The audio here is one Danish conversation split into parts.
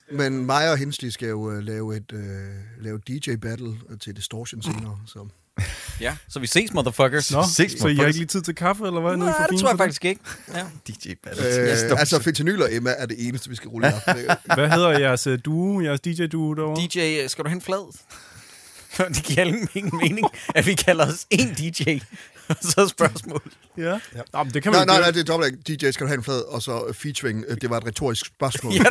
Men mig og Hensley skal jo lave DJ-battle til Distortion senere. Så. Ja, så vi ses, motherfuckers. Nå, så I har ikke lige tid til kaffe, eller hvad? Nej, det tror jeg faktisk ikke. Ja. DJ-battle. Altså, Fentanyl og Emma er det eneste, vi skal rulle af. Hvad hedder jeres duo, jeres DJ-duo derovre? DJ, skal du hen flad? Det giver ingen mening, at vi kalder os en DJ. Så spørgsmål. Ja. Nå, men det kan man nej, det er dobbelt. DJ, skal du have en flad, og så featuring, det var et retorisk spørgsmål. Ja.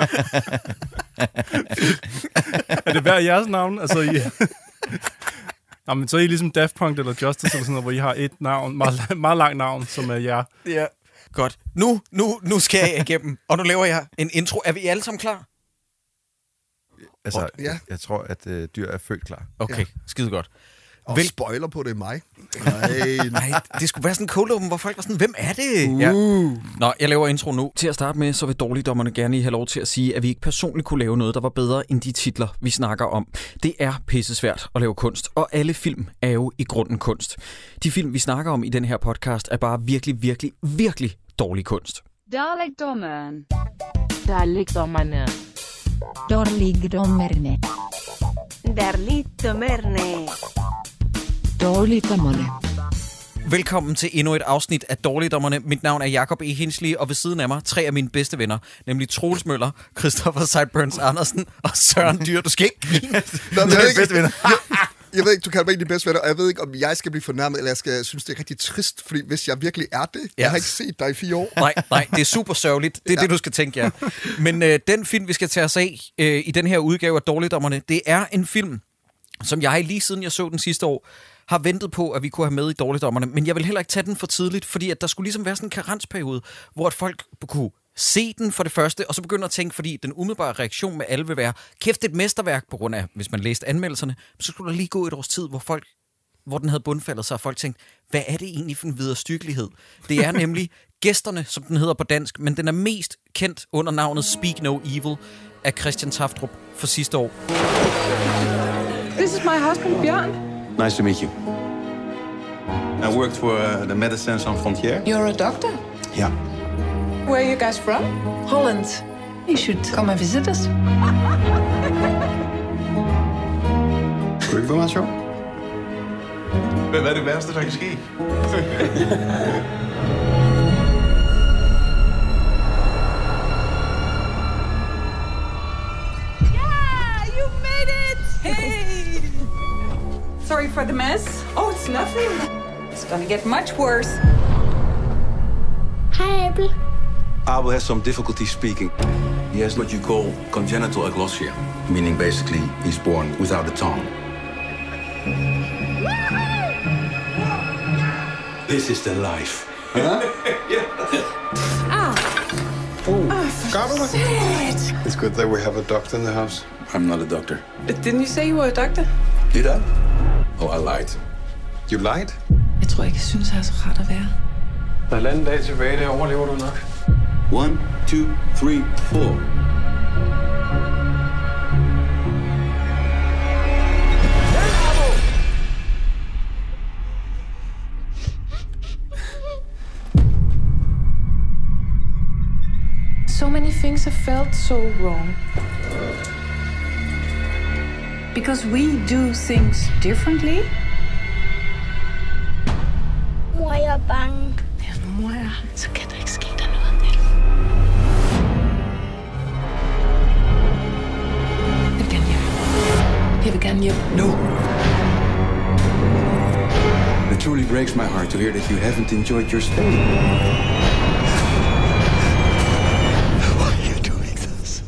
Er det hver jeres navn? Altså, Nå, men så er I ligesom Daft Punk eller Justice eller sådan noget, hvor I har et navn, meget langt navn, som er jer. Ja, godt. Nu skal jeg igennem, og nu laver jeg en intro. Er vi alle sammen klar? Altså, jeg tror, at dyr er født klar. Okay, skide godt. Og spoiler på, det er mig. Nej, det skulle være sådan en cold open, hvor folk var sådan, hvem er det? Ja. Nå, jeg laver intro nu. Til at starte med, så vil dårligdommerne gerne lige have lov til at sige, at vi ikke personligt kunne lave noget, der var bedre end de titler, vi snakker om. Det er pissesvært at lave kunst, og alle film er jo i grunden kunst. De film, vi snakker om i den her podcast, er bare virkelig, virkelig, virkelig dårlig kunst. Dårligdommerne. Dårligdommerne. Dårligdommerne. Dårligdommerne. Dårligdommerne. Velkommen til endnu et afsnit af Dårligdommerne. Mit navn er Jakob E. Hensley, og ved siden af mig 3 af mine bedste venner, nemlig Troels Møller, Christopher Sideburns Andersen og Søren Dyr. Du skal ikke grine. Bedste venner. Jeg ved ikke, du kalder mig en af de bedste venner, og jeg ved ikke, om jeg skal blive fornærmet, eller jeg skal synes, det er rigtig trist, fordi hvis jeg virkelig er det, jeg har ikke set dig i 4 år. Nej, det er super sørgeligt. Det er det, du skal tænke, ja. Men den film, vi skal tage os af i den her udgave af Dårligdommerne, det er en film, som jeg lige siden jeg så den sidste år, har ventet på, at vi kunne have med i Dårligdommerne, men jeg vil heller ikke tage den for tidligt, fordi at der skulle ligesom være sådan en karensperiode, hvor at folk kunne se den for det første, og så begynder at tænke, fordi den umiddelbare reaktion med alle vil være, kæft, et mesterværk, på grund af, hvis man læste anmeldelserne, så skulle der lige gå et års tid, hvor den havde bundfaldet sig, og folk tænkte, hvad er det egentlig for en vederstyggelighed? Det er nemlig Gæsterne, som den hedder på dansk, men den er mest kendt under navnet Speak No Evil af Christian Tafdrup for sidste år. This is my husband, Bjørn. Nice to meet you. I worked for the Médecins Sans Frontières. You're a doctor? Yeah. Where are you guys from? Holland. You should come and visit us. Skal du ikke være meget sjov? Hvad er det værste, der kan ske? Yeah, you made it! Hey! Sorry for the mess. Oh, it's nothing. It's gonna get much worse. Hi, Abel. Abel has some difficulty speaking. He has what you call congenital aglossia, meaning basically he's born without a tongue. This is the life. Huh? It's good that we have a doctor in the house. I'm not a doctor. Didn't you say you were a doctor? Did I? Oh, I lied. You lied? Jeg tror ikke, jeg synes, det er så rart at være. Der er 1,5 dag tilbage, det overlever du nok. 1, 2, 3, 4. So many things have felt so wrong. Because we do things differently. Mor, jeg er bange. Ja, nu mor jeg. Så kan der ikke ske der noget med det. Jeg vil gerne hjem. Jeg vil gerne hjem nu. It truly breaks my heart to hear that you haven't enjoyed your stay. Why are you doing this?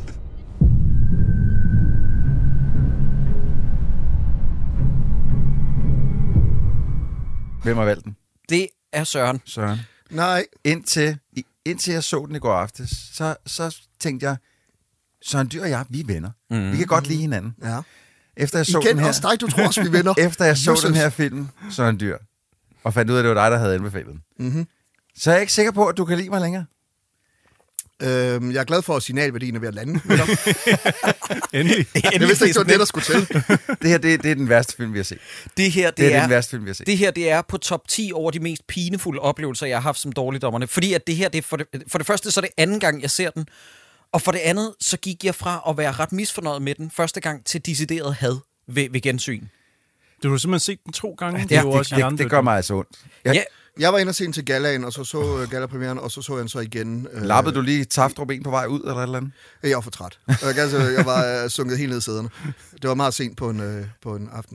Hvem har valgt den? Det er Søren. Nej. Indtil jeg så den i går aftes, så tænkte jeg, Søren Dyr og jeg, vi er venner. Vi kan godt lide hinanden. Ja. Efter jeg så Igen den her, også dig, du tror også, vi er venner. Efter jeg så den her film, Søren Dyr, og fandt ud af, at det var dig, der havde anbefalet den, så er jeg ikke sikker på, at du kan lide mig længere. Jeg er glad for, at signalværdien er ved at lande. Endelig. Jeg vidste ikke, det var det, der skulle til. Det her, det er den værste film, vi har set. Det er den værste film, vi har set. Det her, det er på top 10 over de mest pinefulde oplevelser, jeg har haft som dårligdommerne. Fordi at det her, det er for det første, så er det anden gang, jeg ser den. Og for det andet, så gik jeg fra at være ret misfornøjet med den første gang til decideret had ved gensyn. Du har simpelthen set den 2 gange. Det gør mig altså ondt. Jeg var inde og se den til Gallaen, og så Galla-premieren, og så jeg den så igen. Lappede du lige Taftrup en på vej ud, eller et eller andet? Jeg var for træt. Jeg var sunket helt ned i sæderne. Det var meget sent på en aften.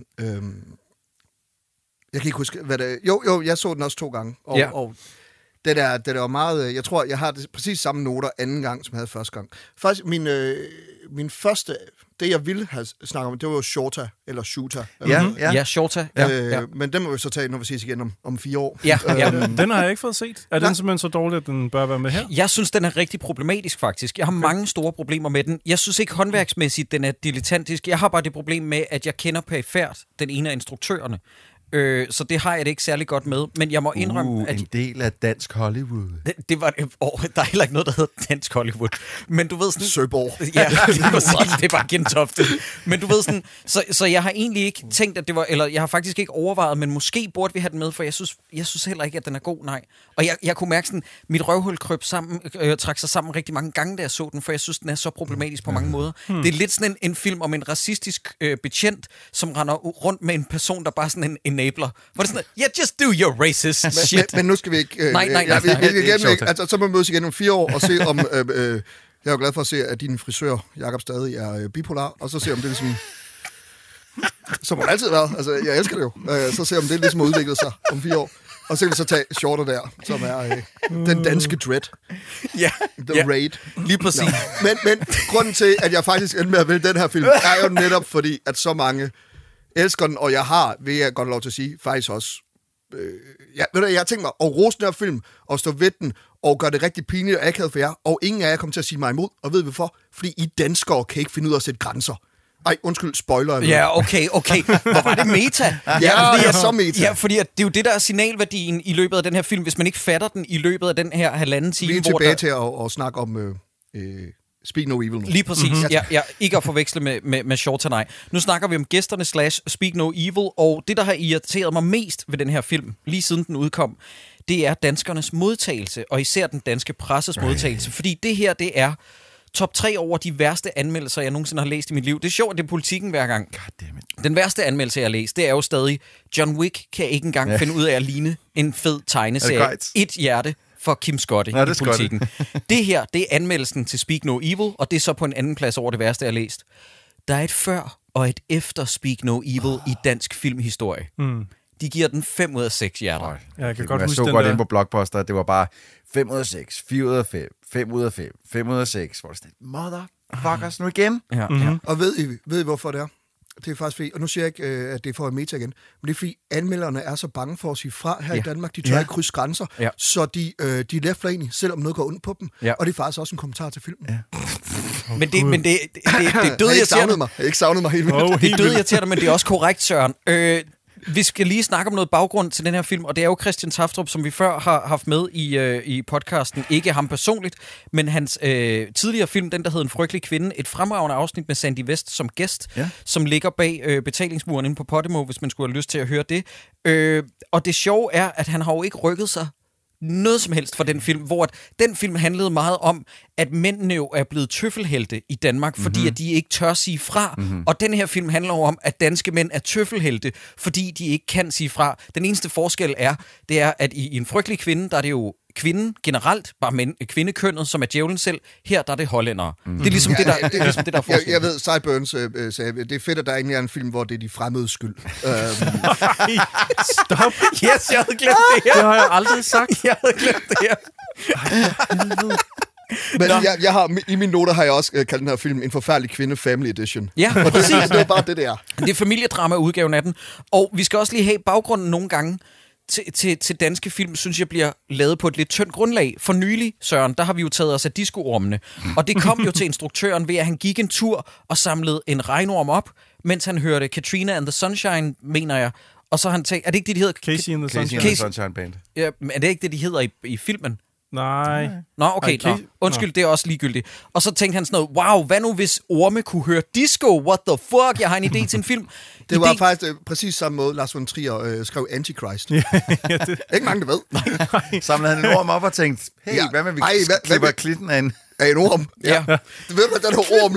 Jeg kan ikke huske, hvad det... Jo, jeg så den også 2 gange. Og det der var meget... Jeg tror, jeg har præcis samme noter anden gang, som jeg havde første gang. Faktisk, min første... Det, jeg ville have snakket om, det var jo Shorta, eller Shooter. Ja, Shorta. Men den må vi så tage, når vi ses igen om 4 år. Ja. Den har jeg ikke fået set. Er den simpelthen så dårlig, at den bør være med her? Jeg synes, den er rigtig problematisk, faktisk. Jeg har mange store problemer med den. Jeg synes ikke håndværksmæssigt, den er dilettantisk. Jeg har bare det problem med, at jeg kender perifært den ene af instruktørerne. Så det har jeg det ikke særlig godt med. Men jeg må indrømme, at... en del af dansk Hollywood. Det var... der er heller ikke noget, der hedder dansk Hollywood. Men du ved sådan... Søborg. Ja, det er bare Gentofte. Men du ved sådan... Så jeg har egentlig ikke tænkt, at det var... Eller jeg har faktisk ikke overvejet, men måske burde vi have den med, for jeg synes heller ikke, at den er god, nej. Og jeg kunne mærke sådan, mit røvhul trak sig sammen rigtig mange gange, da jeg så den, for jeg synes, den er så problematisk på mange måder. Det er lidt sådan en film om en racistisk betjent, som render rundt med en person, der bare sådan en enabler. Hvor det sådan, just do your racist shit. Men nu skal vi ikke... Nej. Så må vi mødes igen om 4 år og se om... jeg er jo glad for at se, at din frisør, Jakob, stadig er bipolar, og så se om det ligesom... Som hun altid har været. Altså, jeg elsker det jo. Så se om det ligesom har udviklet sig om 4 år. Og så kan vi så tage Shorter der, som er den danske Dread. Ja. The Raid. Lige præcis. No. Men grunden til, at jeg faktisk endte med at vælge den her film, er jo netop fordi, at så mange elsker den, og jeg har, vil jeg godt lov til at sige, faktisk også... jeg har tænkt mig at rose den her film, og stå ved den, og gøre det rigtig pinligt og akavet for jer, og ingen af jer kommer til at sige mig imod, og ved hvorfor? Fordi I danskere kan ikke finde ud af at sætte grænser. Ej, undskyld, spoiler. Ja, okay. Hvor var det meta? Ja, så meta. Ja, fordi det er jo det, der er signalværdien i løbet af den her film, hvis man ikke fatter den i løbet af den her 1,5 time. Vi er tilbage til at snakke om Speak No Evil nu. Lige præcis. Ja, ikke at forveksle med Shorter, nej. Nu snakker vi om gæsterne / Speak No Evil, og det, der har irriteret mig mest ved den her film, lige siden den udkom, det er danskernes modtagelse, og især den danske presses modtagelse. Fordi det her, det er top 3 over de værste anmeldelser, jeg nogensinde har læst i mit liv. Det er sjovt, at det er Politikken hver gang. Den værste anmeldelse, jeg har læst, det er jo stadig, John Wick kan ikke engang finde ud af at ligne en fed tegneserie. Et hjerte for Kim Scotty i Politikken. Det her, det er anmeldelsen til Speak No Evil, og det er så på en anden plads over det værste, jeg har læst. Der er et før og et efter Speak No Evil i dansk filmhistorie. De giver den 5 ud af 6 hjerter. Jeg kan godt huske så den godt der... inde på Blockbuster, det var bare 5 ud af 6, 4 ud af 5, 5 ud af 5, 5 ud af 6. Hvor det sådan, motherfuckers nu igen. Ja. Og ved I, hvorfor det er? Det er faktisk fordi, og nu siger jeg ikke, at det er for at meta igen, men det er fordi, anmelderne er så bange for at sige fra her i Danmark. De tør ikke krydse grænser, så de læfler egentlig, selvom noget går ondt på dem. Og det er faktisk også en kommentar til filmen. Men det døde jeg ikke savnet mig helt vildt. Det døde jeg til dig, men det er også korrekt, Søren. Vi skal lige snakke om noget baggrund til den her film, og det er jo Christian Tafdrup, som vi før har haft med i podcasten. Ikke ham personligt, men hans tidligere film, den der hed En frygtelig kvinde, et fremragende afsnit med Sandy West som gæst, som ligger bag betalingsmuren inde på Podimo, hvis man skulle have lyst til at høre det. Og det sjove er, at han har jo ikke rykket sig noget som helst for den film, hvor den film handlede meget om, at mændene jo er blevet tøffelhelte i Danmark, fordi at de ikke tør sige fra. Og den her film handler om, at danske mænd er tøffelhelte, fordi de ikke kan sige fra. Den eneste forskel det er, at i En frygtelig kvinde, der er det jo kvinden generelt, bare kvindekønnet, som er djævlen selv. Her der er det hollændere. Det er ligesom det, der er forskel. Jeg ved, Sideburns sagde, det er fedt, at der egentlig er en film, hvor det er de fremmedes skyld. Stop. Yes, jeg havde glemt det her. Det har jeg aldrig sagt. Jeg havde glemt det her. Men jeg har, i mine noter har jeg også kaldt den her film En forfærdelig kvinde Family Edition. Ja, og det er bare det der. Det er familiedrama-udgaven af den. Og vi skal også lige have baggrunden nogle gange til danske film, synes jeg bliver lavet på et lidt tyndt grundlag. For nylig, Søren, der har vi jo taget os af disco-ormene. Og det kom jo til instruktøren ved, at han gik en tur og samlede en regnorm op, mens han hørte Katrina and the Sunshine, mener jeg. Og så han tænkt, er det ikke det, de hedder? Casey and the Sunshine Band. Ja, men er det ikke det, de hedder i filmen? Nej. Nå, okay. Undskyld, det er også ligegyldigt. Og så tænkte han sådan noget, wow, hvad nu hvis orme kunne høre disco? What the fuck? Jeg har en idé til en film. Det var faktisk præcis samme måde, Lars von Trier skrev Antichrist. Ikke mange, der ved. Samlede han en orm op og tænkte, hey, hvad med vi klipper klitten af en Er en orm? Ja. Du ved, hvad den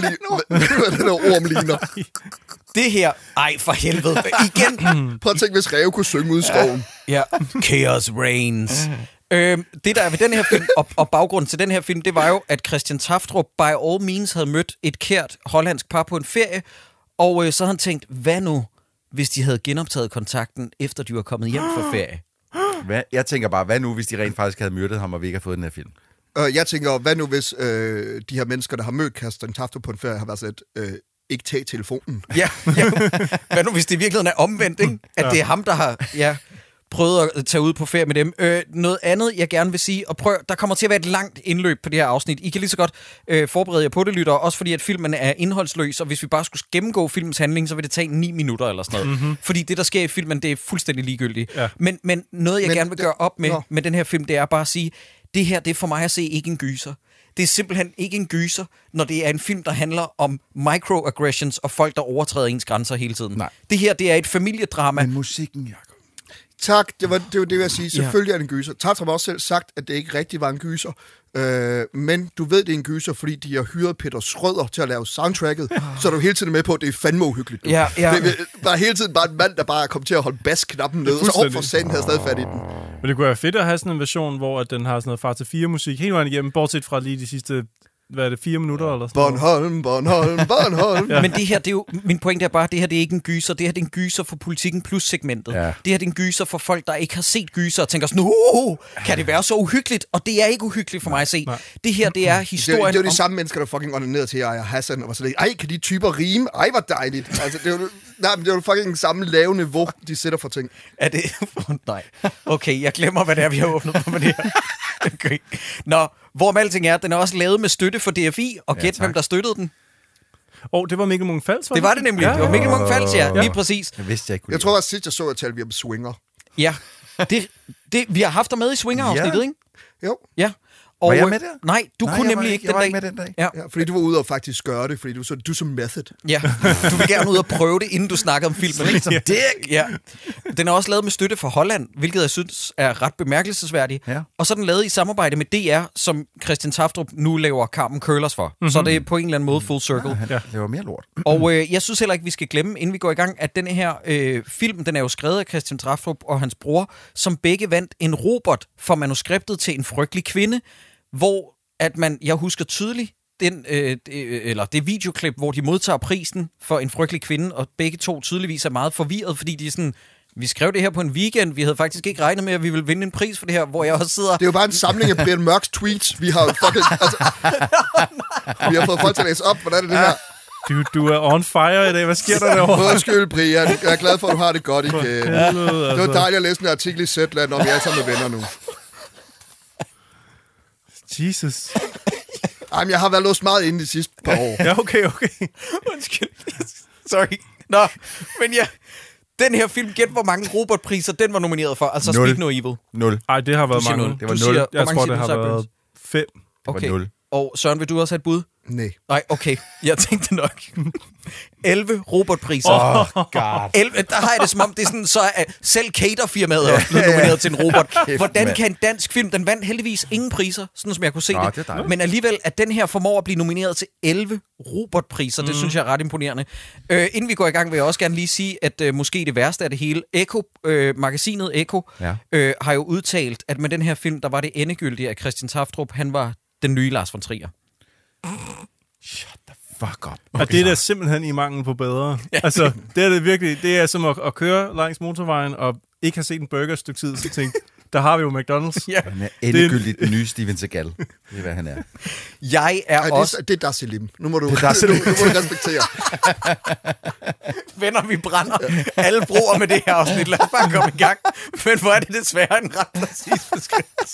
her orm ligner? Det her... Ej, for helvede. Igen. Prøv at tænke, hvis Ræve kunne synge ud i skoven. Ja. Chaos reigns. Det, der er ved den her film, og baggrunden til den her film, det var jo, at Christian Tafdrup by all means havde mødt et kært hollandsk par på en ferie, og så havde han tænkt, hvad nu, hvis de havde genoptaget kontakten, efter de var kommet hjem fra ferie? Jeg tænker bare, hvad nu, hvis de rent faktisk havde myrdet ham, og vi ikke havde fået den her film? Jeg tænker, hvad nu, hvis de her mennesker, der har mødt Christian Tafdrup på en ferie, har været sådan ikke tage telefonen? Ja. Hvad nu, hvis det i virkeligheden er omvendt, ikke? At det er ham, der har prøvet at tage ud på ferie med dem. Noget andet, jeg gerne vil sige, og prøv, der kommer til at være et langt indløb på det her afsnit. I kan lige så godt forberede jer på det, lytter, også fordi at filmen er indholdsløs, og hvis vi bare skulle gennemgå filmens handling, så vil det tage 9 minutter eller sådan noget. Mm-hmm. Fordi det, der sker i filmen, det er fuldstændig ligegyldigt. Ja. Men noget, jeg gerne vil gøre op med den her film, det er bare at sige, det her, det er for mig at se ikke en gyser. Det er simpelthen ikke en gyser, når det er en film, der handler om microaggressions og folk, der overtræder ens grænser hele tiden. Nej. Det her, det er et familiedrama. Men musikken, Jacob. Tak, det var det, jeg vil sige. Selvfølgelig er det en gyser. Tafdrup har også selv sagt, at det ikke rigtig var en gyser. Men du ved, det er en gyser, fordi de har hyret Peter Schrøder til at lave soundtracket, så er du hele tiden med på, at det er fandme uhyggeligt. Ja. Det er hele tiden bare en mand, der bare er kommet til at holde basknappen ned, og så for satan havde stadig fat i den. Men det kunne være fedt at have sådan en version, hvor den har sådan noget far til 4 musik hele vejen igennem, bortset fra lige de sidste... Hvad er det, 4 minutter eller sådan Bornholm. Ja. Men det her, det er jo, min pointe er bare, at det her det er ikke en gyser. Det her det er en gyser for Politikken plus segmentet. Ja. Det her det er en gyser for folk, der ikke har set gyser og tænker sådan, kan det være så uhyggeligt? Og det er ikke uhyggeligt for mig at se. Nej. Det her, det er historien det er jo de samme mennesker, der fucking onanerede til Aya Hassan og var sådan, ej, kan de typer rime? Ej, hvor dejligt. Altså, det er jo fucking samme lave niveau, de sætter for ting. Er det? Nej. Okay, jeg glemmer, hvad det er, vi har åbnet på med det her. Okay. Nå, hvorom alting er, den er også lavet med støtte for DFI, og gæt hvem der støttede den. Det var Mikkel Munch-Fals, var det? Det var det nemlig. Det var Mikkel Munch-Fals, ja. Lige præcis. Jeg vidste, jeg kunne. Jeg tror, at sidst jeg så, at talte vi om Swinger. Ja, vi har haft dig med i Swinger-afsnittet, ikke? Jo. Ja. Var jeg med der? Nej, du kunne nemlig ikke den dag. Jeg var ikke med den dag. Ja, fordi du var ude og faktisk gøre det, fordi du så method. Ja, du vil gerne ud og prøve det, inden du snakkede om filmen. Ikke? Som dick! Ja. Den er også lavet med støtte fra Holland, hvilket jeg synes er ret bemærkelsesværdigt. Ja. Og så er den lavet i samarbejde med DR, som Christian Tafdrup nu laver Carmen Curlers for. Mm-hmm. Så det er på en eller anden måde full circle. Ja, det var mere lort. Og jeg synes heller ikke, vi skal glemme, inden vi går i gang, at denne her film, den er jo skrevet af Christian Tafdrup og hans bror, som begge vandt en Robert for manuskriptet til En frygtelig kvinde, hvor at jeg husker tydeligt det videoklip, hvor de modtager prisen for En frygtelig kvinde, og begge to tydeligvis er meget forvirret, fordi de er sådan, vi skrev det her på en weekend, vi havde faktisk ikke regnet med, at vi ville vinde en pris for det her, hvor jeg også sidder... Det er jo bare en samling af Brian Mørks tweets, vi har fucking... vi har fået folk til at læse op, hvordan er det her? Du er on fire i dag. Hvad sker der derovre? Undskyld, Brian. Jeg er glad for, at du har det godt igen. Det var dejligt at læse en artikel i Zetland, om vi er sammen med venner nu. Jesus. Jamen, jeg har været låst meget inde de sidste par år. Ja, okay. Undskyld. Sorry. Nå, men ja, den her film, gæt hvor mange Robert-priser den var nomineret for. Altså 0. Speak No Evil. 0. Ej, det har været mange. 0. Det var 0. Jeg tror, det har været 5. Okay. Det var 0. Og Søren, vil du også have et bud? Nej, okay. Jeg tænkte nok. 11 Robert-priser. God. 11, der har jeg det som om, det er sådan, så er selv caterfirmaet er blevet nomineret til en Robert. Hvordan kan en dansk film, den vandt heldigvis ingen priser, sådan som jeg kunne se det. Men alligevel, at den her formår at blive nomineret til 11 Robert-priser, det synes jeg er ret imponerende. Inden vi går i gang, vil jeg også gerne lige sige, at måske det værste af det hele, magasinet Ekko, har jo udtalt, at med den her film, der var det endegyldige, at Christian Tafdrup, han var den nye Lars von Trier. Shut the fuck up. Okay. Og det er da simpelthen i mangel på bedre. Altså, det er det virkelig. Det er som at køre langs motorvejen og ikke have set en burger et stykke tid, så tænkte, der har vi jo McDonald's. Han er endegyldigt den nye Steven Seagal. Det er, hvad han er. Jeg er også... Det er Dar Selim. Nu må du respektere. Venner, vi brænder alle broer med det her afsnit. Lad os bare komme i gang. Men hvor er det desværre en ret præcis beskrivelse.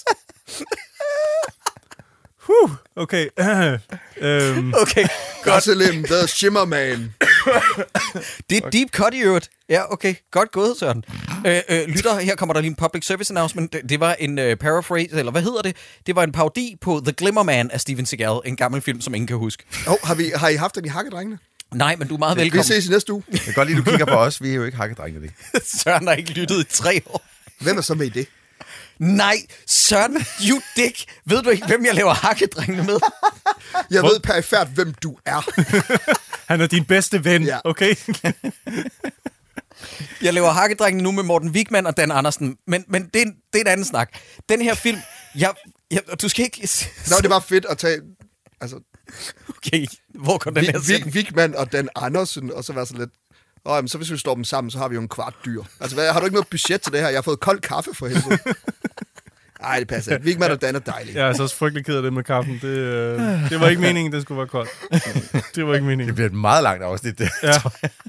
Okay. Okay, godt. Selim, the Shimmer Man. Det er deep cut i øvrigt. Ja, okay. Godt gået, Søren. Lytter, her kommer der lige en public service announcement. Det var en paraphrase, eller hvad hedder det? Det var en parodi på The Glimmer Man af Steven Seagal, en gammel film, som ingen kan huske. Har I haft den i Hakkedrengene? Nej, men du er meget velkommen. Vi ses i næste uge. Jeg kan godt lide, du kigger på os. Vi er jo ikke Hakkedrengene. Søren har ikke lyttet i 3 år. Hvem er så med i det? Nej, Søren, you dick. Ved du ikke, hvem jeg laver Hakkedrengene med? Jeg ved perifært, hvem du er. Han er din bedste ven, Ja. okay? Jeg laver Hakkedrengene nu med Morten Wigman og Dan Andersen. Men det er en anden snak. Den her film, du skal ikke... Nå, det var fedt at tage... Altså, Okay, hvor går den her sætning? Wigman og Dan Andersen, og så være så lidt... Jamen, så hvis vi slår dem sammen, så har vi jo en kvart dyr. Altså, har du ikke noget budget til det her? Jeg har fået kold kaffe for helvede. Nej, det passer ikke. Wigman og Dan er dejlige. Jeg er så også frygtelig ked af det med kaffen. Det var ikke meningen, det skulle være koldt. Det var ikke meningen. Det bliver et meget langt afsnit, det. Ja.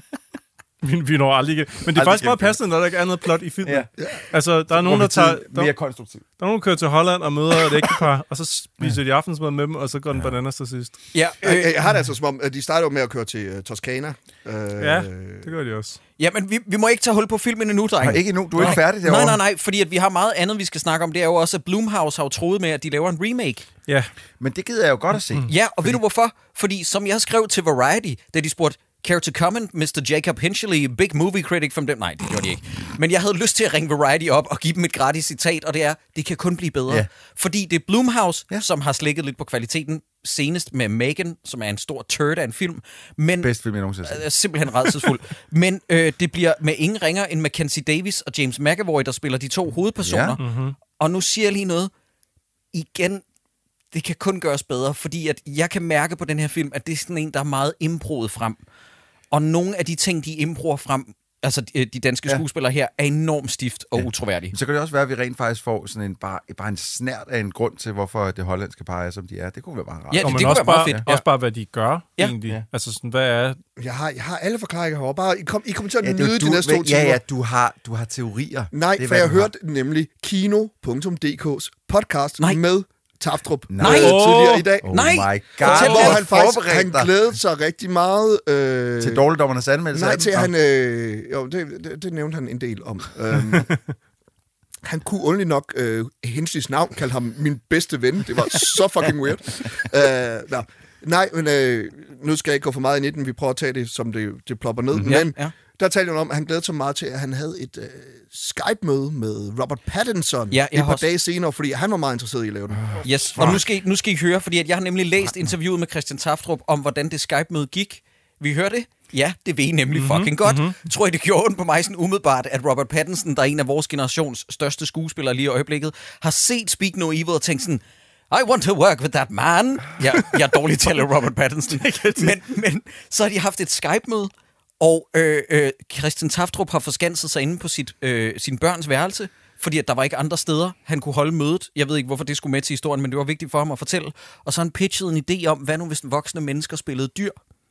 Vi når aldrig igen. Men det er faktisk meget passende, når der ikke er noget plot i filmen. Ja. Altså, der er nogen, der tager... Mere konstruktivt. Der er nogen, der kører til Holland og møder et ægtepar, og så spiser de aftensmad med dem, og så går den bananas til sidst. Ja, Jeg har det altså som om, at de starter jo med at køre til Toskana. Ja, det gør de også. ja, men vi må ikke tage hul på filmen endnu, drenge. Ikke endnu, du er ikke færdig derovre. Nej, fordi at vi har meget andet, vi skal snakke om. Det er jo også, at Blumhouse har jo troet med, at de laver en remake. Ja. Men det gider jeg jo godt at se. Ja, og ved du hvorfor? Fordi som jeg skrev til Variety, da de spurgte, care to comment, Mr. Jacob Hinchley, big movie critic from them. Nej, det gjorde de ikke. Men jeg havde lyst til at ringe Variety op og give dem et gratis citat, og det er, det kan kun blive bedre. Ja. Fordi det er Blumhouse, som har slækket lidt på kvaliteten, senest med Megan, som er en stor turd af en film. Men Bedste film, jeg nogensinde har set. er simpelthen rædselsfuld. Men det bliver med ingen ringer end Mackenzie Davis og James McAvoy, der spiller de to hovedpersoner. Ja. Mm-hmm. Og nu siger jeg lige noget. Igen, det kan kun gøres bedre, fordi at jeg kan mærke på den her film, at det er sådan en, der er meget improet frem. Og nogle af de ting, de improer frem, altså de danske skuespillere her, er enormt stift og utroværdige. Så kan det også være, at vi rent faktisk får sådan bare en snært af en grund til, hvorfor det hollandske par er, som de er. Det kunne være meget rart. Ja, Og det men kunne også være meget bare, fedt. også bare, hvad de gør, Ja. egentlig. Ja. Altså sådan, hvad er... Jeg har alle forklaringer herovre. Bare, I kommer til at Ja, nyde de næste 2 timer. Ja, du har teorier. Nej, Det er, for hvad jeg du har. hørte nemlig Kino.dk's podcast Nej. med Taftrup Nej. tidligere i dag. Oh Nej. my god. Fortæl Hvor mig. han faktisk glædede sig rigtig meget... Til dårligdommernes anmeldelse. Nej, af den. til han... det nævnte han en del om. Han kunne only nok Hensleys navn, kaldte ham min bedste ven. Det var så fucking weird. Nej, men nu skal jeg ikke gå for meget ind i den. Vi prøver at tage det, som det plopper ned. Men der talte han om, at han glædede sig meget til, at han havde et Skype-møde med Robert Pattinson et par dage senere, fordi han var meget interesseret i at lave det. Yes, og nu skal I høre, fordi at jeg har nemlig læst interviewet med Christian Taftrup om, hvordan det Skype-møde gik. Vi hørte det? Ja, det ved I nemlig fucking godt. Tror I, det gjorde ondt på mig sådan umiddelbart, at Robert Pattinson, der er en af vores generations største skuespillere lige i øjeblikket, har set Speak No Evil og tænkt sådan, I want to work with that man. Jeg er dårlig til at lave Robert Pattinson. men så har de haft et Skype-møde, og Christian Taftrup har forskanset sig inde på sin børns værelse, fordi at der var ikke andre steder, han kunne holde mødet. Jeg ved ikke, hvorfor det skulle med til historien, men det var vigtigt for ham at fortælle. Og så har han pitchet en idé om, hvad nu hvis voksne mennesker spillede dyr?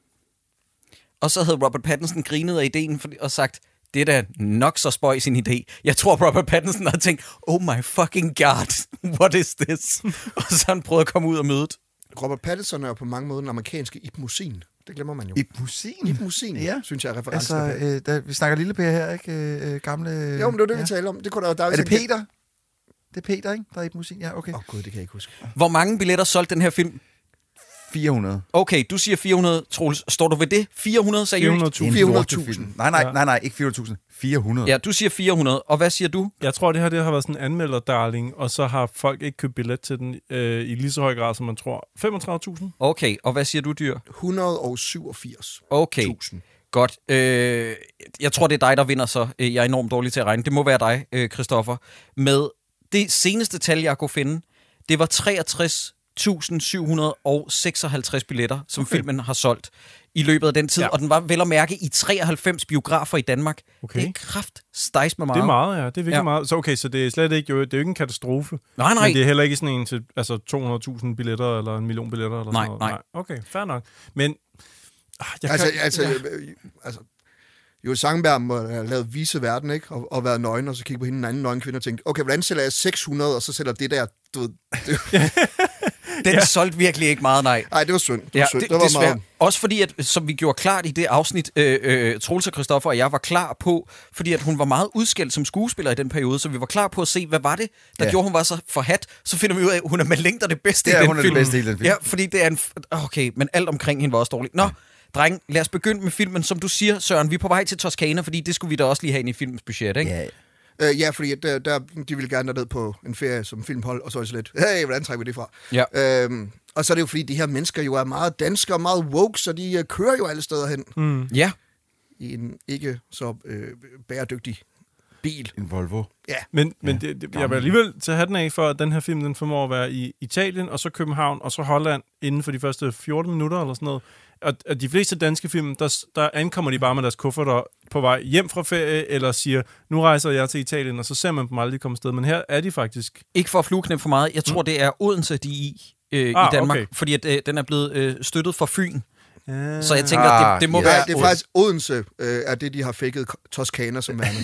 Og så havde Robert Pattinson grinet af ideen og sagt, det er da nok så spøj sin idé. Jeg tror, Robert Pattinson havde tænkt, oh my fucking god, what is this? Og så han prøvet at komme ud af mødet. Robert Pattinson er jo på mange måder den amerikanske Ibn Musin. Det glemmer man jo. Ibn Musin, synes jeg er reference. Altså, vi snakker lille Per her, ikke? Gamle... Jo, men det var det, vi taler om. Det kunne der er det Peter? Det er Peter, ikke? Der er Ibn Musin, ja, okay. Gud, det kan jeg ikke huske. Hvor mange billetter solgte den her film? 400. Okay, du siger 400, Troels. Står du ved det? 400 seriøst? 400.000. Nej, ikke 400.000. 400. Ja, du siger 400. Og hvad siger du? Jeg tror, det her har været sådan en anmelderdarling, og så har folk ikke købt billet til den i lige så høj grad, som man tror. 35.000. Okay, og hvad siger du, Dyr? 187. Okay, godt. Jeg tror, det er dig, der vinder så. Jeg er enormt dårlig til at regne. Det må være dig, Christoffer. Med det seneste tal, jeg kunne finde, det var 63.756 billetter, som filmen har solgt i løbet af den tid. Ja. Og den var vel at mærke i 93 biografer i Danmark. Okay. Det er kraftstejs med meget. Det er meget, ja. Det er virkelig meget. Så okay, så det er slet ikke, det er jo ikke en katastrofe. Nej. Men det er heller ikke sådan en til 200.000 billetter, eller 1 million billetter, eller sådan noget. Nej. Okay, fair nok. Men... Jo, Sangberg må have lavet Vise Verden, ikke? Og været nøgen, og så kigge på hende en anden nøgen kvinde og tænke, okay, hvordan sælger jeg 600, og så sælger det der, du ved... Den solgte virkelig ikke meget, nej. Nej, det var synd. Det var meget. Også fordi, at, som vi gjorde klart i det afsnit, Troels og Christoffer og jeg var klar på, fordi at hun var meget udskældt som skuespiller i den periode, så vi var klar på at se, hvad var det, der gjorde, hun var så forhat. Så finder vi ud af, at hun er med længder det bedste i den film. Ja, hun er det bedste i den film. Ja, fordi det er en... Okay, men alt omkring hende var også dårligt. Nå, dreng, lad os begynde med filmen. Som du siger, Søren, vi er på vej til Toskana, fordi det skulle vi da også lige have ind i filmens budget, ikke? Ja. Ja, fordi de ville gerne ned på en ferie som filmhold, og så er det lidt, hey, hvordan trækker vi det fra? Ja. Og så er det jo fordi, de her mennesker jo er meget danske og meget woke, så de kører jo alle steder hen. Ja. I en ikke så bæredygtig bil. En Volvo. Ja. Men jeg vil alligevel tage hatten af for, at den her film, den formår at være i Italien, og så København, og så Holland inden for de første 14 minutter, eller sådan noget. Og de fleste danske film, der ankommer de bare med deres kufferter på vej hjem fra ferie, eller siger, nu rejser jeg til Italien, og så ser man dem aldrig komme afsted. Men her er de faktisk... Ikke for at flueknæppe for meget. Jeg tror, det er Odense, de i Danmark, okay. Fordi at, den er blevet støttet fra Fyn. Så jeg tænker, det må være... Det er faktisk Odense, er det, de har faked Toskana som værende.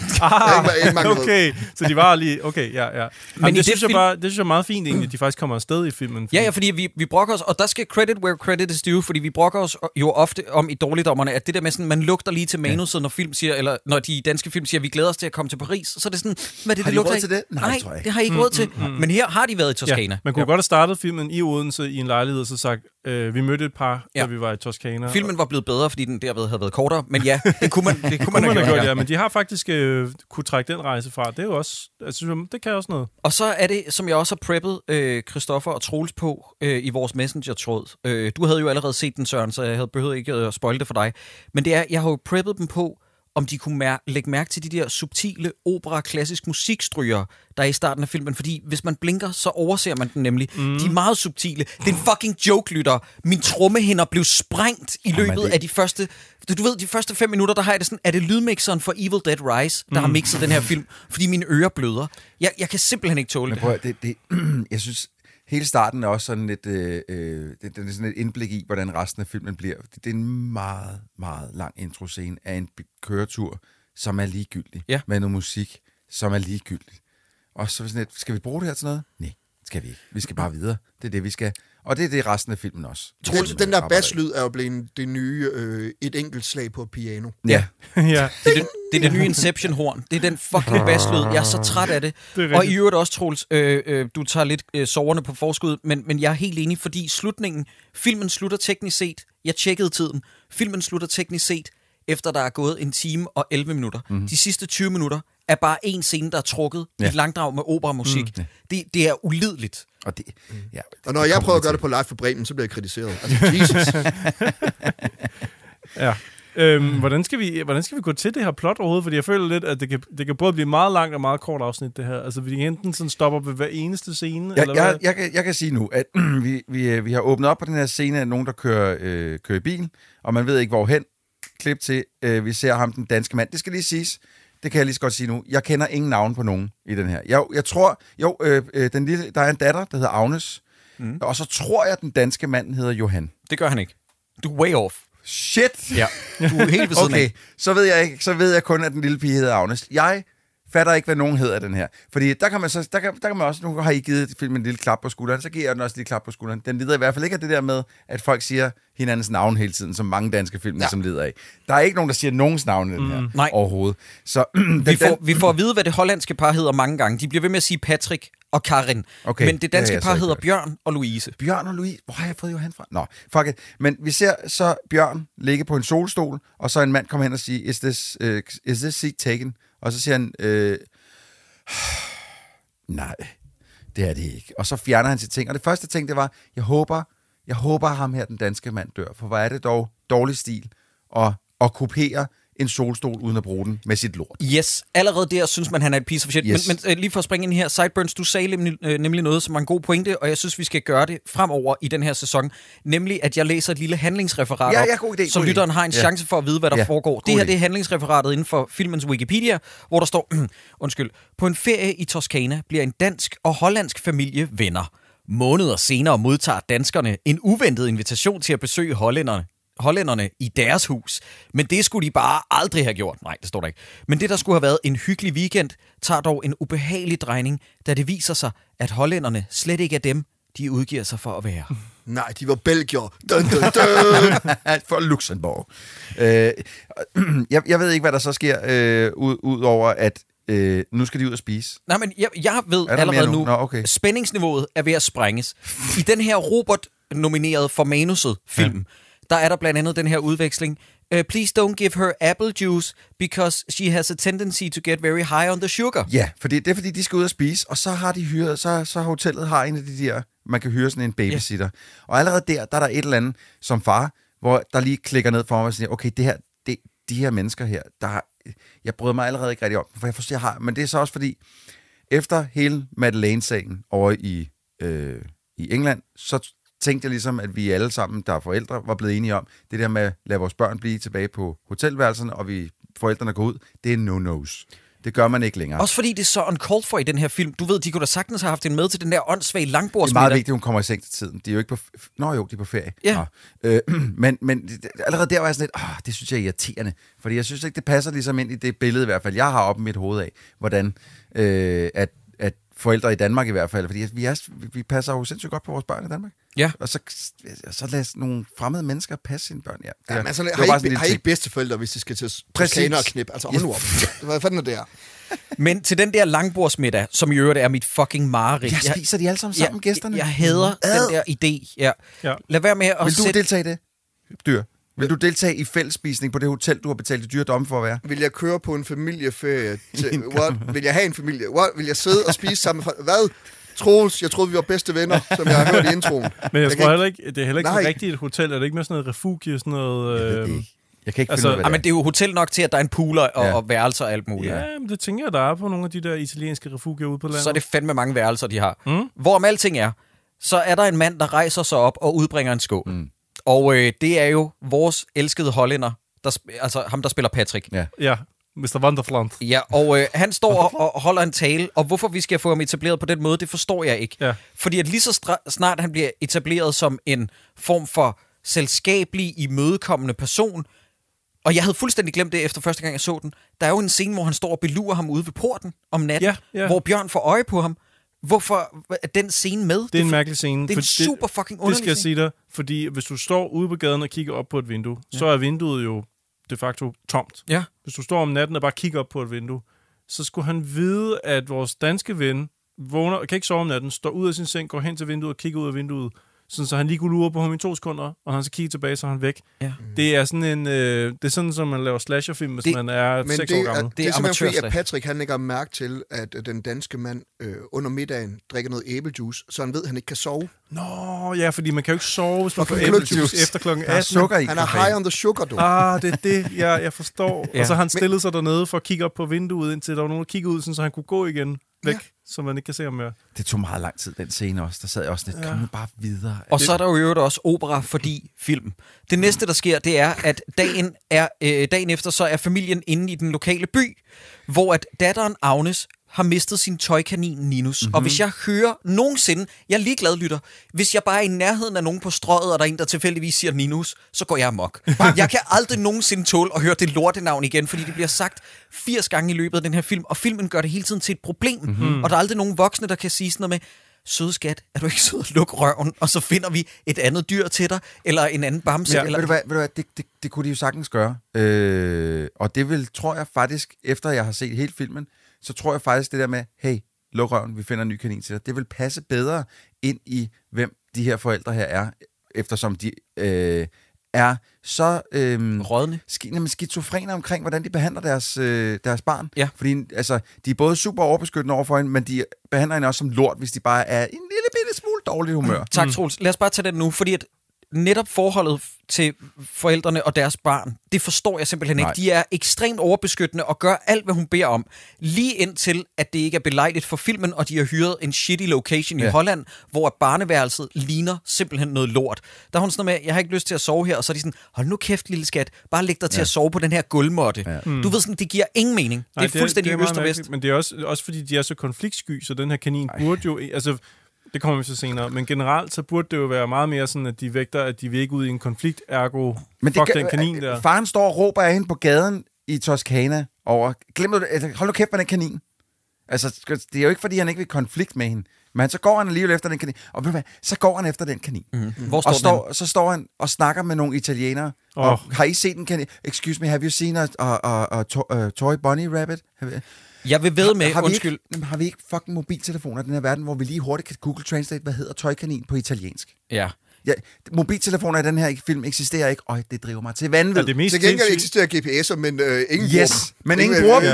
Okay, så de var lige... Okay, ja. Men det synes jeg er meget fint egentlig, at de faktisk kommer afsted i filmen. Ja, fordi vi brokker os, og der skal credit where credit is due, fordi vi brokker os jo ofte om i Dårligdommerne, at det der med sådan, man lugter lige til manuset, når film siger, eller når de danske film siger, vi glæder os til at komme til Paris, så er det sådan, hvad er det lugter til det? Nej, det har I ikke råd til. Men her har de været i Toskana. Ja, man kunne godt have startet filmen i Odense i en lejlighed, og så sagt, vi mødte et par, da vi var i Toskana. Filmen var blevet bedre, fordi den derved havde været kortere, men ja, det kunne man have gjort. Ja, men de har faktisk kunne trække den rejse fra. Det er jo også, altså, det kan også noget. Og så er det, som jeg også har preppet Christoffer og Troels på i vores Messenger-tråd. Du havde jo allerede set den, Søren, så jeg havde behøvet ikke at spoile det for dig. Men det er, jeg har jo preppet dem på, om de kunne lægge mærke til de der subtile opera-klassisk musikstryger, der er i starten af filmen. Fordi hvis man blinker, så overser man den nemlig. De er meget subtile. Det er en fucking joke, lytter. Min trommehinder blev sprængt i løbet af de første... Du ved, de første 5 minutter, der har jeg det sådan, er det lydmixeren for Evil Dead Rise, der har mixet den her film? Fordi mine ører bløder. Jeg kan simpelthen ikke tåle det. Jeg synes... Hele starten er også sådan lidt, det er sådan et indblik i, hvordan resten af filmen bliver. Det er en meget, meget lang introscene af en køretur, som er ligegyldig. Ja. Med noget musik, som er ligegyldigt. Og så sådan lidt, skal vi bruge det her til noget? Nej, skal vi ikke. Vi skal bare videre. Det er det, vi skal. Og det er det resten af filmen også. Den der basslyd er jo blevet det nye et enkelt slag på piano. Ja. Ja. Det er det nye Inception-horn. Det er den fucking basslyd. Jeg er så træt af det. Og i øvrigt også, Troels, du tager lidt soverne på forskud, men jeg er helt enig, fordi filmen slutter teknisk set, jeg tjekkede tiden, filmen slutter teknisk set, efter der er gået 1 time og 11 minutter. De sidste 20 minutter er bare en scene, der er trukket i et langdrag med operamusik. Det er ulideligt. Og når jeg prøver at gøre det på Live for Bremen, så bliver jeg kritiseret. Altså, Jesus. Ja. Hvordan skal vi gå til det her plot overhovedet? Fordi jeg føler lidt, at det kan både blive meget langt og meget kort afsnit, det her. Altså, vi enten sådan stopper ved hver eneste scene, eller hvad? Jeg kan sige nu, at vi har åbnet op på den her scene af nogen, der kører i bil, og man ved ikke, hvorhen. Klip til, vi ser ham, den danske mand. Det skal lige siges. Det kan jeg lige så godt sige nu. Jeg kender ingen navn på nogen i den her. Jeg tror, den lille, der er en datter, der hedder Agnes, og så tror jeg, den danske mand hedder Johan. Det gør han ikke. Du er way off. Shit! Ja, du er helt ved siden af. Så ved jeg kun, at den lille pige hedder Agnes. Jeg fatter ikke, hvad nogen hedder den her. Fordi der kan man også, nu har I givet filmen en lille klap på skulderen, så giver jeg den også en lille klap på skulderen. Den lider i hvert fald ikke af det der med, at folk siger hinandens navn hele tiden, som mange danske film som lider af. Der er ikke nogen, der siger nogens navn i den her overhovedet. Så, vi får at vide, hvad det hollandske par hedder mange gange. De bliver ved med at sige Patrick og Karin. Okay, men det danske par hedder Bjørn og Louise. Bjørn og Louise? Hvor har jeg fået Johan fra? Nå, fuck it. Men vi ser så Bjørn ligge på en solstol, og så en mand kommer hen og siger, is this seat taken? Og så siger han, nej, det er det ikke. Og så fjerner han sit ting. Og det første ting, det var, jeg håber ham her, den danske mand, dør. For hvor er det dog dårlig stil at kopiere en solstol uden at bruge den med sit lort. Yes, allerede der synes man, han er et piece of shit. Yes. Men lige for at springe ind her, Sideburns, du sagde nemlig noget, som var en god pointe, og jeg synes, vi skal gøre det fremover i den her sæson. Nemlig, at jeg læser et lille handlingsreferat op, så lytteren har en chance for at vide, hvad der foregår. Det her det er handlingsreferatet inden for filmens Wikipedia, hvor der står, på en ferie i Toskana bliver en dansk og hollandsk familie venner. Måneder senere modtager danskerne en uventet invitation til at besøge hollænderne i deres hus. Men det skulle de bare aldrig have gjort. Nej, det står der ikke. Men det, der skulle have været en hyggelig weekend, tager dog en ubehagelig drejning, da det viser sig, at hollænderne slet ikke er dem, de udgiver sig for at være. Nej, de var belgier. Dun, dun, dun. For Luxembourg. Jeg ved ikke, hvad der så sker, ud over at nu skal de ud og spise. Nej, men jeg ved allerede nu, spændingsniveauet er ved at sprænges. I den her Robert-nominerede for manuset film, der er der blandt andet den her udveksling. please don't give her apple juice, because she has a tendency to get very high on the sugar. Ja, fordi det er fordi, de skal ud og spise, og så har de hyret, så hotellet har en af de der, man kan hyre sådan en babysitter. Og allerede der er der et eller andet som far, hvor der lige klikker ned for mig og siger, okay, de her mennesker her, jeg bryder mig allerede ikke rigtig om, for jeg forstår, jeg har, men det er så også fordi, efter hele Madeleine-sagen over i England, så tænkte jeg ligesom, at vi alle sammen, der er forældre, var blevet enige om, det der med at lade vores børn blive tilbage på hotelværelserne, og forældrene går ud, det er no-nos. Det gør man ikke længere. Også fordi det er så uncalled for i den her film. Du ved, de kunne da sagtens have haft en med til den der åndssvage langbordsmiddag. Det er meget vigtigt, at hun kommer i seng til tiden. De er jo ikke på... de er på ferie. Ja. Men allerede der var jeg sådan lidt, det synes jeg er irriterende. Fordi jeg synes ikke, det passer ligesom ind i det billede i hvert fald, jeg har oppe i mit hoved af, hvordan at forældre i Danmark i hvert fald, fordi vi passer jo sindssygt godt på vores børn i Danmark. Ja. Og så lad nogle fremmede mennesker passe sine børn. Ja, men altså, har I ikke bedsteforældre, hvis de skal til Toskana og knip? Altså, hold nu op. Hvad fanden er det her? Men til den der langbordsmiddag, som i øvrigt er mit fucking mareridt. Jeg spiser de alle sammen gæsterne. Jeg hader den der idé. Ja. Lad være med at Vil du deltage i det? Dyr. Vil du deltage i fællesspisning på det hotel, du har betalt i dyre domme for at være? Vil jeg køre på en familieferie? Vil jeg have en familie? Vil jeg sidde og spise sammen? Hvad? Troels, jeg troede, vi var bedste venner, som jeg har hørt i introen. Men jeg tror heller ikke, det er heller ikke så rigtigt et hotel. Er det ikke med sådan noget refugie? Sådan noget, jeg kan ikke finde ud af det. Men det er jo hotel nok til, at der er en pooler og værelser og alt muligt. Ja, men det tænker jeg, der er på nogle af de der italienske refugier ude på landet. Så er det fandme mange værelser, de har. Hvorom alting er, så er der en mand, der rejser sig op og udbringer en skål. Og det er jo vores elskede hollænder, altså ham, der spiller Patrick. Ja, Mr. Wonderfland. Ja, og han står og holder en tale, og hvorfor vi skal få ham etableret på den måde, det forstår jeg ikke. Ja. Fordi at lige så snart han bliver etableret som en form for selskabelig, imødekommende person, og jeg havde fuldstændig glemt det efter første gang, jeg så den, der er jo en scene, hvor han står og belurer ham ude ved porten om natten, hvor Bjørn får øje på ham. Hvorfor er den scene med? Det er en mærkelig scene. Det er en super fucking underlig scene. Det skal jeg sige dig, fordi hvis du står ude på gaden og kigger op på et vindue, så er vinduet jo de facto tomt. Ja. Hvis du står om natten og bare kigger op på et vindue, så skulle han vide, at vores danske ven vågner og kan ikke sove om natten, står ud af sin seng, går hen til vinduet og kigger ud af vinduet, sådan, så han lige kunne lure på ham i 2 sekunder, og når han så kigger tilbage, så er han væk. Ja. Det er sådan en, det er sådan, som man laver slasherfilm, hvis man er 6 år gammel. Det er simpelthen fordi, at Patrick han lægger mærke til, at den danske mand under middagen drikker noget æblejuice, så han ved, at han ikke kan sove. Nå, ja, fordi man kan jo ikke sove, hvis man får æblejuice efter klokken 18. Sukker i. Han er high on the sugar, du. Det er det, jeg forstår. Ja. Og så har han stillet sig dernede for at kigge op på vinduet, indtil der var nogen, der kiggede ud, så han kunne gå igen væk, så man ikke kan se ham mere. Det tog meget lang tid, den scene også. Der sad jeg også lidt, kom nu bare videre. Og så er der jo øvrigt også opera, fordi film. Det næste, der sker, det er, at dagen efter, så er familien inde i den lokale by, hvor at datteren Agnes har mistet sin tøjkanin Ninus. Og hvis jeg hører nogensinde, jeg er ligeglad, lytter, hvis jeg bare er i nærheden af nogen på strøget, og der er en, der tilfældigvis siger Ninus, så går jeg amok. Jeg kan aldrig nogensinde tåle at høre det lortenavn igen, fordi det bliver sagt 80 gange i løbet af den her film, og filmen gør det hele tiden til et problem. Og der er aldrig nogen voksne, der kan sige sådan noget med, søde skat, er du ikke sød at lukke røven, og så finder vi et andet dyr til dig, eller en anden bamse. Ja, eller... ved du hvad, det kunne de jo sagtens gøre. Og det vil, tror jeg faktisk, efter jeg har set hele filmen, så tror jeg faktisk det der med, hey, luk røven, vi finder en ny kanin til dig, det vil passe bedre ind i, hvem de her forældre her er, eftersom de er så rådne, skizofrene omkring, hvordan de behandler deres barn. Ja. Fordi altså, de er både super overbeskyttende overfor hende, men de behandler hende også som lort, hvis de bare er en lille bitte smule dårligt humør. Tak, Troels. Lad os bare tage den nu, fordi at netop forholdet til forældrene og deres barn, det forstår jeg simpelthen ikke. De er ekstremt overbeskyttende og gør alt, hvad hun beder om. Lige indtil, at det ikke er belejligt for filmen, og de har hyret en shitty location i Holland, hvor barneværelset ligner simpelthen noget lort. Der er hun sådan med, jeg har ikke lyst til at sove her, og så er de sådan, hold nu kæft, lille skat, bare læg dig til at sove på den her gulvmåtte. Du ved sådan, det giver ingen mening. Nej, det er fuldstændig øst og vest. Men det er også fordi, de er så konfliktsky, så den her kanin burde jo... Altså, det kommer vi så senere. Men generelt, så burde det jo være meget mere sådan, at de vægter, at de vil ikke ud i en konflikt, ergo fuck den kanin der. Faren står og råber af hende på gaden i Toskana over, hold nu kæft med den kanin. Altså, det er jo ikke, fordi han ikke vil konflikt med hende. Men så går han alligevel efter den kanin. Og ved du hvad, så går han efter den kanin. Hvor så står han og snakker med nogle italienere. Og har I set den kanin? Excuse me, have you seen a toy bunny rabbit? Jeg vil ved med, undskyld. Har vi ikke fucking mobiltelefoner i den her verden, hvor vi lige hurtigt kan Google Translate, hvad hedder tøjkanin på italiensk? Ja. Mobiltelefoner i den her film eksisterer ikke, og det driver mig til vanvid. Det mest til gengæld eksisterer GPS'er, men ingen bruger dem. Men ingen bruger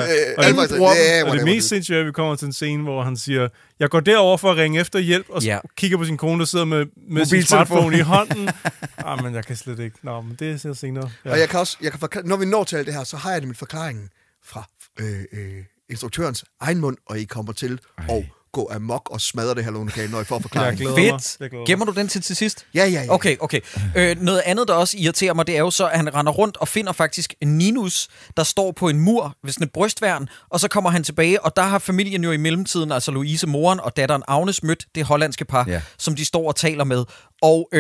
dem. Og det mest sindssygt er, at vi kommer til en scene, hvor han siger, jeg går derover for at ringe efter hjælp, og kigger på sin kone, der sidder med sin smartphone i hånden. Men jeg kan slet ikke. Nå, men det ser senere. Ja. Og jeg kan når vi når til alt det her, så har jeg det med forklaringen fra instruktørens egen mund, og I kommer til at gå amok og smadre det her lokale, når I får forklaringen. Fedt. Gemmer du den til sidst? Ja. Okay. Noget andet, der også irriterer mig, det er jo så, at han render rundt og finder faktisk Ninus, der står på en mur ved sådan et brystværn, og så kommer han tilbage, og der har familien jo i mellemtiden, altså Louise, moren og datteren Agnes, mødt det hollandske par, som de står og taler med. Og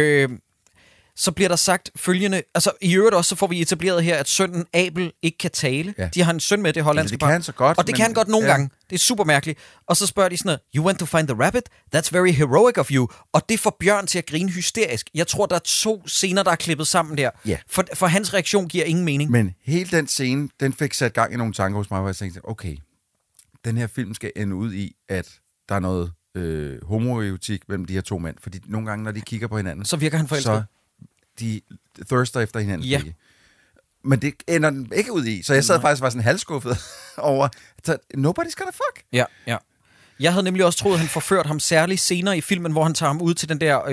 så bliver der sagt følgende, altså i øvrigt også, så får vi etableret her, at sønnen Abel ikke kan tale. Ja. De har en søn med, det hollandske par. Det kan han så godt. Og det kan han godt nogle gange. Det er super mærkeligt. Og så spørger de sådan noget, you went to find the rabbit? That's very heroic of you. Og det får Bjørn til at grine hysterisk. Jeg tror, der er 2 scener, der er klippet sammen der. Ja. For hans reaktion giver ingen mening. Men hele den scene, den fik sat gang i nogle tanker hos mig, hvor jeg tænkte, okay, den her film skal ende ud i, at der er noget homoerotik mellem de her 2 mænd. Fordi nogle gange, når de kigger på hinanden, så virker han forelsket. De thirster efter hinanden. Ja. Men det ender den ikke ud i. Så jeg sad faktisk var sådan halvskuffet over, nobody's gonna fuck. Ja. Jeg havde nemlig også troet, at han forførte ham særligt senere i filmen, hvor han tager ham ud til den der...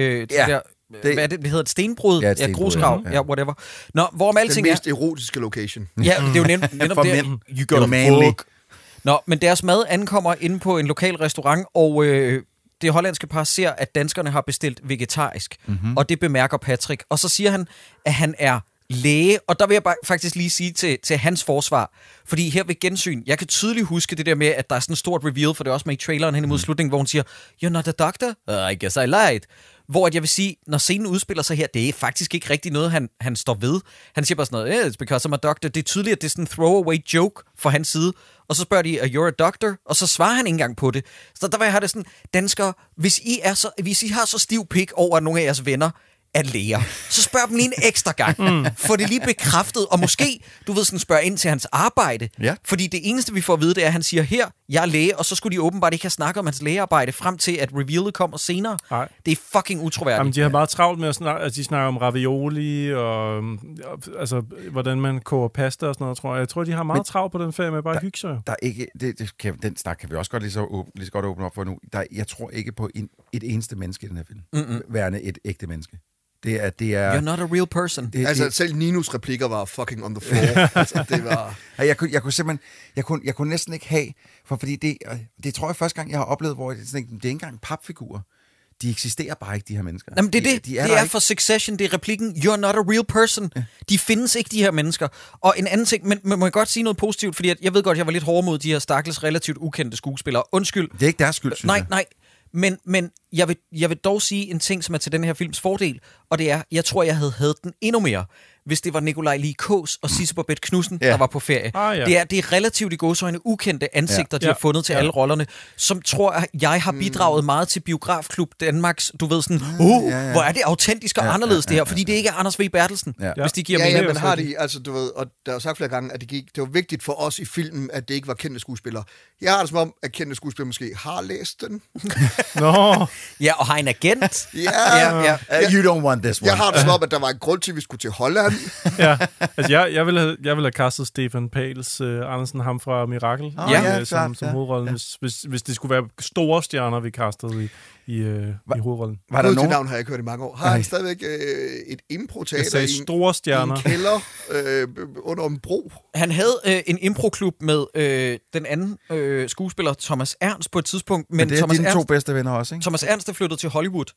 hvad er det hedder? Et stenbrud? Ja, grusgrav. Ja, whatever. Nå, hvorom alting den mest erotiske location. Ja, det er jo netop det. You gotta fuck. Nå, men deres mad ankommer inde på en lokal restaurant, og... det hollandske par ser, at danskerne har bestilt vegetarisk, og det bemærker Patrick. Og så siger han, at han er læge, og der vil jeg bare faktisk lige sige til hans forsvar, fordi her ved gensyn, jeg kan tydeligt huske det der med, at der er sådan et stort reveal, for det er også med i traileren hen imod slutningen, hvor hun siger, you're not a doctor? I guess I lied. Hvor jeg vil sige, når scenen udspiller sig her, det er faktisk ikke rigtig noget, han står ved. Han siger bare sådan noget, it's because I'm a doctor. Det er tydeligt, at det er sådan en throwaway joke fra hans side. Og så spørger de, are you a doctor? Og så svarer han ikke engang på det. Så der vil jeg have det sådan, danskere, hvis I har så stiv pik over, at nogle af jeres venner er læger, så spørg dem lige en ekstra gang. Få det lige bekræftet, og måske, du ved, sådan spørge ind til hans arbejde. Ja. Fordi det eneste, vi får at vide, det er, at han siger, her, jeg er læge, og så skulle de åbenbart ikke have snakket om hans lægearbejde, frem til, at revealet kommer senere. Ej. Det er fucking utroværdigt. Jamen, de har meget travlt med at snakke, altså, de snakker om ravioli, og altså, hvordan man koger pasta og sådan noget, tror jeg. Jeg tror, de har meget travlt på den ferie med bare hygge sig. Der er ikke, den snak kan vi også godt lige så godt åbne op for nu. Jeg tror ikke på et eneste menneske i den her film. Værende et ægte menneske. Det er... You're not a real person. Selv Ninus replikker var fucking on the floor. Altså, det var... Jeg kunne simpelthen... Jeg kunne næsten ikke have... Fordi det tror jeg første gang, jeg har oplevet, hvor det er ikke engang papfigurer. De eksisterer bare ikke, de her mennesker. Jamen, det er for Succession, det er replikken, you're not a real person. Ja. De findes ikke, de her mennesker. Og en anden ting, men må jeg godt sige noget positivt, fordi jeg ved godt, jeg var lidt hård mod de her stakkels relativt ukendte skuespillere. Undskyld. Det er ikke deres skyld, synes jeg. Nej. Men jeg vil dog sige en ting, som er til den her films fordel, og det er, jeg tror, jeg havde hadet den endnu mere, hvis det var Nikolaj Lie Kaas og Sisse Babett Knudsen, der var på ferie. Det er relativt i gåseøjne ukendte ansigter, de har fundet til alle rollerne, som tror jeg har bidraget meget til Biografklub Danmarks, du ved sådan, hvor er det autentisk og anderledes det her, fordi det ikke er Anders V. Bertelsen, hvis de giver mening. Ja, men har de, altså du ved, og der er sagt flere gange, at det var vigtigt for os i filmen, at det ikke var kendte skuespillere. Jeg har det som om, at kendte skuespillere måske har læst den. Ja, og har en agent. You don't want this one. Jeg har det som om, at der var en grund til, at vi skulle til Holland. Ja, altså jeg ville have kastet Stefan Pals Andersen, ham fra Mirakel, som hovedrollen, hvis det skulle være store stjerner, vi kastede i hovedrollen. Var der nogen? Navn har jeg ikke hørt i mange år. Har han stadigvæk et impro-teater i store stjerner. En kælder under en bro? Han havde en improklub med den anden skuespiller, Thomas Ernst, på et tidspunkt. Men det er Thomas dine Ernst, 2 bedste venner også, ikke? Thomas Ernst er flyttet til Hollywood.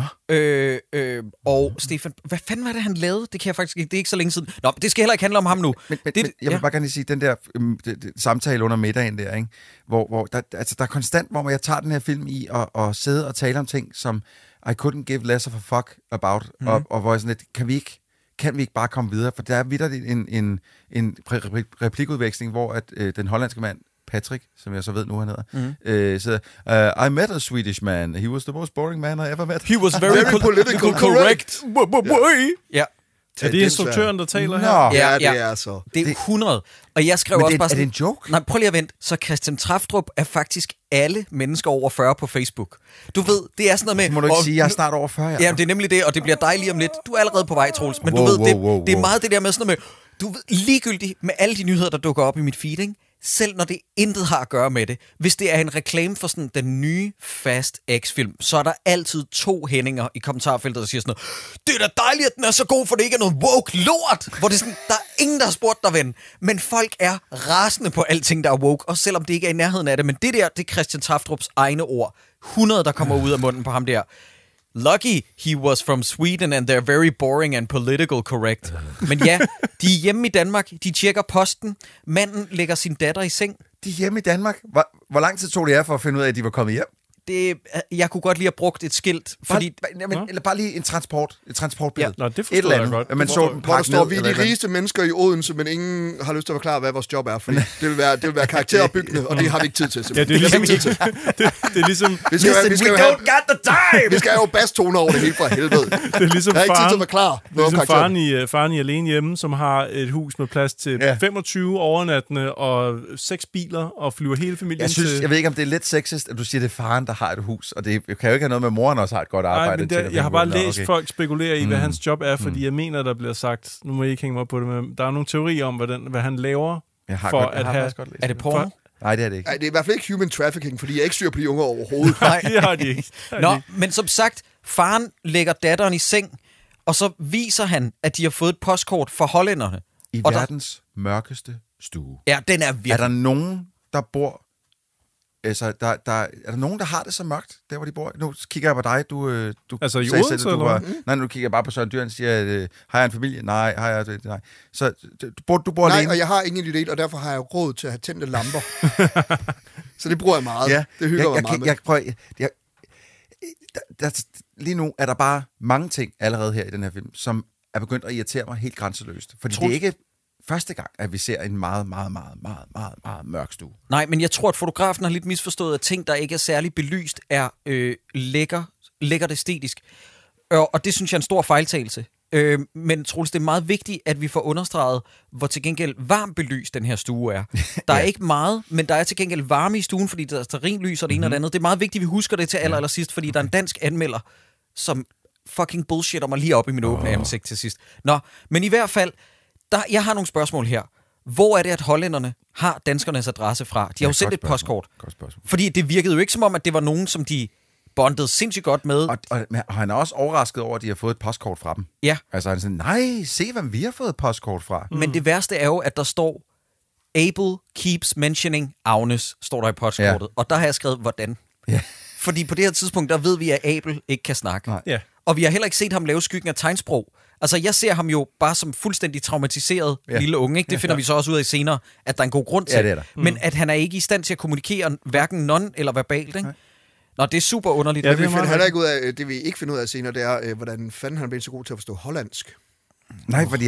Og Stefan, hvad fanden var det, han lavede? Det kan jeg faktisk ikke, det er ikke så længe siden. Nå, det skal heller ikke handle om ham nu. Men jeg vil bare gerne sige, den der samtale under middagen der, ikke? Hvor der er konstant, hvor jeg tager den her film i og sidde og tale om ting, som I couldn't give less of a fuck about, og hvor jeg sådan lidt, kan vi ikke bare komme videre? For der er vitterligt en replikudveksling, hvor at den hollandske mand, Patrick, som jeg så ved nu, han hedder, siger, I met a Swedish man. He was the most boring man I ever met. He was very political correct. Ja. Er det instruktøren, der taler her? Ja, det er så. Det er 100. Og jeg skrev også bare sådan... Er det en joke? Nej, prøv lige at vente. Så Christian Traftrup er faktisk alle mennesker over 40 på Facebook. Du ved, det er sådan noget med... Må du ikke sige, jeg er snart over 40? Ja, det er nemlig det, og det bliver dejligt om lidt. Du er allerede på vej, Troels. Men du ved, det er meget det der med sådan noget med... Du ved, ligegyldigt med alle de nyheder, der dukker op i mit feed, ikke? Selv når det intet har at gøre med det. Hvis det er en reklame for sådan den nye Fast X-film, så er der altid 2 Henninger i kommentarfeltet, der siger sådan noget: det er da dejligt, at den er så god, for det ikke er noget woke lort. Hvor det er sådan, der er ingen, der har spurgt dig, ven. Men folk er rasende på alting, der er woke, og selvom det ikke er i nærheden af det. Men det der, det er Christian Traftrups egne ord. 100, der kommer ud af munden på ham der. Lucky he was from Sweden, and they're very boring and political correct. Men ja, de er hjemme i Danmark, de tjekker posten, manden lægger sin datter i seng. De er hjemme i Danmark? Hvor lang tid tog det jer for at finde ud af, at de var kommet hjem? Jeg kunne godt lige have brugt et skilt, fordi... Eller bare lige et transportbillede. Ja. Nå, det forstår jeg godt. Man så den hvor der står, vi er de rigeste mennesker i Odense, men ingen har lyst til at forklare, hvad vores job er, fordi det vil være karakteropbyggende, og det har vi ikke tid til. Ja, det er ligesom... det er ligesom... We don't got the time! Vi skal have jo basstoner over det hele fra helvede. Det er ligesom jeg har ikke tid til at forklare noget om karakteren. Faren i Alene Hjemme, som har et hus med plads til 25 overnattende og 6 biler, og flyver hele familien Jeg ved ikke, om det er lidt sexist, at du siger, det er faren, der har et hus, og det kan jo ikke have noget med, moren også har et godt arbejde. Nej, men jeg har bare læst folk spekulere i, hvad hans job er, fordi jeg mener, der bliver sagt, nu må jeg ikke hænge mig op på det, men der er nogle teorier om, hvad han laver at have... Er det porno? Nej, det er det ikke. Nej, det er i hvert fald ikke human trafficking, fordi jeg ikke styrer på de unge overhovedet. Nej, det har de ikke. Nå, men som sagt, faren lægger datteren i seng, og så viser han, at de har fået et postkort fra hollænderne. I verdens mørkeste stue. Ja, den er virkelig... Er der nogen, der bor... Altså, er der nogen, der har det så mørkt, der hvor de bor? Nu kigger jeg på dig, du altså i Odense, Odense, eller? Nej, nu kigger jeg bare på Søren Dyr, og siger, har jeg en familie? Nej, har jeg nej. Så du bor alene? Nej, og jeg har ingen idé, og derfor har jeg råd til at have tændte lamper. Så det bruger jeg meget. Ja, det hygger jeg meget med. Lige nu er der bare mange ting allerede her i den her film, som er begyndt at irritere mig helt grænseløst. Fordi det er ikke første gang, at vi ser en meget, meget, meget, meget, meget, meget mørk stue. Nej, men jeg tror, at fotografen har lidt misforstået, at ting, der ikke er særlig belyst, er lækkert æstetisk. Og det synes jeg er en stor fejltagelse. Men Troels, det er meget vigtigt, at vi får understreget, hvor til gengæld varmt belyst den her stue er. Der er ikke meget, men der er til gengæld varme i stuen, fordi der er stearinlys og det ene og det andet. Det er meget vigtigt, at vi husker det til allersidst, fordi der er en dansk anmelder, som fucking bullshitter mig lige op i min åbne ansigt til sidst. Nå, men i hvert fald, jeg har nogle spørgsmål her. Hvor er det, at hollænderne har danskernes adresse fra? De har jo sendt et postkort. Fordi det virkede jo ikke som om, at det var nogen, som de bondede sindssygt godt med. Og han er også overrasket over, at de har fået et postkort fra dem. Ja. Altså han siger, nej, se hvem vi har fået et postkort fra. Men det værste er jo, at der står, Abel keeps mentioning Agnes, står der i postkortet. Ja. Og der har jeg skrevet, hvordan. Ja. Fordi på det her tidspunkt, der ved vi, at Abel ikke kan snakke. Ja. Og vi har heller ikke set ham lave skyggen af tegnsprog. Altså, jeg ser ham jo bare som fuldstændig traumatiseret lille unge, ikke? Det finder vi så også ud af senere, at der er en god grund til. Ja, det er der. Men at han er ikke i stand til at kommunikere hverken non- eller verbalt, ikke? Nå, det er super underligt. Ja, det vi finder heller ikke ud af, det vi ikke finder ud af senere, det er, hvordan fanden han bliver så god til at forstå hollandsk. Nej, fordi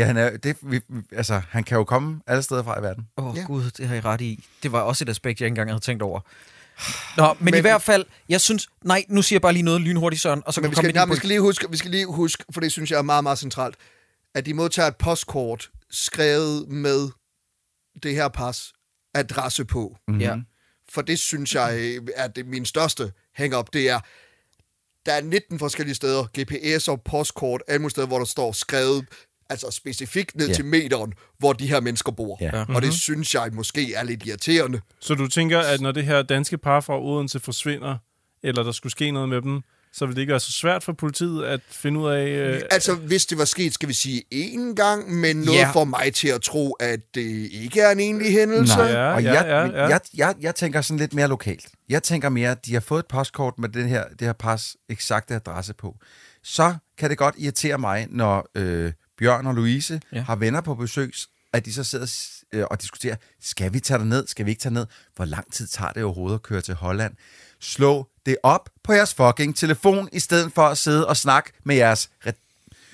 han kan jo komme alle steder fra i verden. Gud, det har I ret i. Det var også et aspekt, jeg ikke engang havde tænkt over. Nå, men i hvert fald, jeg synes... Nej, nu siger jeg bare lige noget lynhurtigt, Søren, og så kan vi skal lige huske, for det synes jeg er meget, meget centralt, at de modtager et postkort skrevet med det her pas adresse på. Mm-hmm. Ja. For det synes jeg er det min største hang-up, det er, der er 19 forskellige steder, GPS og postkort, alle steder, hvor der står skrevet, altså specifikt ned til meteren, hvor de her mennesker bor. Ja. Og det synes jeg måske er lidt irriterende. Så du tænker, at når det her danske par fra Odense forsvinder, eller der skulle ske noget med dem, så vil det ikke være så svært for politiet at finde ud af... Altså, hvis det var sket, skal vi sige én gang, men noget får mig til at tro, at det ikke er en egentlig hændelse. Nej, jeg tænker sådan lidt mere lokalt. Jeg tænker mere, at de har fået et postkort med det her pas eksakte adresse på. Så kan det godt irritere mig, når Bjørn og Louise har venner på besøg, at de så sidder og diskuterer, skal vi tage ned, skal vi ikke tage ned? Hvor lang tid tager det overhovedet at køre til Holland? Slå det op på jeres fucking telefon, i stedet for at sidde og snakke med jeres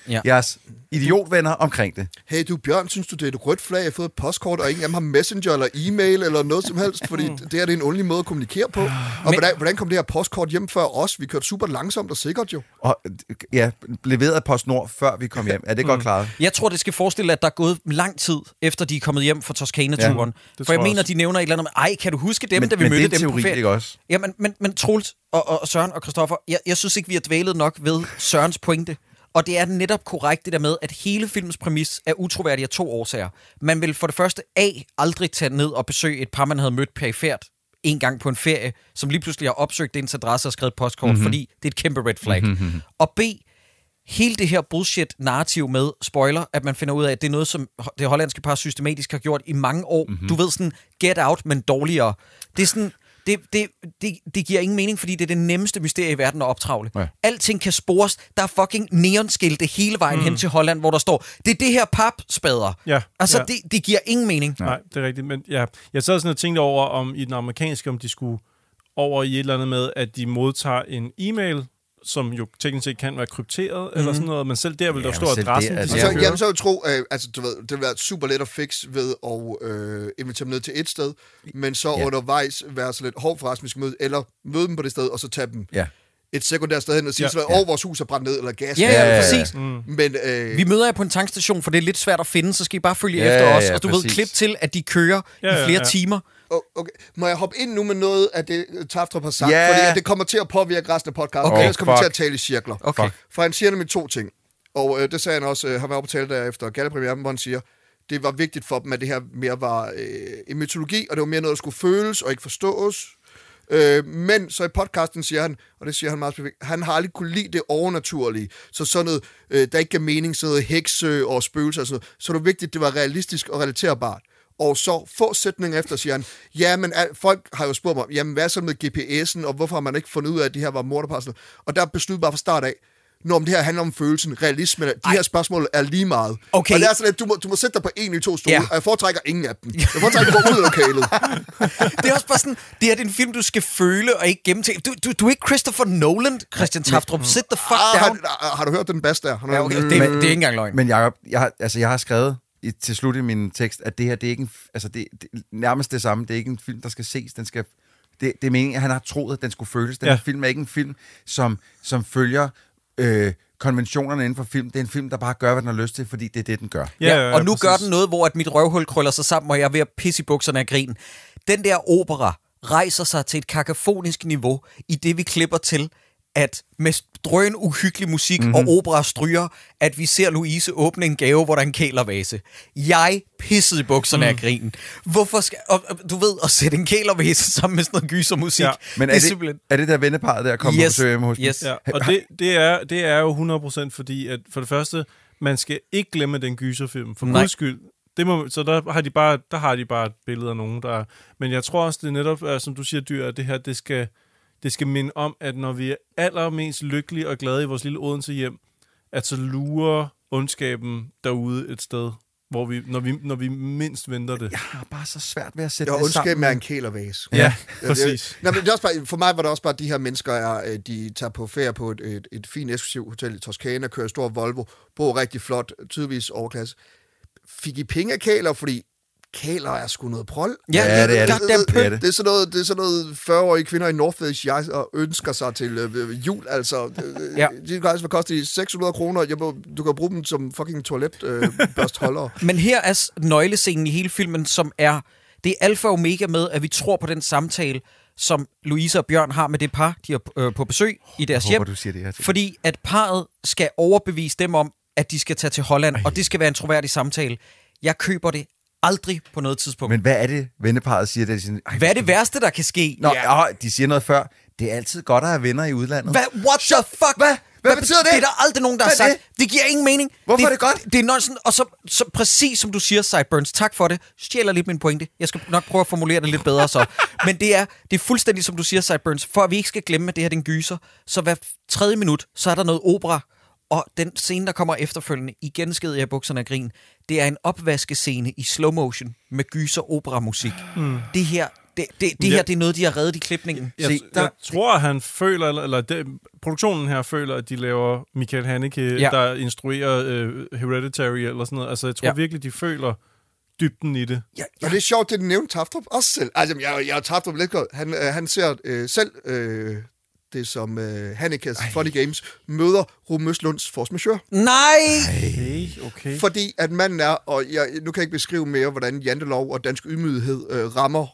jeres idiotvenner omkring det. Hey du Bjørn, synes du det er et rødt flag, jeg har fået et postkort, og ingen af dem har messenger eller e-mail eller noget som helst, fordi det er en underlig måde at kommunikere på. Og hvordan kom det her postkort hjem før os? Vi kørte super langsomt og sikkert jo. Og leveret af PostNord, før vi kom hjem. Er det godt klaret? Jeg tror, det skal forestille, at der er gået lang tid, efter de er kommet hjem fra Toskana-turen. Ja, for jeg mener, de nævner et eller andet med, kan du huske dem, da vi mødte dem på ferie? Men det er teori, ikke også? Ja, men Troels og Søren og Christoffer, jeg synes ikke, vi har dvælet nok ved Sørens pointe. Og det er netop korrekt det der med, at hele filmens præmis er utroværdig af 2 årsager. Man vil for det første aldrig tage ned og besøge et par, man havde mødt perifært en gang på en ferie, som lige pludselig har opsøgt ens adresse og skrevet postkort, fordi det er et kæmpe red flag. Og B, hele det her bullshit-narrativ med, spoiler, at man finder ud af, at det er noget, som det hollandske par systematisk har gjort i mange år. Du ved sådan, Get Out, men dårligere. Det er sådan... Det giver ingen mening, fordi det er det nemmeste mysterie i verden at optravle. Ja. Alting kan spores. Der er fucking neonskilte hele vejen hen til Holland, hvor der står, det er det her papspader. Ja. Altså, det giver ingen mening. Nej, det er rigtigt. Men jeg sad sådan og tænkte over, om i den amerikanske, om de skulle over i et eller andet med, at de modtager en e-mail, som jo teknisk set kan være krypteret, eller sådan noget, men selv der vil der stå adressen. Jeg så tro, du ved, det vil være super let at fixe ved at invitere dem ned til et sted, men så undervejs være så lidt hård forresten, vi skal møde, eller møde dem på det sted, og så tage dem et sekundært sted hen og sige, vores hus er brændt ned, eller gas. Ja, præcis. Men, vi møder jer på en tankstation, for det er lidt svært at finde, så skal I bare følge efter os, og du ved, klip til, at de kører i flere timer. Okay. Må jeg hoppe ind nu med noget af det, Tafdrup har sagt? Fordi at det kommer til at påvirke resten af podcasten. Ellers kommer til at tale i cirkler. Okay. For han siger nemlig 2 ting. Og det sagde han også, han var oppe på tale der efter gallepremieren, hvor han siger, det var vigtigt for dem, at det her mere var en mytologi, og det var mere noget, der skulle føles og ikke forstås. Men så i podcasten siger han, og det siger han meget specifikt, han har aldrig kunne lide det overnaturlige. Så sådan noget, der ikke gav mening, sådan noget hekse og spøgelser og sådan noget. Så det var vigtigt, at det var realistisk og relaterbart. Og så få sætninger efter, siger han, men folk har jo spurgt mig, jamen hvad så med GPS'en, og hvorfor har man ikke fundet ud af, at de her var morderpar? Og der besluttede bare fra start af, når det her handler om følelsen, realismen, de her spørgsmål er lige meget. Okay. Og det er sådan, at du må sætte dig på en i 2 stole, og jeg foretrækker ingen af dem. Jeg foretrækker at gå ud af lokalet. Det er også bare sådan, det er en film, du skal føle og ikke gennemtænke. Du er ikke Christopher Nolan, Christian Tafdrup. Sit the fuck down. Har du hørt den bass der? Okay. Det er ikke engang løgn. Men Jacob, jeg har skrevet til slut i min tekst, at det her, det er ikke en, det nærmest det samme. Det er ikke en film, der skal ses. Den skal, det er meningen, at han har troet, at den skulle føles. Den her film er ikke en film, som følger konventionerne inden for film. Det er en film, der bare gør, hvad den har lyst til, fordi det er det, den gør. Og nu præcis. Gør den noget, hvor at mit røvhul krøller sig sammen, og jeg er ved at pisse i bukserne af grin. Den der opera rejser sig til et kakafonisk niveau, i det vi klipper til, at med drøn uhyggelig musik og opera stryger, at vi ser Louise åbne en gave, hvor der er en kælervase. Jeg pissede i bukserne af grinen. Hvorfor skal... du ved, at sætte en kælervase sammen med sådan noget gysermusik. Ja. Men er det der venneparret der kommer på besøg hjemme hos yes. Ja. Og det er jo 100% fordi, at for det første, man skal ikke glemme den gyserfilm. For guds skyld. Så der har de bare et billede af nogen, der... Men jeg tror også, det er netop, som du siger, Dyr, at det her, det skal minde om, at når vi er allermest lykkelige og glade i vores lille Odense hjem, at så lurer ondskaben derude et sted, hvor vi, når vi mindst venter det. Jeg har bare så svært ved at sætte det sammen. Ondskaben er en kælervase. Ja, præcis. Men det er også bare, for mig var det også bare, at de her mennesker, de tager på ferie på et fint eksklusivt hotel i Toskana, kører stor Volvo, bor rigtig flot, tydeligvis overklasse. Fik I penge af kæler, fordi kæler er sgu noget prol. Ja, det er det. Det er sådan noget 40-årige kvinder i Northface, jeg ønsker sig til jul, altså. De kan altså koste 600 kroner. Du kan bruge dem som fucking toiletbørstholdere. Men her er nøglescenen i hele filmen, som er... Det er alfa og omega med, at vi tror på den samtale, som Louise og Bjørn har med det par, de er på besøg i deres hjem. Du siger det her til. Fordi at parret skal overbevise dem om, at de skal tage til Holland, og det skal være en troværdig samtale. Jeg køber det aldrig på noget tidspunkt. Men hvad er det, venneparret siger? Hvad er det værste, der kan ske? De siger noget før. Det er altid godt at have venner i udlandet. What the fuck? Hvad betyder det? Det er der aldrig nogen, der har sagt. Det giver ingen mening. Hvorfor er det godt? Det er noget sådan, og så præcis som du siger, Sideburns, tak for det, stjæler lidt min pointe. Jeg skal nok prøve at formulere det lidt bedre så. Men det er fuldstændig som du siger, Sideburns, for at vi ikke skal glemme, at det her er en gyser, så hver 3. minut, så er der noget opera. Og den scene, der kommer efterfølgende, igen sked jeg i bukserne af grin, det er en opvaskescene i slow motion med gyser operamusik. Det her, det her, det er noget, de har reddet i klipningen. Jeg tror, han føler, produktionen her føler, at de laver Michael Haneke, der instruerer Hereditary eller sådan noget. Altså, jeg tror virkelig, de føler dybden i det. Ja, og det er sjovt, det nævnte Taftrup også selv. Altså, jeg har Taftrup lidt godt. Han ser selv det som Hanekes Funny Games møder Ruben Østlunds Force Majeure. Nej! Okay. Fordi at manden er, og nu kan jeg ikke beskrive mere, hvordan jantelov og dansk ydmyghed rammer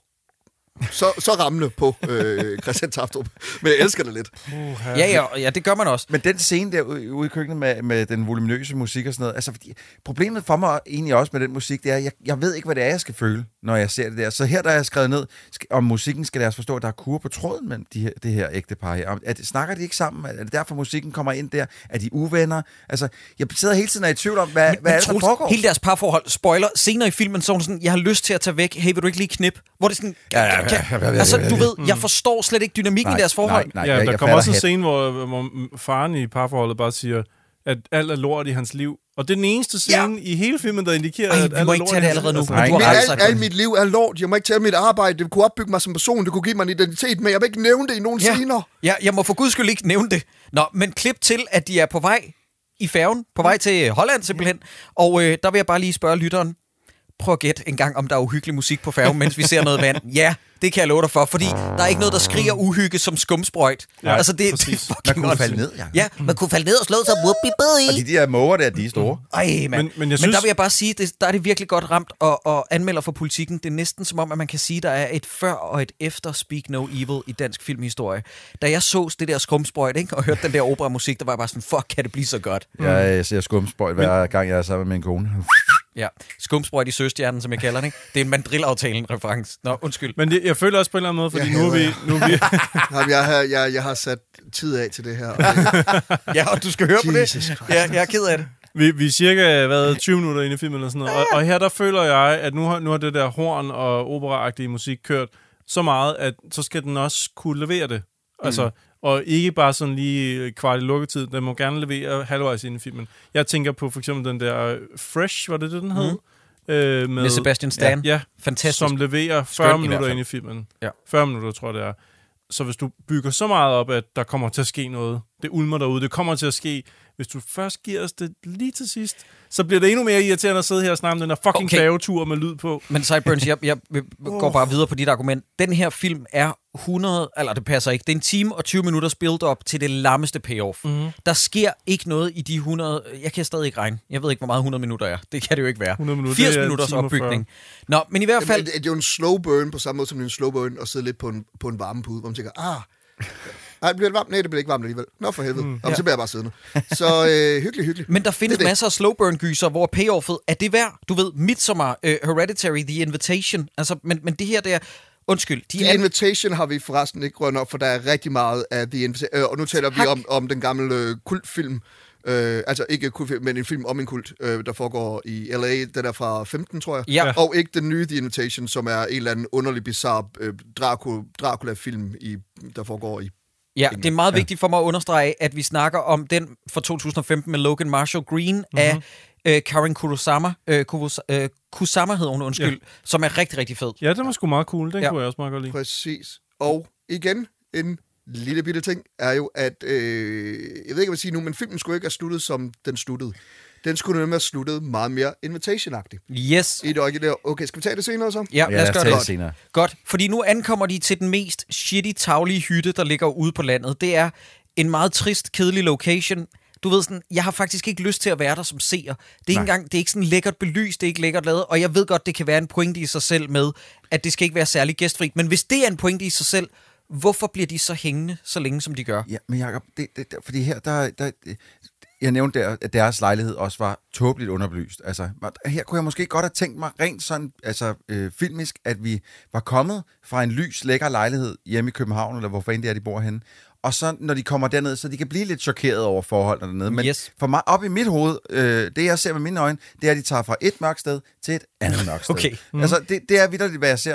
så rammende på Christian Taftrup. Men jeg elsker det lidt. Ja, det gør man også. Men den scene der ude i køkkenet med den voluminøse musik og sådan noget, altså fordi, problemet for mig egentlig også med den musik, det er, jeg ved ikke, hvad det er, jeg skal føle, når jeg ser det der. Så her, der er jeg skrevet ned, om musikken skal lade os forstå, at der er kur på tråden mellem det her ægtepar her. Snakker de ikke sammen? Er det derfor, musikken kommer ind der? Er de uvenner? Altså, jeg sidder hele tiden og er i tvivl om, hvad er det, der foregår? Hele deres parforhold, spoiler, senere i filmen, så sådan, jeg har lyst til at tage væk, hey, vil du ikke lige knip? Hvor det sådan, altså, du ved, jeg forstår slet ikke dynamikken i deres forhold. Nej, der kommer også en scene, hvor faren i parforholdet bare siger, at alt er lort i hans liv. Og det er den eneste scene i hele filmen, der indikerer, at alt er lort. Vi må ikke tage det allerede nu. Alt mit liv er lort. Jeg må ikke tage mit arbejde. Det kunne opbygge mig som person. Det kunne give mig en identitet, men jeg vil ikke nævne det i nogen scener. Ja, jeg må for guds skyld ikke nævne det. Nå, men klip til, at de er på vej i færgen, på vej til Holland simpelthen. Og der vil jeg bare lige spørge lytteren, prøv at gætte en gang, om der er uhyggelig musik på færgen, mens vi ser noget vand. Ja, det kan jeg love dig for, fordi der er ikke noget, der skriger uhygge som skumsprøjt. Ja, altså, det er fucking man kunne falde ned, ja, man kunne falde ned og slå sig whoopie-buddy. Og de der måger der, de er store. Men der vil jeg bare sige, der er det virkelig godt ramt, og anmelder for Politikken. Det er næsten som om, at man kan sige, der er et før og et efter Speak No Evil i dansk filmhistorie. Da jeg så det der skumsprøjt, ikke, og hørte den der operamusik, der var bare sådan, fuck, kan det blive så godt? Jeg ser skumsprøjt hver gang, jeg er sammen med min kone. Ja, skumsprøjt i Søstjernen, som jeg kalder den, ikke? Det er en mandrillaftalen-reference. Nå, undskyld. Men jeg føler også på en eller anden måde, fordi nu er vi... Jeg har sat tid af til det her. Ja, og du skal høre på det. Ja, jeg er ked af det. Vi er cirka 20 minutter inde i filmen eller sådan noget, og her der føler jeg, at nu har det der horn og operaagtige musik kørt så meget, at så skal den også kunne levere det. Altså, og ikke bare sådan lige kvart i lukketid. Den må gerne levere halvvejs ind i filmen. Jeg tænker på for eksempel den der Fresh, var det den hed? Med Sebastian Stan. Ja, fantastisk. Som leverer 40 minutter ind i filmen. Ja. 40 minutter, tror jeg, det er. Så hvis du bygger så meget op, at der kommer til at ske noget, det ulmer derude, det kommer til at ske, hvis du først giver os det lige til sidst, så bliver det endnu mere irriterende at sidde her og snakke om den der fucking færgetur med lyd på. Men Sideburns, jeg går bare videre på dit argument. Den her film er 100, eller det passer ikke, det er 1 time og 20 minutters build-up til det lammeste payoff. Der sker ikke noget i de 100, jeg kan stadig ikke regne. Jeg ved ikke, hvor meget 100 minutter er. Det kan det jo ikke være. 80 minutters opbygning. Nå, men i hvert fald... Det er jo en slow burn på samme måde som en slow burn og sidde lidt på en varmepude, hvor man tænker, nej, bliver det varmt? Nej, det bliver ikke varmt alligevel. Nå, for helvede. Og så bliver jeg bare siddende. Så hyggeligt. Men der findes masser af slow burn gyser, hvor payoffet er det værd. Du ved, Midsommar, Hereditary, The Invitation. Altså, men det her, det er... Undskyld. The Invitation har vi forresten ikke rørt op, for der er rigtig meget af The Invitation. Og nu taler vi om den gamle kultfilm. Altså ikke kultfilm, men en film om en kult, der foregår i LA. Den er fra 15, tror jeg. Ja. Og ikke den nye The Invitation, som er en eller anden underlig, bizarre Dracula-film, der foregår i... Ja, det er meget vigtigt for mig at understrege, at vi snakker om den fra 2015 med Logan Marshall Green af Karen Kusama, Kusama hedder hun, som er rigtig, rigtig fed. Ja, den var sgu meget cool. Den kunne jeg også meget godt lide. Præcis. Og igen, en lille bitte ting er jo, at... jeg ved ikke, hvad jeg sige nu, men filmen skulle ikke have sluttet, som den sluttede. Den skulle nemlig have sluttet meget mere invitation-agtigt. Yes. I det originale. Okay, skal vi tage det senere så? Ja, lad os gøre det senere. Godt, fordi nu ankommer de til den mest shitty, taglige hytte, der ligger ude på landet. Det er en meget trist, kedelig location. Du ved sådan, jeg har faktisk ikke lyst til at være der som seer. Det er ikke sådan lækkert belyst, det er ikke lækkert lavet, og jeg ved godt, det kan være en pointe i sig selv med, at det skal ikke være særlig gæstfrit. Men hvis det er en pointe i sig selv, hvorfor bliver de så hængende så længe, som de gør? Ja, men Jacob, fordi her, jeg nævnte, at deres lejlighed også var tåbeligt underbelyst. Altså, her kunne jeg måske godt have tænkt mig rent sådan, filmisk, at vi var kommet fra en lys, lækker lejlighed hjemme i København, eller hvor fanden det er, de bor henne. Og så, når de kommer derned, så de kan blive lidt chokeret over forholdene dernede. Men for mig, op i mit hoved, det jeg ser med mine øjne, det er, at de tager fra et mørkt sted til et andet mørkt sted. Okay. Altså, det er vitterligt, hvad jeg ser.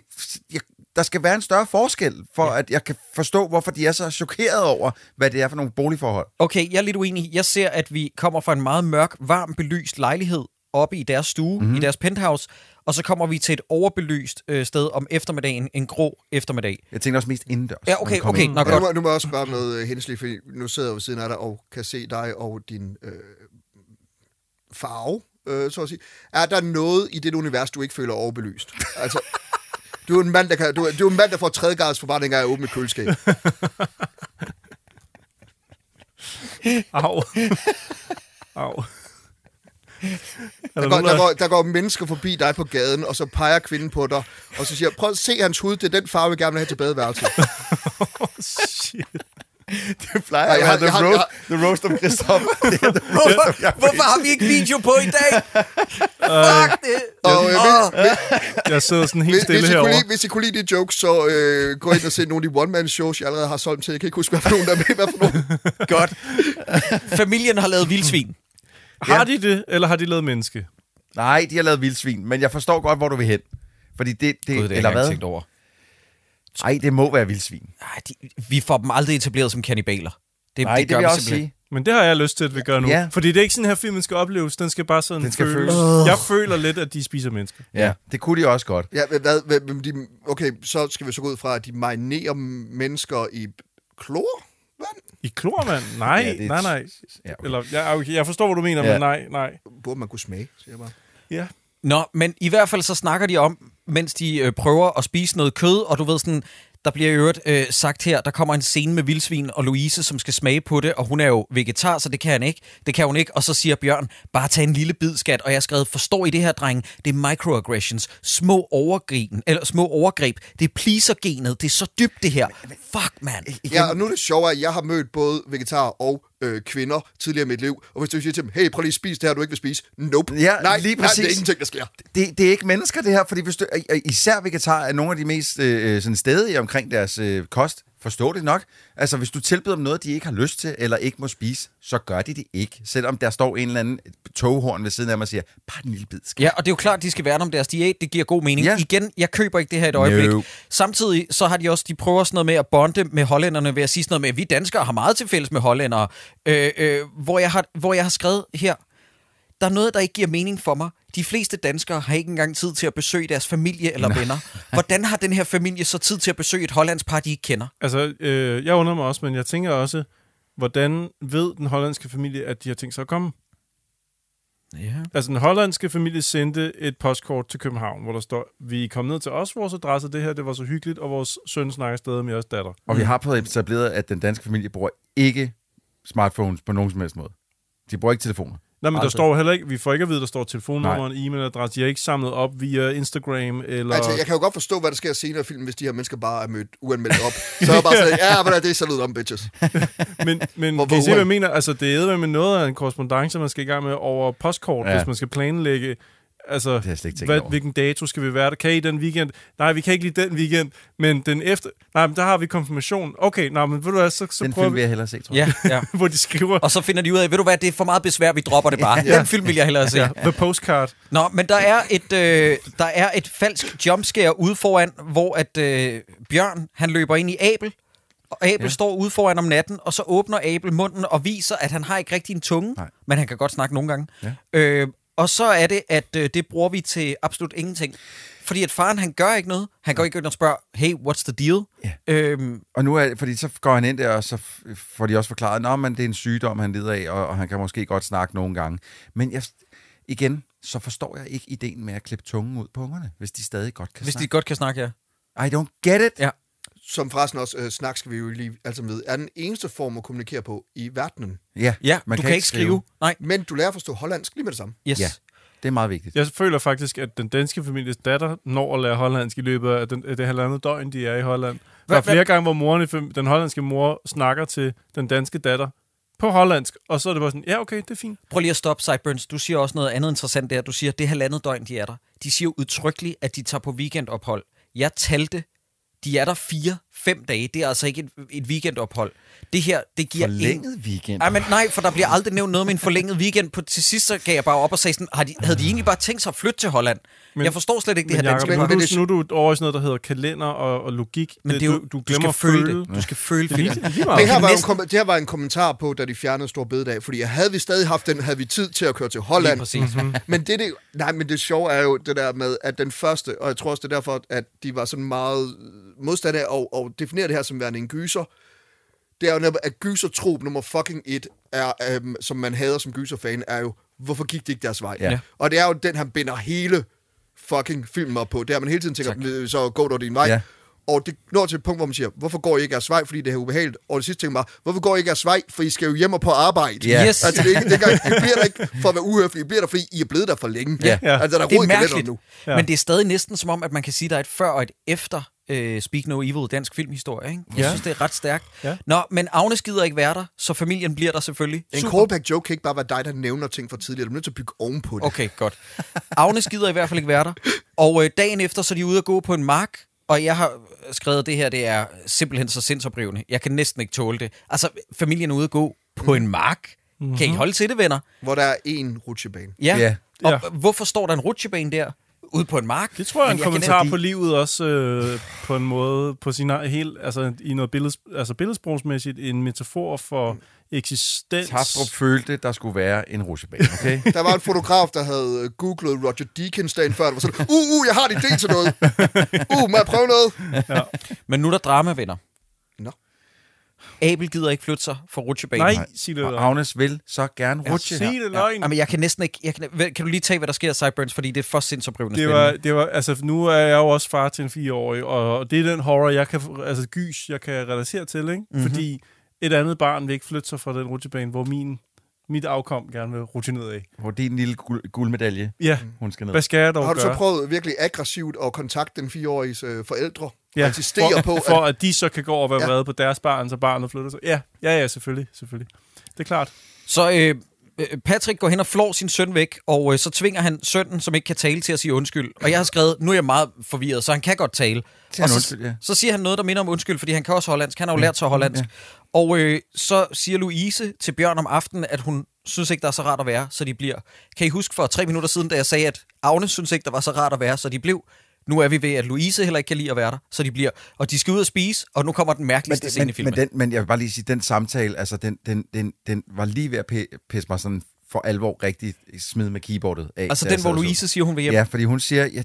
Der skal være en større forskel, for at jeg kan forstå, hvorfor de er så chokeret over, hvad det er for nogle boligforhold. Okay, jeg er lidt uenig. Jeg ser, at vi kommer fra en meget mørk, varm, belyst lejlighed oppe i deres stue, i deres penthouse, og så kommer vi til et overbelyst sted om eftermiddagen, en grå eftermiddag. Jeg tænkte også mest indendørs. Ja, okay, nå godt. Nu må jeg også spørge noget hensligt, for nu sidder jeg ved siden af dig og kan se dig og din farve, så at sige. Er der noget i det univers, du ikke føler overbelyst? Altså, du er en mand, der får 3. grads forbrændinger af at åbne køleskab. Au. Der går mennesker forbi dig på gaden, og så peger kvinden på dig, og så siger, prøv at se hans hud, det er den farve, vi gerne vil have til badeværelset. Shit. Det plejer at være the roast of Christoffer. Hvorfor har vi ikke video på i dag? Fuck det! Jeg sidder sådan helt stille herovre. Hvis I kunne lide de jokes, så gå ind og se nogle af de one-man-shows, jeg allerede har solgt til. Jeg kan ikke huske, hvad for nogen der er med. Hvad for nogen? Godt. Familien har lavet vildsvin. Har de det, eller har de lavet menneske? Nej, de har lavet vildsvin, men jeg forstår godt, hvor du vil hen. Fordi det eller hvad? Nej, det må være vildsvin. Nej, vi får dem aldrig etableret som kannibaler. Det vil jeg også sige. Men det har jeg lyst til, at vi gør nu. Ja. Fordi det er ikke sådan her filmen skal opleves. Den skal bare sådan føles. Jeg føler lidt, at de spiser mennesker. Ja, det kunne de også godt. Ja, okay, så skal vi så gå ud fra, at de marinerer mennesker i klor? I klorvand? Nej. Ja, eller, jeg forstår, hvad du mener, men nej. Burde man kunne smage, siger jeg bare. Ja. Nå, men i hvert fald så snakker de om, mens de prøver at spise noget kød, og du ved sådan, der bliver i øvrigt sagt her, der kommer en scene med vildsvin og Louise, som skal smage på det, og hun er jo vegetar, så det kan hun ikke, og så siger Bjørn, bare tag en lille bid, skat, og jeg har skrevet, forstår I det her, dreng? Det er microaggressions, små overgreb, det er pleaser-genet, det er så dybt det her. Fuck, man. Ja, og nu er det sjovt, at jeg har mødt både vegetarer og kvinder tidligere i mit liv, og hvis du siger til dem, hey, prøv lige at spise det her, du ikke vil spise. Nope. Ja, nej, lige præcis. Nej, det er ingenting, der sker. Det er ikke mennesker, det her, fordi hvis du, især vegetarer er nogle af de mest sådan stedige omkring deres kost. Forstår det nok? Altså, hvis du tilbyder dem noget, de ikke har lyst til, eller ikke må spise, så gør de det ikke. Selvom der står en eller anden toghorn ved siden af mig og siger, bare en lille bid. Ja, og det er jo klart, at de skal værne om deres diæt. Det giver god mening. Ja. Igen, jeg køber ikke det her et øjeblik. No. Samtidig så har de prøver sådan noget med at bonde med hollænderne ved at sige sådan noget med, at vi danskere har meget til fælles med hollændere. Hvor jeg har skrevet her, der er noget, der ikke giver mening for mig. De fleste danskere har ikke engang tid til at besøge deres familie eller venner. Hvordan har den her familie så tid til at besøge et hollandsk par, de ikke kender? Altså, jeg undrer mig også, men jeg tænker også, hvordan ved den hollandske familie, at de har tænkt sig at komme? Ja. Altså, den hollandske familie sendte et postkort til København, hvor der står, vi er kommet ned til os, vores adresse, det her, det var så hyggeligt, og vores søn snakker stadig med jeres datter. Og vi har på etableret, at den danske familie bruger ikke smartphones på nogen som helst måde. De bruger ikke telefoner. Nej, men der står heller ikke, vi får ikke at vide, der står telefonnummer og en e-mailadresse. De er ikke samlet op via Instagram eller... Altså, jeg kan jo godt forstå, hvad der sker senere i filmen, hvis de her mennesker bare er mødt uanmeldt op. Så er jeg bare sådan, ja, det er så lidt om, bitches. men kan I se, hvad jeg mener? Altså, det er med noget af en korrespondance, man skal i gang med over postkort, hvis man skal planlægge... Altså, hvilken dato skal vi være der? Kan I den weekend? Nej, vi kan ikke lige den weekend, men den efter... Nej, men der har vi konfirmation. Okay, nej, men ved du hvad, så den prøver film vil jeg hellere se, tror jeg. Ja. Hvor de skriver... Og så finder de ud af, ved du hvad, det er for meget besvær, vi dropper det bare. Den film vil jeg hellere se. The Postcard. Nå, men der er et falsk jumpscare ude foran, hvor at Bjørn, han løber ind i Abel, og Abel står ude foran om natten, og så åbner Abel munden og viser, at han har ikke rigtig en tunge, men han kan godt snakke nogle gange. Ja. Og så er det, at det bruger vi til absolut ingenting. Fordi at faren, han gør ikke noget. Han går ikke ind og spørger, hey, what's the deal? Ja. Og nu fordi så går han ind der, og så får de også forklaret, men det er en sygdom, han lider af, og han kan måske godt snakke nogle gange. Men igen, så forstår jeg ikke ideen med at klippe tungen ud på ungerne, hvis de stadig godt kan snakke. Hvis de godt kan snakke, ja. I don't get it. Ja. Som forresten også, snak skal vi jo lige altså med, er den eneste form at kommunikere på i verdenen. Ja, man kan ikke skrive. Nej. Men du lærer at forstå hollandsk lige med det samme. Yes. Ja, det er meget vigtigt. Jeg føler faktisk, at den danske families datter når at lære hollandsk i løbet af det halvandet døgn, de er i Holland. Der er flere gange, hvor den hollandske mor snakker til den danske datter på hollandsk, og så er det bare sådan, ja, okay, det er fint. Prøv lige at stoppe, Sideburns. Du siger også noget andet interessant der. Du siger, det halvandet døgn, de er der. De siger udtrykkeligt, at de tager på weekendophold. Jeg talte, de er der 5 dage. Det er altså ikke et weekendophold. Det her, det giver forlænget weekend. Ej, men nej, for der bliver aldrig nævnt noget med en forlænget weekend. Til sidst så gav jeg bare op og sagde sådan, havde de egentlig bare tænkt sig at flytte til Holland? Men, jeg forstår slet ikke det her danske. Men nu er du over i sådan noget, der hedder kalender og logik. Men det er jo, du glemmer at føle det. Du skal føle det. Det her var en kommentar på, da de fjernede Store Bededag, fordi havde vi stadig haft den, havde vi tid til at køre til Holland. Men det sjove er jo det der med, at den første, og jeg tror også det er derfor, at de var sådan meget modstandere og definerer det her som værende en gyser. Det er jo netop, at gysertrup nummer fucking 1, er, som man hader som gyserfan, er jo, hvorfor gik det ikke deres vej? Ja. Og det er jo den, han binder hele fucking filmen op på. Det er man hele tiden tænker, så gå dog din vej. Ja. Og det når til et punkt, hvor man siger, hvorfor går I ikke jeres vej, fordi det er ubehageligt? Og det sidste tænker man, hvorfor går I ikke jeres vej, for I skal jo hjem og på arbejde? Yes. Altså, I bliver der ikke for at være uhøflige, I bliver der, fordi I er blevet der for længe. Ja. Altså, der er det er mærkeligt nu. Ja. Men det er stadig næsten som om, at man kan sige, at der er et før og et efter Speak No Evil, dansk filmhistorie. Ikke? Jeg synes, det er ret stærkt. Ja. Nå, men Agnes gider ikke være der, så familien bliver der selvfølgelig. En callback joke kan ikke bare være dig, der nævner ting fra tidligere. Du er nødt til at bygge ovenpå det. Okay, godt. Agnes gider i hvert fald ikke være der. Og dagen efter, så er de ude at gå på en mark, og jeg har skrevet, det her, det er simpelthen så sindsoprivende. Jeg kan næsten ikke tåle det. Altså, familien er ude at gå på en mark. Kan I holde til det, venner? Hvor der er en rutsjebane. Ja. Og hvorfor står der en rutsjebane der? Ude på en mark. Det tror jeg er en kommentar på livet også på en måde på sin helt altså i noget billedsprogsmæssigt en metafor for eksistens. Tafdrup følte der skulle være en rutsjebane, okay? Der var en fotograf der havde googlet Roger Deakins dagen før, der var sådan, jeg har en idé til noget. Må jeg prøve noget? Ja. Men nu er der drama, venner. Nå. Abel gider ikke flytte sig fra rutsjebanen. Nej, sig det. Og Agnes vil så gerne rutsje her. Sig det løgn. Jamen, jeg kan næsten ikke... Kan du lige tage, hvad der sker, Sideburns, fordi det er for sindsoprivende det var, altså, nu er jeg jo også far til en 4-årig, og det er den horror, jeg kan relatere til, ikke? Mm-hmm. Fordi et andet barn vil ikke flytte sig fra den rutsjebane, hvor mit afkom gerne vil rutsje ned af. Hvor det er en lille guldmedalje, hun skal ned. Hvad skal jeg dog gøre? Har du så gøre? Prøvet virkelig aggressivt at kontakte den 4-åriges forældre? Ja, for at de så kan gå og være vrede på deres barn, så barnet flytter sig. Ja, selvfølgelig. Det er klart. Så Patrick går hen og flår sin søn væk, og så tvinger han sønnen, som ikke kan tale, til at sige undskyld. Og jeg har skrevet, nu er jeg meget forvirret, så han kan godt tale. Og så siger han noget, der minder om undskyld, fordi han kan også hollandsk. Han har jo lært sig hollandsk. Ja. Og så siger Louise til Bjørn om aftenen, at hun synes ikke, der er så rart at være, så de bliver. Kan I huske for 3 minutter siden, da jeg sagde, at Agnes synes ikke, der var så rart at være, så de blev? Nu er vi ved, at Louise heller ikke kan lide at være der, så de bliver. Og de skal ud og spise, og nu kommer den mærkeligste scene i filmen. Men jeg vil bare lige sige, den samtale, altså den var lige ved at pisse mig sådan for alvor rigtig smid med keyboardet af. Altså den, hvor Louise siger, hun vil hjem? Ja, fordi hun siger,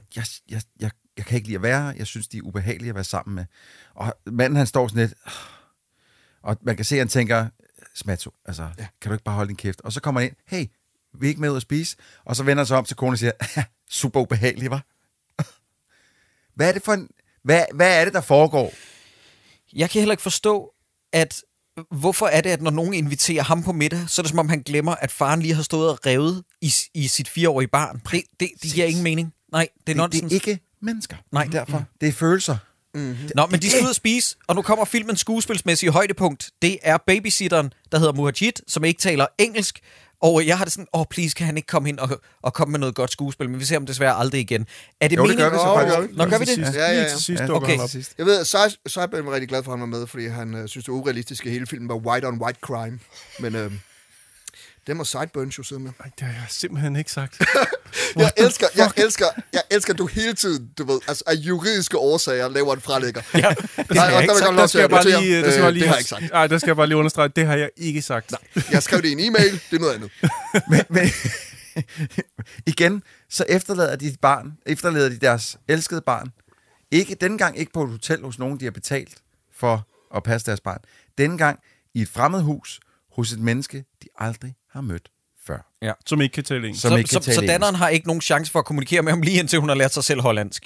jeg kan ikke lide at være her. Jeg synes, de er ubehagelige at være sammen med. Og manden, han står sådan lidt, og man kan se, at han tænker, Smatto, altså, kan du ikke bare holde din kæft? Og så kommer han ind, hey, vi er ikke med ud at spise? Og så vender han sig om til konen og siger, super ubehagelig, hva'? Hvad er det for hvad er det, der foregår? Jeg kan heller ikke forstå, at hvorfor er det, at når nogen inviterer ham på middag, så er det som om, han glemmer, at faren lige har stået og revet i sit 4-årige barn. Det giver ingen mening. Nej, det er nonsens. Det er ikke mennesker. Nej. Derfor. Det er følelser. Mm-hmm. Nå, men de skal ud og spise, og nu kommer filmens skuespilsmæssige højdepunkt. Det er babysitteren, der hedder Muhajid, som ikke taler engelsk. Og jeg har det sådan, please, kan han ikke komme ind og komme med noget godt skuespil? Men vi ser ham desværre aldrig igen. Er det meningen? Det gør vi så faktisk. Nå, gør vi det? Ja. Okay. Jeg ved, Seibel var rigtig glad for, at han var med, fordi han synes, det var urealistisk, at hele filmen var white on white crime. Men det må Sideburns jo sidde med. Ej, det har jeg simpelthen ikke sagt. jeg elsker, du hele tiden, du ved, altså af juridiske årsager laver en fralægger. Ja, det har jeg ikke sagt. Det har jeg ikke sagt. Nej, der skal jeg bare lige understrege, det har jeg ikke sagt. Nej, jeg skrev det i en e-mail, det er noget andet. men igen, så efterlader de deres elskede barn. Denne gang ikke på et hotel hos nogen, de har betalt for at passe deres barn. Denne gang i et fremmed hus hos et menneske, de aldrig har mødt før. Ja. Som ikke kan tale engelsk. Så danneren har ikke nogen chance for at kommunikere med ham lige indtil hun har lært sig selv hollandsk.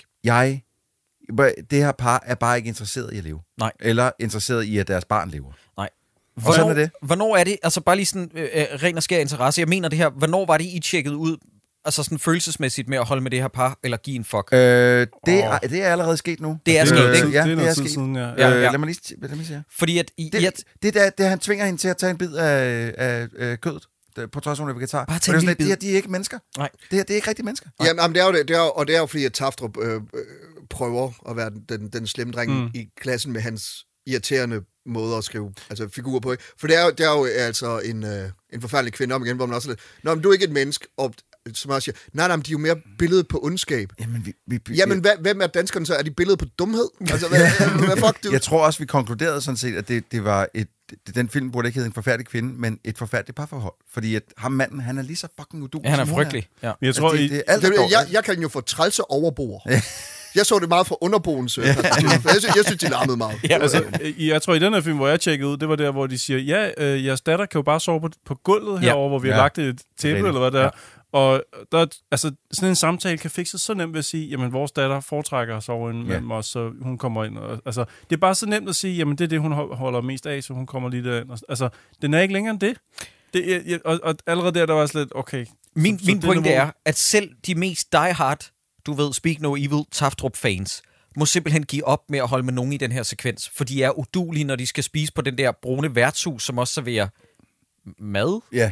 Det her par er bare ikke interesseret i at leve. Nej. Eller interesseret i, at deres barn lever. Nej. Hvornår er det? Altså bare lige sådan ren og skær interesse. Jeg mener det her, hvornår var det, I tjekkede ud, altså sådan følelsesmæssigt med at holde med det her par, eller give en fuck? Det er allerede sket nu. Det er sket, ikke? Ja, det er sket. Siden, ja. Lad mig lige sige. Fordi at... Det han tvinger hende til at tage en bid af kødet, på trods af, hun er vegetar. Bare tage en bid. De er ikke mennesker. Nej. Det er ikke rigtige mennesker. Jamen, det er jo fordi, at Tafdrup prøver at være den slemme dreng i klassen med hans irriterende måde at skrive figurer på. Ikke? For det er jo altså en forfærdelig kvinde om igen, hvor man også er lidt, nå, men du er ikke et menneske, og som også siger, nej, de er jo mere billedet på ondskab. Jamen, hvem er danskerne så? Er de billedet på dumhed? Altså, hvad fuck, du? Jeg tror også, vi konkluderede sådan set, at det var den film burde ikke hedde en forfærdelig kvinde, men et forfærdeligt parforhold. Fordi at ham manden, han er lige så fucking uduelig. Han er frygtelig. Ja. Jeg tror, jeg kan jo få trælse overbord. Jeg så det meget fra underboens. Jeg synes, de larmede meget. Ja, jeg tror, i den her film, hvor jeg tjekkede ud, det var der, hvor de siger, jeres datter kan jo bare sove på gulvet herovre, hvor vi har lagt et tæppe, eller hvad det er. Og der, sådan en samtale kan fikses så nemt ved at sige, jamen, vores datter foretrækker at sove mellem os, så hun kommer ind. Og, det er bare så nemt at sige, jamen, det er det, hun holder mest af, så hun kommer lige derind. Den er ikke længere end det. Og allerede der var også lidt, okay. Min pointe er, at selv de mest die-hard, du ved, Speak No Evil, Taftrup-fans, må simpelthen give op med at holde med nogen i den her sekvens, for de er uduelige, når de skal spise på den der brune værtshus, som også serverer mad. Ja.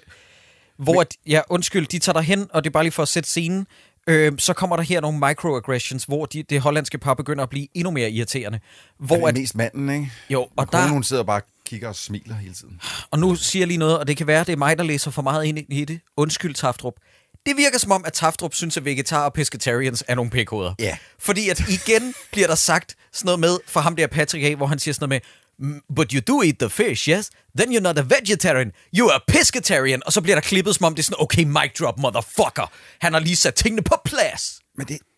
Hvor, de tager derhen, og det er bare lige for at sætte scenen, så kommer der her nogle microaggressions, hvor det hollandske par begynder at blive endnu mere irriterende. Hvor det er mest manden, ikke? Jo, og konen, hun sidder bare kigger og smiler hele tiden. Og nu siger jeg lige noget, og det kan være, det er mig, der læser for meget ind i det. Undskyld, Taftrup. Det virker som om, at Taftrup synes, at vegetar og pescatarians er nogle pækhoveder. Ja. Fordi at igen bliver der sagt sådan noget med, for ham der Patrick A., hvor han siger sådan noget med, but you do eat the fish, yes? Then you're not a vegetarian, you're a pescatarian. Og så bliver der klippet, som om det er sådan, okay, mic drop, motherfucker. Han har lige sat tingene på plads. Men det...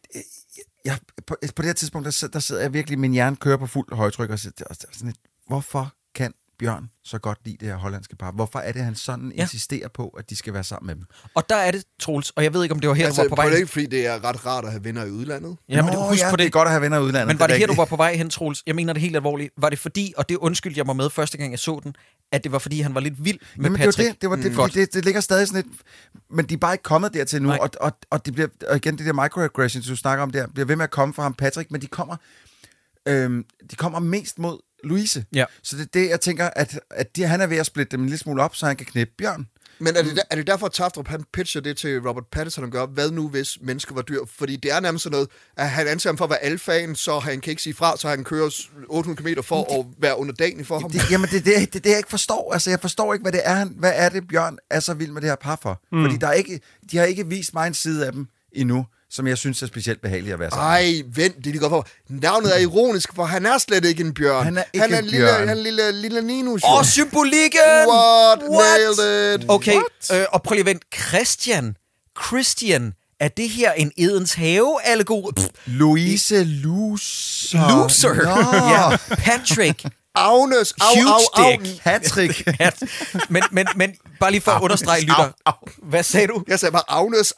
på det her tidspunkt, der sidder jeg virkelig, min hjerne kører på fuld højtryk, og sådan hvorfor kan Bjørn så godt lide det her hollandske par? Hvorfor er det, han sådan insisterer på, at de skal være sammen med dem? Og der er det, Troels, og jeg ved ikke, om det var her, du var på vej. Det er ikke, fordi det er ret rart at have venner i udlandet. Ja, men husk på det. Det er godt at have venner i udlandet. Men var det her, du var på vej hen, Troels? Jeg mener det helt alvorligt. Var det fordi, og det undskyldte jeg mig med første gang, jeg så den, at det var fordi, han var lidt vild med Patrick? Det ligger stadig sådan lidt... Men de er bare ikke kommet dertil nu, og det bliver, og igen, det der microaggressions, du snakker om der, bliver ved med at komme fra ham, Patrick, men de kommer mest mod Louise. Ja. Så det er det, jeg tænker, at han er ved at splitte dem en lille smule op, så han kan knæppe Bjørn. Men er det derfor, at Taftrup han pitcher det til Robert Pattinson og gør, hvad nu hvis mennesker var dyr? Fordi det er nærmest sådan noget, at han anser ham for at være alfaen, så han kan ikke sige fra, så han kører 800 km for at være underdanig for ham. Jamen, det er det, jeg ikke forstår. Altså, jeg forstår ikke, hvad det er, hvad er det, Bjørn er så vild med det her par for? Fordi de har ikke vist mig en side af dem endnu, som jeg synes er specielt behageligt at være sammen. Ej, vent, det er godt for. Navnet er ironisk, for han er slet ikke en bjørn. Han er ikke en bjørn. Han er lille Ninus. Symbolikken! What? Nailed it! Okay, og prøv lige at vente. Christian, er det her en Edens Have-allegori? Louise Loser. Loser? Ja, Patrick. Agnes, Patrick. men bare lige for at understrege, lytter. Hvad sagde du? Jeg sagde bare Agnes,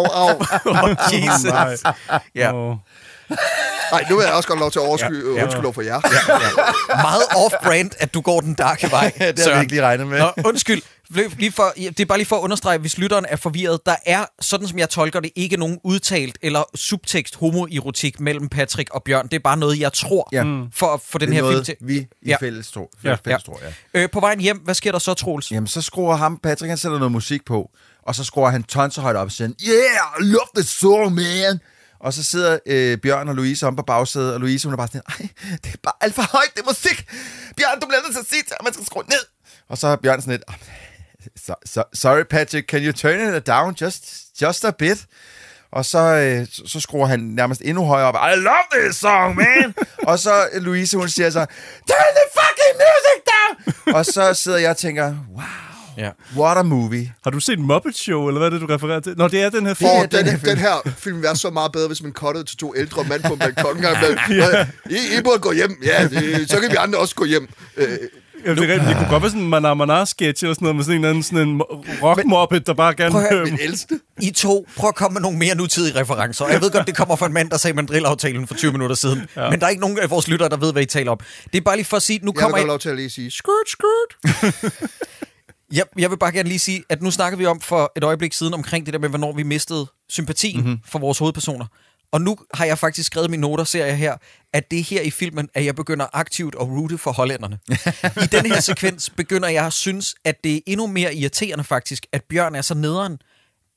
Jesus. Ja. Nej, nu vil jeg også godt lov til at undskylde over for jer. Meget off-brand, at du går den darke vej. Det har jeg ikke lige regnet med. Nå, undskyld. Det er bare lige for at understrege, hvis lytteren er forvirret. Der er, sådan som jeg tolker det, ikke nogen udtalt eller subtekst homoerotik mellem Patrick og Bjørn. Det er bare noget, jeg tror, for at få den her film til. Vi i fælles tror. På vejen hjem, hvad sker der så, Troels? Jamen, så skruer ham, Patrick, han sætter noget musik på, og så skruer han tonsehøjt op og siger, yeah, I love the song, man. Og så sidder Bjørn og Louise om på bagsædet, og Louise, hun er bare sådan, ej, det er bare alt for højt, det er musik. Bjørn, du bliver nødt til at sige til, at man skal skrue ned. Og så er Bjørn sådan lidt, sorry Patrick, can you turn it down just a bit? Og så skruer han nærmest endnu højere op. I love this song, man! Og så Louise, hun siger så, turn the fucking music down! Og så sidder jeg og tænker, wow. Ja. What a movie. Har du set Muppet Show, eller hvad er det, du refererer til? Nå, det er den her film. Den her film ville være så meget bedre, hvis man cuttede til 2 ældre mænd på en balkon. I burde gå hjem. Ja, så kan vi andre også gå hjem. Ja, det kunne godt være sådan en Manar-sketch eller sådan noget, med sådan en rock-moppet, der bare gerne... Men ældste. I to, prøv at komme med nogle mere nutidige referencer. Jeg ved godt, det kommer fra en mand, der sagde mandrillaftalen for 20 minutter siden. Ja. Men der er ikke nogen af vores lyttere, der ved, hvad I taler om. Det er bare lige for at sige, nu kommer jeg... vil lov til at lige sige, skurt. Jeg vil bare gerne lige sige, at nu snakker vi om for et øjeblik siden omkring det der med, hvornår vi mistede sympatien for vores hovedpersoner. Og nu har jeg faktisk skrevet mine noter, ser jeg her, at det er her i filmen, at jeg begynder aktivt at roote for hollænderne. I den her sekvens begynder jeg at synes, at det er endnu mere irriterende faktisk, at Bjørn er så nederen,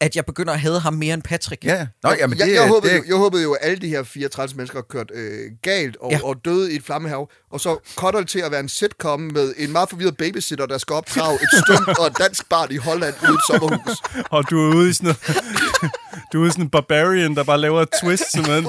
at jeg begynder at hade ham mere end Patrick. Ja. Nå, jamen, Jeg håbede jo, at alle de her 34 mennesker har kørt galt og døde i et flammehav, og så cutter det til at være en sitcom med en meget forvirret babysitter, der skal opdrage et stumt og et dansk barn i Holland ude i et sommerhus. Og du er ude i sådan noget... Du er sådan en barbarian, der bare laver et twist, simpelthen.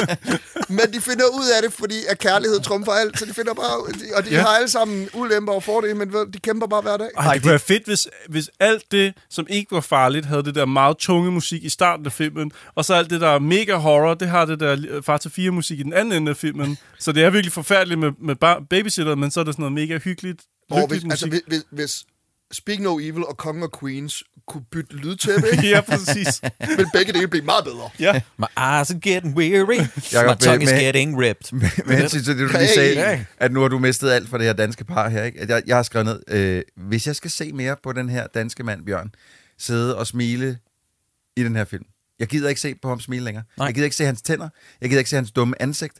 Men de finder ud af det, fordi at kærlighed trumfer alt, så de finder bare... Og de har alle sammen ulemper og fordele, men de kæmper bare hver dag. Det kunne være fedt, hvis alt det, som ikke var farligt, havde det der meget tunge musik i starten af filmen, og så alt det, der er mega horror, det har det der Far til 4 musik i den anden ende af filmen. Så det er virkelig forfærdeligt med babysitter, men så er det sådan noget mega hyggeligt musik. Hvis Speak No Evil og Kong of Queens kunne bytte lydtæppe, ja, præcis. vil begge dele blive meget bedre. Ja. My eyes are getting weary, my tongue is getting ripped. Men hensyn til det, du lige sagde, at nu har du mistet alt for det her danske par her, ikke? At jeg har skrevet ned, hvis jeg skal se mere på den her danske mand, Bjørn, sidde og smile i den her film. Jeg gider ikke se på ham smile længere. Nej. Jeg gider ikke se hans tænder. Jeg gider ikke se hans dumme ansigt.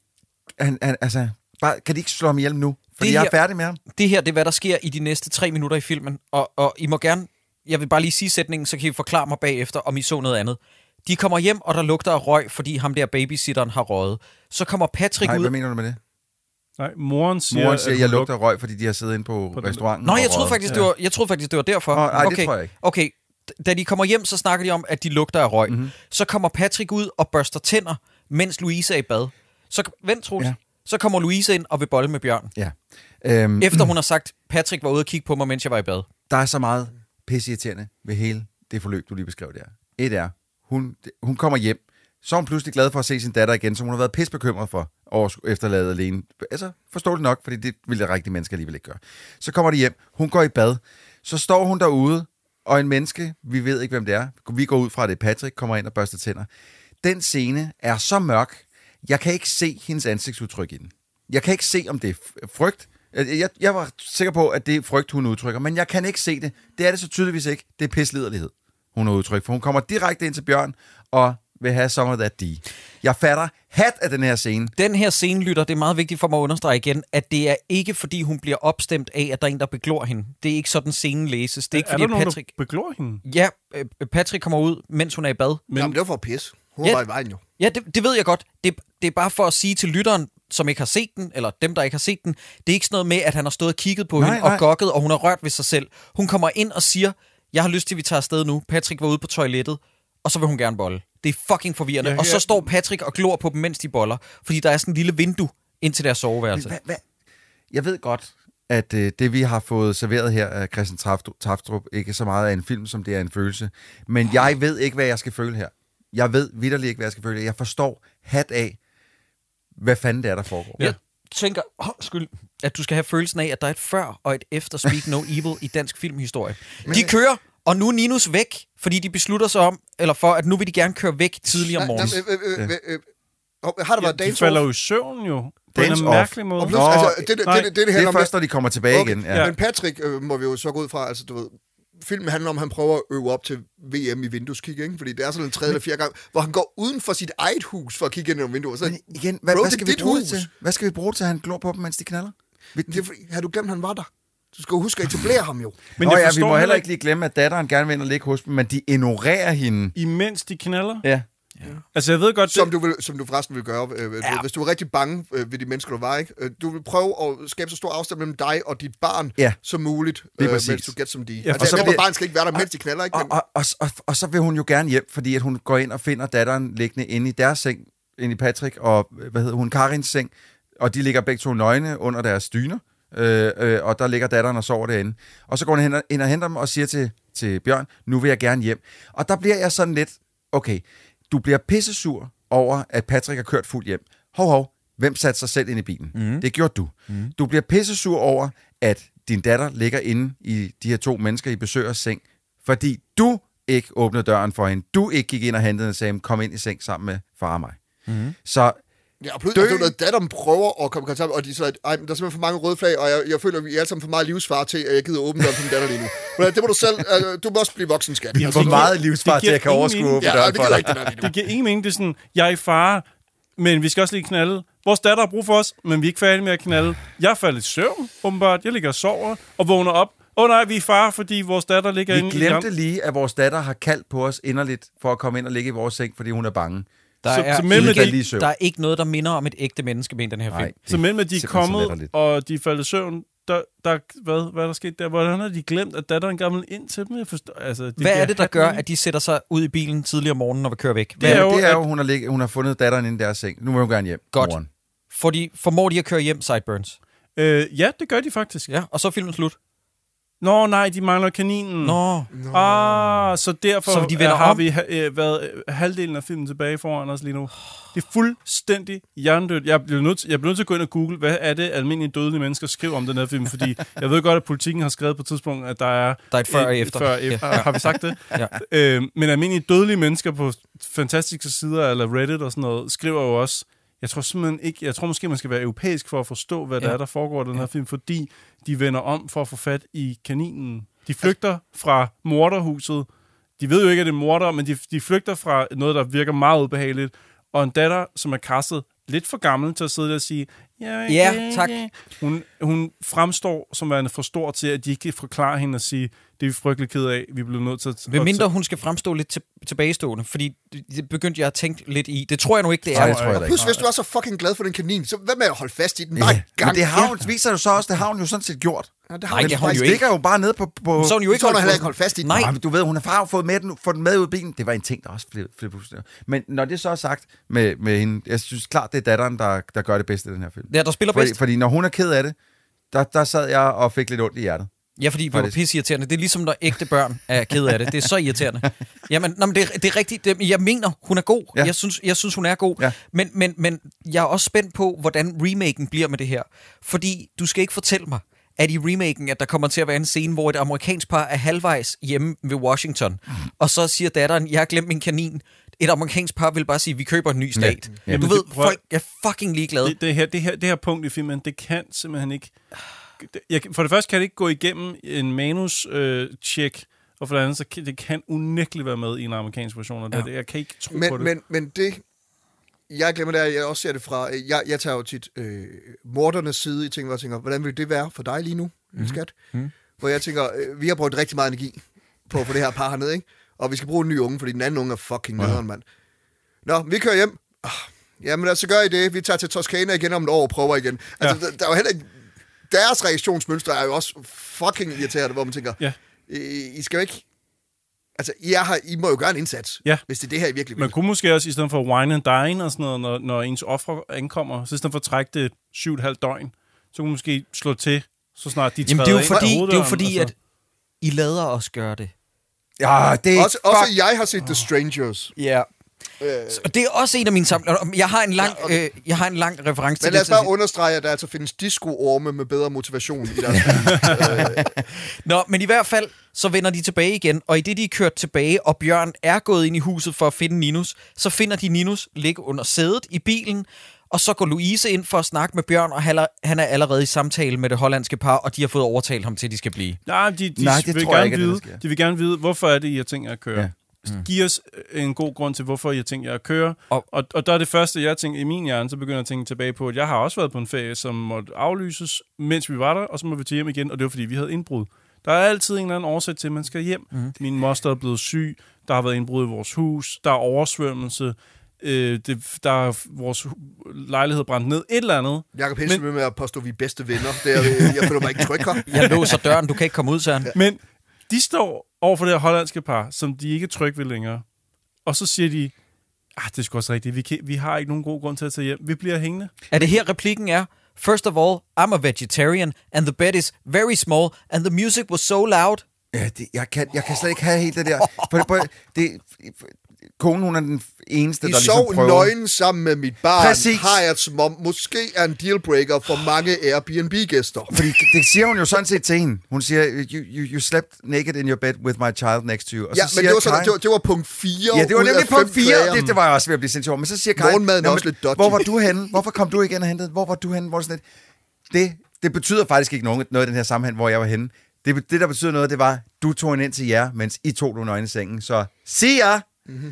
Altså, bare, kan de ikke slå ham ihjel nu? Fordi jeg er færdig med ham. Det her, det er, hvad der sker i de næste 3 minutter i filmen. Og I må gerne... Jeg vil bare lige sige sætningen, så kan I forklare mig bagefter, om I så noget andet. De kommer hjem, og der lugter af røg, fordi ham der babysitteren har røget. Så kommer Patrick ud... Nej, hvad mener du med det? Nej, moren siger at jeg lugter af røg, fordi de har siddet inde på restauranten. Nå, jeg troede faktisk, det var derfor. Nej, det tror jeg ikke. Okay, da de kommer hjem, så snakker de om, at de lugter af røg. Mm-hmm. Så kommer Patrick ud og børster tænder, mens Louise er i bad. Så vent, Troels. Ja. Så kommer Louise ind og vil bolle med Bjørn. Ja. Efter hun har sagt, Patrick var ude og kigge på mig, mens jeg var i bad. Der er så meget pisseirriterende ved hele det forløb, du lige beskrev der. Et er, hun kommer hjem, så er hun pludselig glad for at se sin datter igen, som hun har været pissebekymret for efterladet alene. Altså, forståeligt nok, fordi det ville det rigtige menneske alligevel ikke gøre. Så kommer de hjem, hun går i bad, så står hun derude, og en menneske, vi ved ikke, hvem det er, vi går ud fra, det Patrick, kommer ind og børster tænder. Den scene er så mørk, jeg kan ikke se hendes ansigtsudtryk i den. Jeg kan ikke se, om det er frygt. Jeg var sikker på, at det er frygt, hun udtrykker, men jeg kan ikke se det. Det er det så tydeligvis ikke. Det er pissliderlighed, hun har udtrykt, for hun kommer direkte ind til Bjørn og vil have some of that D. Jeg fatter hat af den her scene. Den her scene, lytter, det er meget vigtigt for mig at understrege igen, at det er ikke, fordi hun bliver opstemt af, at der er en, der beglor hende. Det er ikke sådan, scenen læses. Det er ikke, fordi der Patrick... nogen, der beglor hende? Ja, Patrick kommer ud, mens hun er i bad. Jamen, det var for pis. Hun var i vejen jo. Ja, det ved jeg godt. Det er bare for at sige til lytteren, som ikke har set den, eller dem, der ikke har set den, det er ikke sådan noget med, at han har stået og kigget på hende og gokket, og hun har rørt ved sig selv. Hun kommer ind og siger, jeg har lyst til, at vi tager afsted nu. Patrick var ude på toilettet, og så vil hun gerne bolle. Det er fucking forvirrende. Og så står Patrick og glor på dem, mens de boller, fordi der er sådan en lille vindue ind til deres soveværelse. Jeg ved godt, at det, vi har fået serveret her af Christian Tafstrup, ikke så meget af en film, som det er en følelse. Men jeg ved ikke, hvad jeg skal føle her. Jeg ved vitterligt ikke, hvad jeg skal føle. Jeg forstår hat af, hvad fanden det er, der foregår. Jeg tænker, at du skal have følelsen af, at der er et før og et efter Speak No Evil i dansk filmhistorie. De kører, og nu er Ninus væk, fordi de beslutter sig om, eller for, at nu vil de gerne køre væk tidligere om morgenen. Har der været de falder jo i søvn jo. På en mærkelig måde. Det er først, når de kommer tilbage igen. Ja. Men Patrick må vi jo så gå ud fra, altså du ved, filmen handler om, at han prøver at øve op til VM i vindueskig, ikke? Fordi det er sådan en 3. eller 4. gang, hvor han går uden for sit eget hus for at kigge ind i vinduet. Så, men igen, hvad skal vi bruge til? Hvad skal vi bruge til, at han glor på dem, mens de knaller? Har du glemt, han var der? Du skal jo huske at etablere ham jo. Men vi må heller ikke lige glemme, at datteren gerne vil ind og ligge hos dem, men de ignorerer hende. Imens de knaller? Ja. Altså, jeg ved godt... Som du forresten vil gøre, hvis du er rigtig bange ved de mennesker, du var, ikke? Du vil prøve at skabe så stor afstand mellem dig og dit barn som muligt, mens du get som de. Ja, altså, så barn skal ikke være der, mens de knaller, ikke? Og så vil hun jo gerne hjem, fordi at hun går ind og finder datteren liggende inde i deres seng, inde i Patrick og, Karins seng, og de ligger begge to nøgne under deres dyner, og der ligger datteren og sover derinde. Og så går hun ind og henter dem og siger til Bjørn, nu vil jeg gerne hjem. Og der bliver jeg sådan lidt, okay, du bliver pissesur over, at Patrick har kørt fuldt hjem. Hov, hvem satte sig selv ind i bilen? Mm. Det gjorde du. Mm. Du bliver pissesur over, at din datter ligger inde i de her 2 mennesker i besøgers seng, fordi du ikke åbnede døren for hende. Du ikke gik ind og hentede og sagde, kom ind i seng sammen med far og mig. Mm. Så... Ja, og pludselig er det noget, datteren prøver at komme i kontakt, og de siger, der er simpelthen for mange røde flag, og jeg føler, at vi er alle sammen for meget livsfar til, at jeg gider åbne døren for min datter lige nu. Men det må du selv, du må også blive voksen, skat. Vi har for meget livsfar til, at jeg kan overskue åbne døren for dig. Det giver ingen mening, det er sådan, jeg er far, men vi skal også lige knalde. Vores datter har brug for os, men vi er ikke færdige med at knalde. Jeg falder i søvn, åbenbart. Jeg ligger og sover og vågner op, nej, vi er far, fordi vores datter ligger inde i... Vi glemte lige, at vores datter har kaldt på os inderligt for at komme ind og ligge i vores seng, fordi hun er bange. Der er ikke noget, der minder om et ægte menneske med den her film. Så mellem at de er kommet, og de er faldet i søvn, hvad er der sket der? Hvordan har de glemt, at datteren gammel ind til dem? Hvad er det, der gør, at de sætter sig ud i bilen tidligere om morgenen og vil køre væk? Det er jo, hun har fundet datteren inde i deres seng. Nu må hun gerne hjem. Godt. Formår de at køre hjem, Sideburns? Ja, det gør de faktisk. Ja, og så er filmen slut. Nå, nej, de mangler kaninen. Nå. Så derfor så de har vi været halvdelen af filmen tilbage foran os lige nu. Det er fuldstændig hjernedødt. Jeg bliver nødt til at gå ind og google, hvad er det almindelige dødelige mennesker skriver om den her film, fordi jeg ved godt, at Politikken har skrevet på et tidspunkt, at der er et før og efter. Har vi sagt det? Ja. Men almindelige dødelige mennesker på fantastiske sider, eller Reddit og sådan noget, skriver jo også, jeg tror simpelthen ikke, måske man skal være europæisk for at forstå, hvad der er, der foregår i den her film, fordi de vender om for at få fat i kaninen. De flygter fra morderhuset. De ved jo ikke, at det er morder, men de flygter fra noget, der virker meget ubehageligt. Og en datter, som er kastet lidt for gammel til at sidde der og sige, ja, tak. Hun fremstår som værende for stor til, at de ikke kan forklare hende og sige, det er vi frygtelig ked af, vi bliver nødt til at... Ved mindre hun skal fremstå lidt tilbagestående, fordi det begyndte jeg at tænke lidt i. Det tror jeg nu ikke, det er. Det tror jeg plus, hvis du er så fucking glad for den kanin, så hvad med at holde fast i den? Nej, men det har hun, viser jo så også, det har hun jo sådan set gjort. Ja, det har hun jo ikke. Ligger jo bare nede på... Så hun jo ikke holdt fast i den. Nej, men du ved, hun har fået den med ud af bilen. Det var en ting, der også blev men når det så er sagt med hende, jeg synes klart, det er datteren, der gør det bedste i den her film. Ja, der spiller bedst. Fordi når hun er ked af det, der sad jeg og fik lidt ondt i hjertet. Ja, fordi det var pisseirriterende. Det er ligesom, når ægte børn er ked af det. Det er så irriterende. Jamen, det er rigtigt. Jeg mener, hun er god. Ja. Jeg synes, hun er god. Ja. Men jeg er også spændt på, hvordan remaken bliver med det her. Fordi du skal ikke fortælle mig, at i remaken, at der kommer til at være en scene, hvor et amerikansk par er halvvejs hjemme ved Washington, og så siger datteren, jeg har glemt min kanin. Et amerikansk par vil bare sige, vi køber en ny stat. Ja. Du ved, folk er fucking ligeglade. Det her punkt i filmen, det kan simpelthen ikke... For det første kan det ikke gå igennem en manus-check, og for det andet, så det kan unægteligt være med i en amerikansk version. Ja. Jeg kan ikke tro på det. Men det... Jeg glemmer det, jeg også ser det fra... Jeg tager jo tit mordernes side i ting, hvor jeg tænker, hvordan vil det være for dig lige nu, skat? Hvor jeg tænker, vi har brugt rigtig meget energi på at få det her par hernede, ikke? Og vi skal bruge en ny unge, fordi den anden unge er fucking nederen, mand. Nå, vi kører hjem. Jamen altså, gør I det. Vi tager til Toscana igen om et år og prøver igen. Altså, der er jo heller ikke... Deres reaktionsmønstre er jo også fucking irriterende, hvor man tænker, I skal jo ikke... Altså, I må jo gøre en indsats, hvis det er det her, I virkelig vil. Man kunne måske også, i stedet for wine and dine og sådan noget, når ens offer ankommer, så i stedet for at trække det 7,5 døgn, så kunne man måske slå til, så snart de træder ind. Det er jo fordi, at I lader os gøre det. Ja, det er også jeg har set The Strangers. Ja. Og det er også en af mine samlinger. Jeg har en lang reference til det. Men lad os bare understrege, at der altså findes disco-orme med bedre motivation i deres Nå, men i hvert fald, så vender de tilbage igen, og i det, de er kørt tilbage, og Bjørn er gået ind i huset for at finde Ninus, så finder de Ninus ligge under sædet i bilen, og så går Louise ind for at snakke med Bjørn, og han er allerede i samtale med det hollandske par, og de har fået overtalt ham til, at de skal blive. Nej, de vil gerne vide, hvorfor er det, I har tænkt jer at køre. Ja. Giv os en god grund til, hvorfor jeg tænker, at køre. Og der er det første, jeg tænker i min hjerne, så begynder jeg at tænke tilbage på, at jeg har også været på en ferie, som måtte aflyses, mens vi var der, og så må vi til hjem igen, og det var, fordi vi havde indbrud. Der er altid en eller anden årsag til, at man skal hjem. Min moster er blevet syg, der har været indbrud i vores hus, der er oversvømmelse, vores lejlighed brændt ned, et eller andet. Jakob Hensen med at påstå, at vi er bedste venner. Jeg føler mig ikke tryg her. Jeg låser døren, du kan ikke komme ud, Søren. Men de står over for det her hollandske par, som de ikke er trygge ved længere. Og så siger de, det er sgu også rigtigt, vi har ikke nogen god grund til at tage hjem. Vi bliver hængende. Er det her replikken er? First of all, I'm a vegetarian, and the bed is very small, and the music was so loud. Ja, jeg kan slet ikke have helt det der. Konen, hun er den eneste, der ligesom prøver. I sov nøgen sammen med mit barn. Præcis. Har jeg som om, måske er en dealbreaker for mange Airbnb-gæster. Fordi det siger hun jo sådan set til hende. Hun siger, you slept naked in your bed with my child next to you. Og ja, men det var punkt 4. Ja, det var nemlig punkt 4. Det var jeg også ved at blive sindssygt over. Men så siger Karin, morgenmaden er også lidt dodgy. Hvor var du henne? Hvorfor kom du igen og hentede? Hvor var du henne? Hvor sådan lidt? Det betyder faktisk ikke noget i den her sammenhæng, hvor jeg var henne. Det, der betyder noget, det var, du tog hende ind til jer, mens I tog du nøgne i sengen. Så sig jer!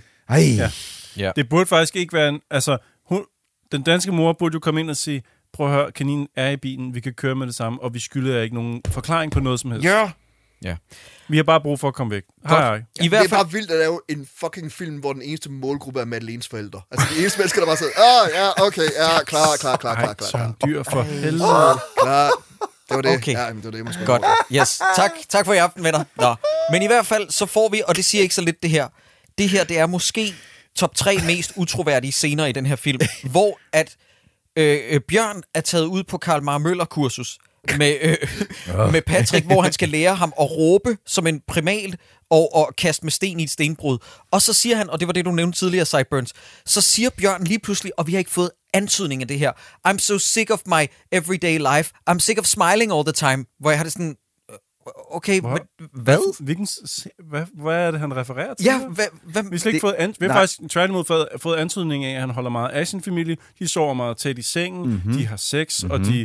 Ja. Det burde faktisk ikke være den danske mor burde jo komme ind og sige, prøv at høre, kaninen er i bilen, vi kan køre med det samme, og vi skylder ikke nogen forklaring på noget som helst. Ja. Ja. Vi har bare brug for at komme væk. Hej. I hvert fald... Det er bare vildt at lave en fucking film, hvor den eneste målgruppe er Madeleines forældre. Altså de eneste mennesker, der bare sidder, ja, okay, ja, klar. Søren Dyr for helvede. Klar. Det var det. Okay. Ja, det var det, måske. Godt. Yes. Tak for i aften, venner. Nå. Men i hvert fald, så får vi, og det siger ikke så lidt det her. Det her, det er måske top 3 mest utroværdige scener i den her film, hvor at Bjørn er taget ud på Karl Marr Møller-kursus med Patrick, hvor han skal lære ham at råbe som en primal og kaste med sten i et stenbrud. Og så siger han, og det var det, du nævnte tidligere, Sideburns, så siger Bjørn lige pludselig, og vi har ikke fået antydning af det her, I'm so sick of my everyday life. I'm sick of smiling all the time. Hvor jeg har det sådan... Okay, hvad? Hvad er det, han refererer til? Ja, vi har ikke fået vi har faktisk tværtimod fået antydning af, at han holder meget af sin familie. De sover meget tæt i sengen, de har sex, og de,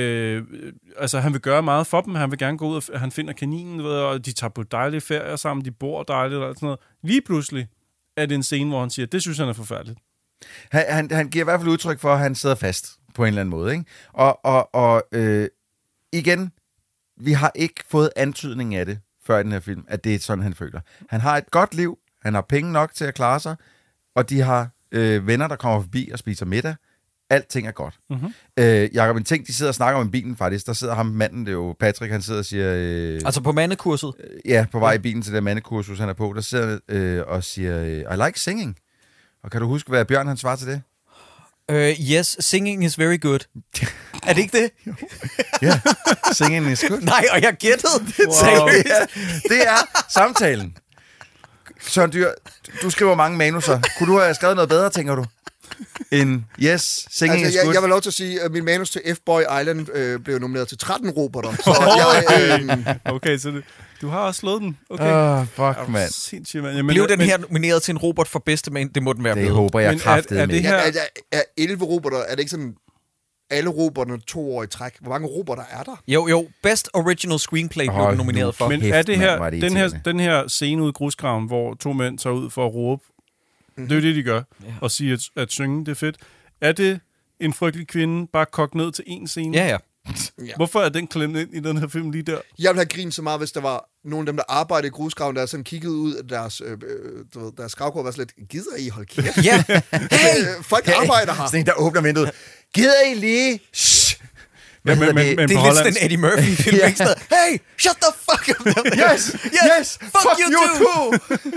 han vil gøre meget for dem. Han vil gerne gå ud, og han finder kaninen, og de tager på dejlige ferier sammen, de bor dejligt og sådan noget. Lige pludselig er det en scene, hvor han siger, det synes han er forfærdeligt. Han giver i hvert fald udtryk for, at han sidder fast på en eller anden måde. Ikke? Og igen... Vi har ikke fået antydning af det før i den her film, at det er sådan, han føler. Han har et godt liv, han har penge nok til at klare sig, og de har venner, der kommer forbi og spiser middag. Alting er godt. Jakob, en ting, de sidder og snakker om i bilen faktisk, der sidder ham manden, det er jo Patrick, han sidder og siger... altså på mandekurset? Ja, på vej i bilen til det mandekursus, han er på, der sidder og siger, I like singing. Og kan du huske, hvad Bjørn han svarer til det? Yes, singing is very good. Er det ikke det? Ja, singing is good. Nej, og jeg gættede det. Wow. Det er samtalen. Søren Dyr, du skriver mange manuser. Kunne du have skrevet noget bedre, tænker du? End yes, singing is good? Jeg vil lov til at sige, at min manus til F-Boy Island blev nomineret til 13 roboter. Så okay, så du har også slået den. Okay. Fuck, mand. Blev den her nomineret til en robot for bedste man? Det må den være blevet. Det håber jeg kraftedeme med. Er 11 roboter, er det ikke sådan... Alle roboterne 2 år i træk. Hvor mange roboter er der? Jo. Best Original Screenplay blev den nomineret for. Men er det her, den her scene ude i grusgraven, hvor 2 mænd tager ud for at råbe, det er det, de gør, og siger, at synge, det er fedt. Er det en frygtelig kvinde bare kogt ned til en scene? Ja. Hvorfor er den klemt ind i den her film lige der? Jeg ville have grinet så meget, hvis der var nogle af dem, der arbejdede i grusgraven, der sådan kiggede ud af deres gravkår og var sådan lidt, gider I holde kæft? Ja. Hey, folk arbejder her. Sådan en, der åbner vinduet. Gider I lige? Shh. Men det er lidt sådan en Eddie Murphy-film. Hey, shut the fuck up! Yes, fuck you too!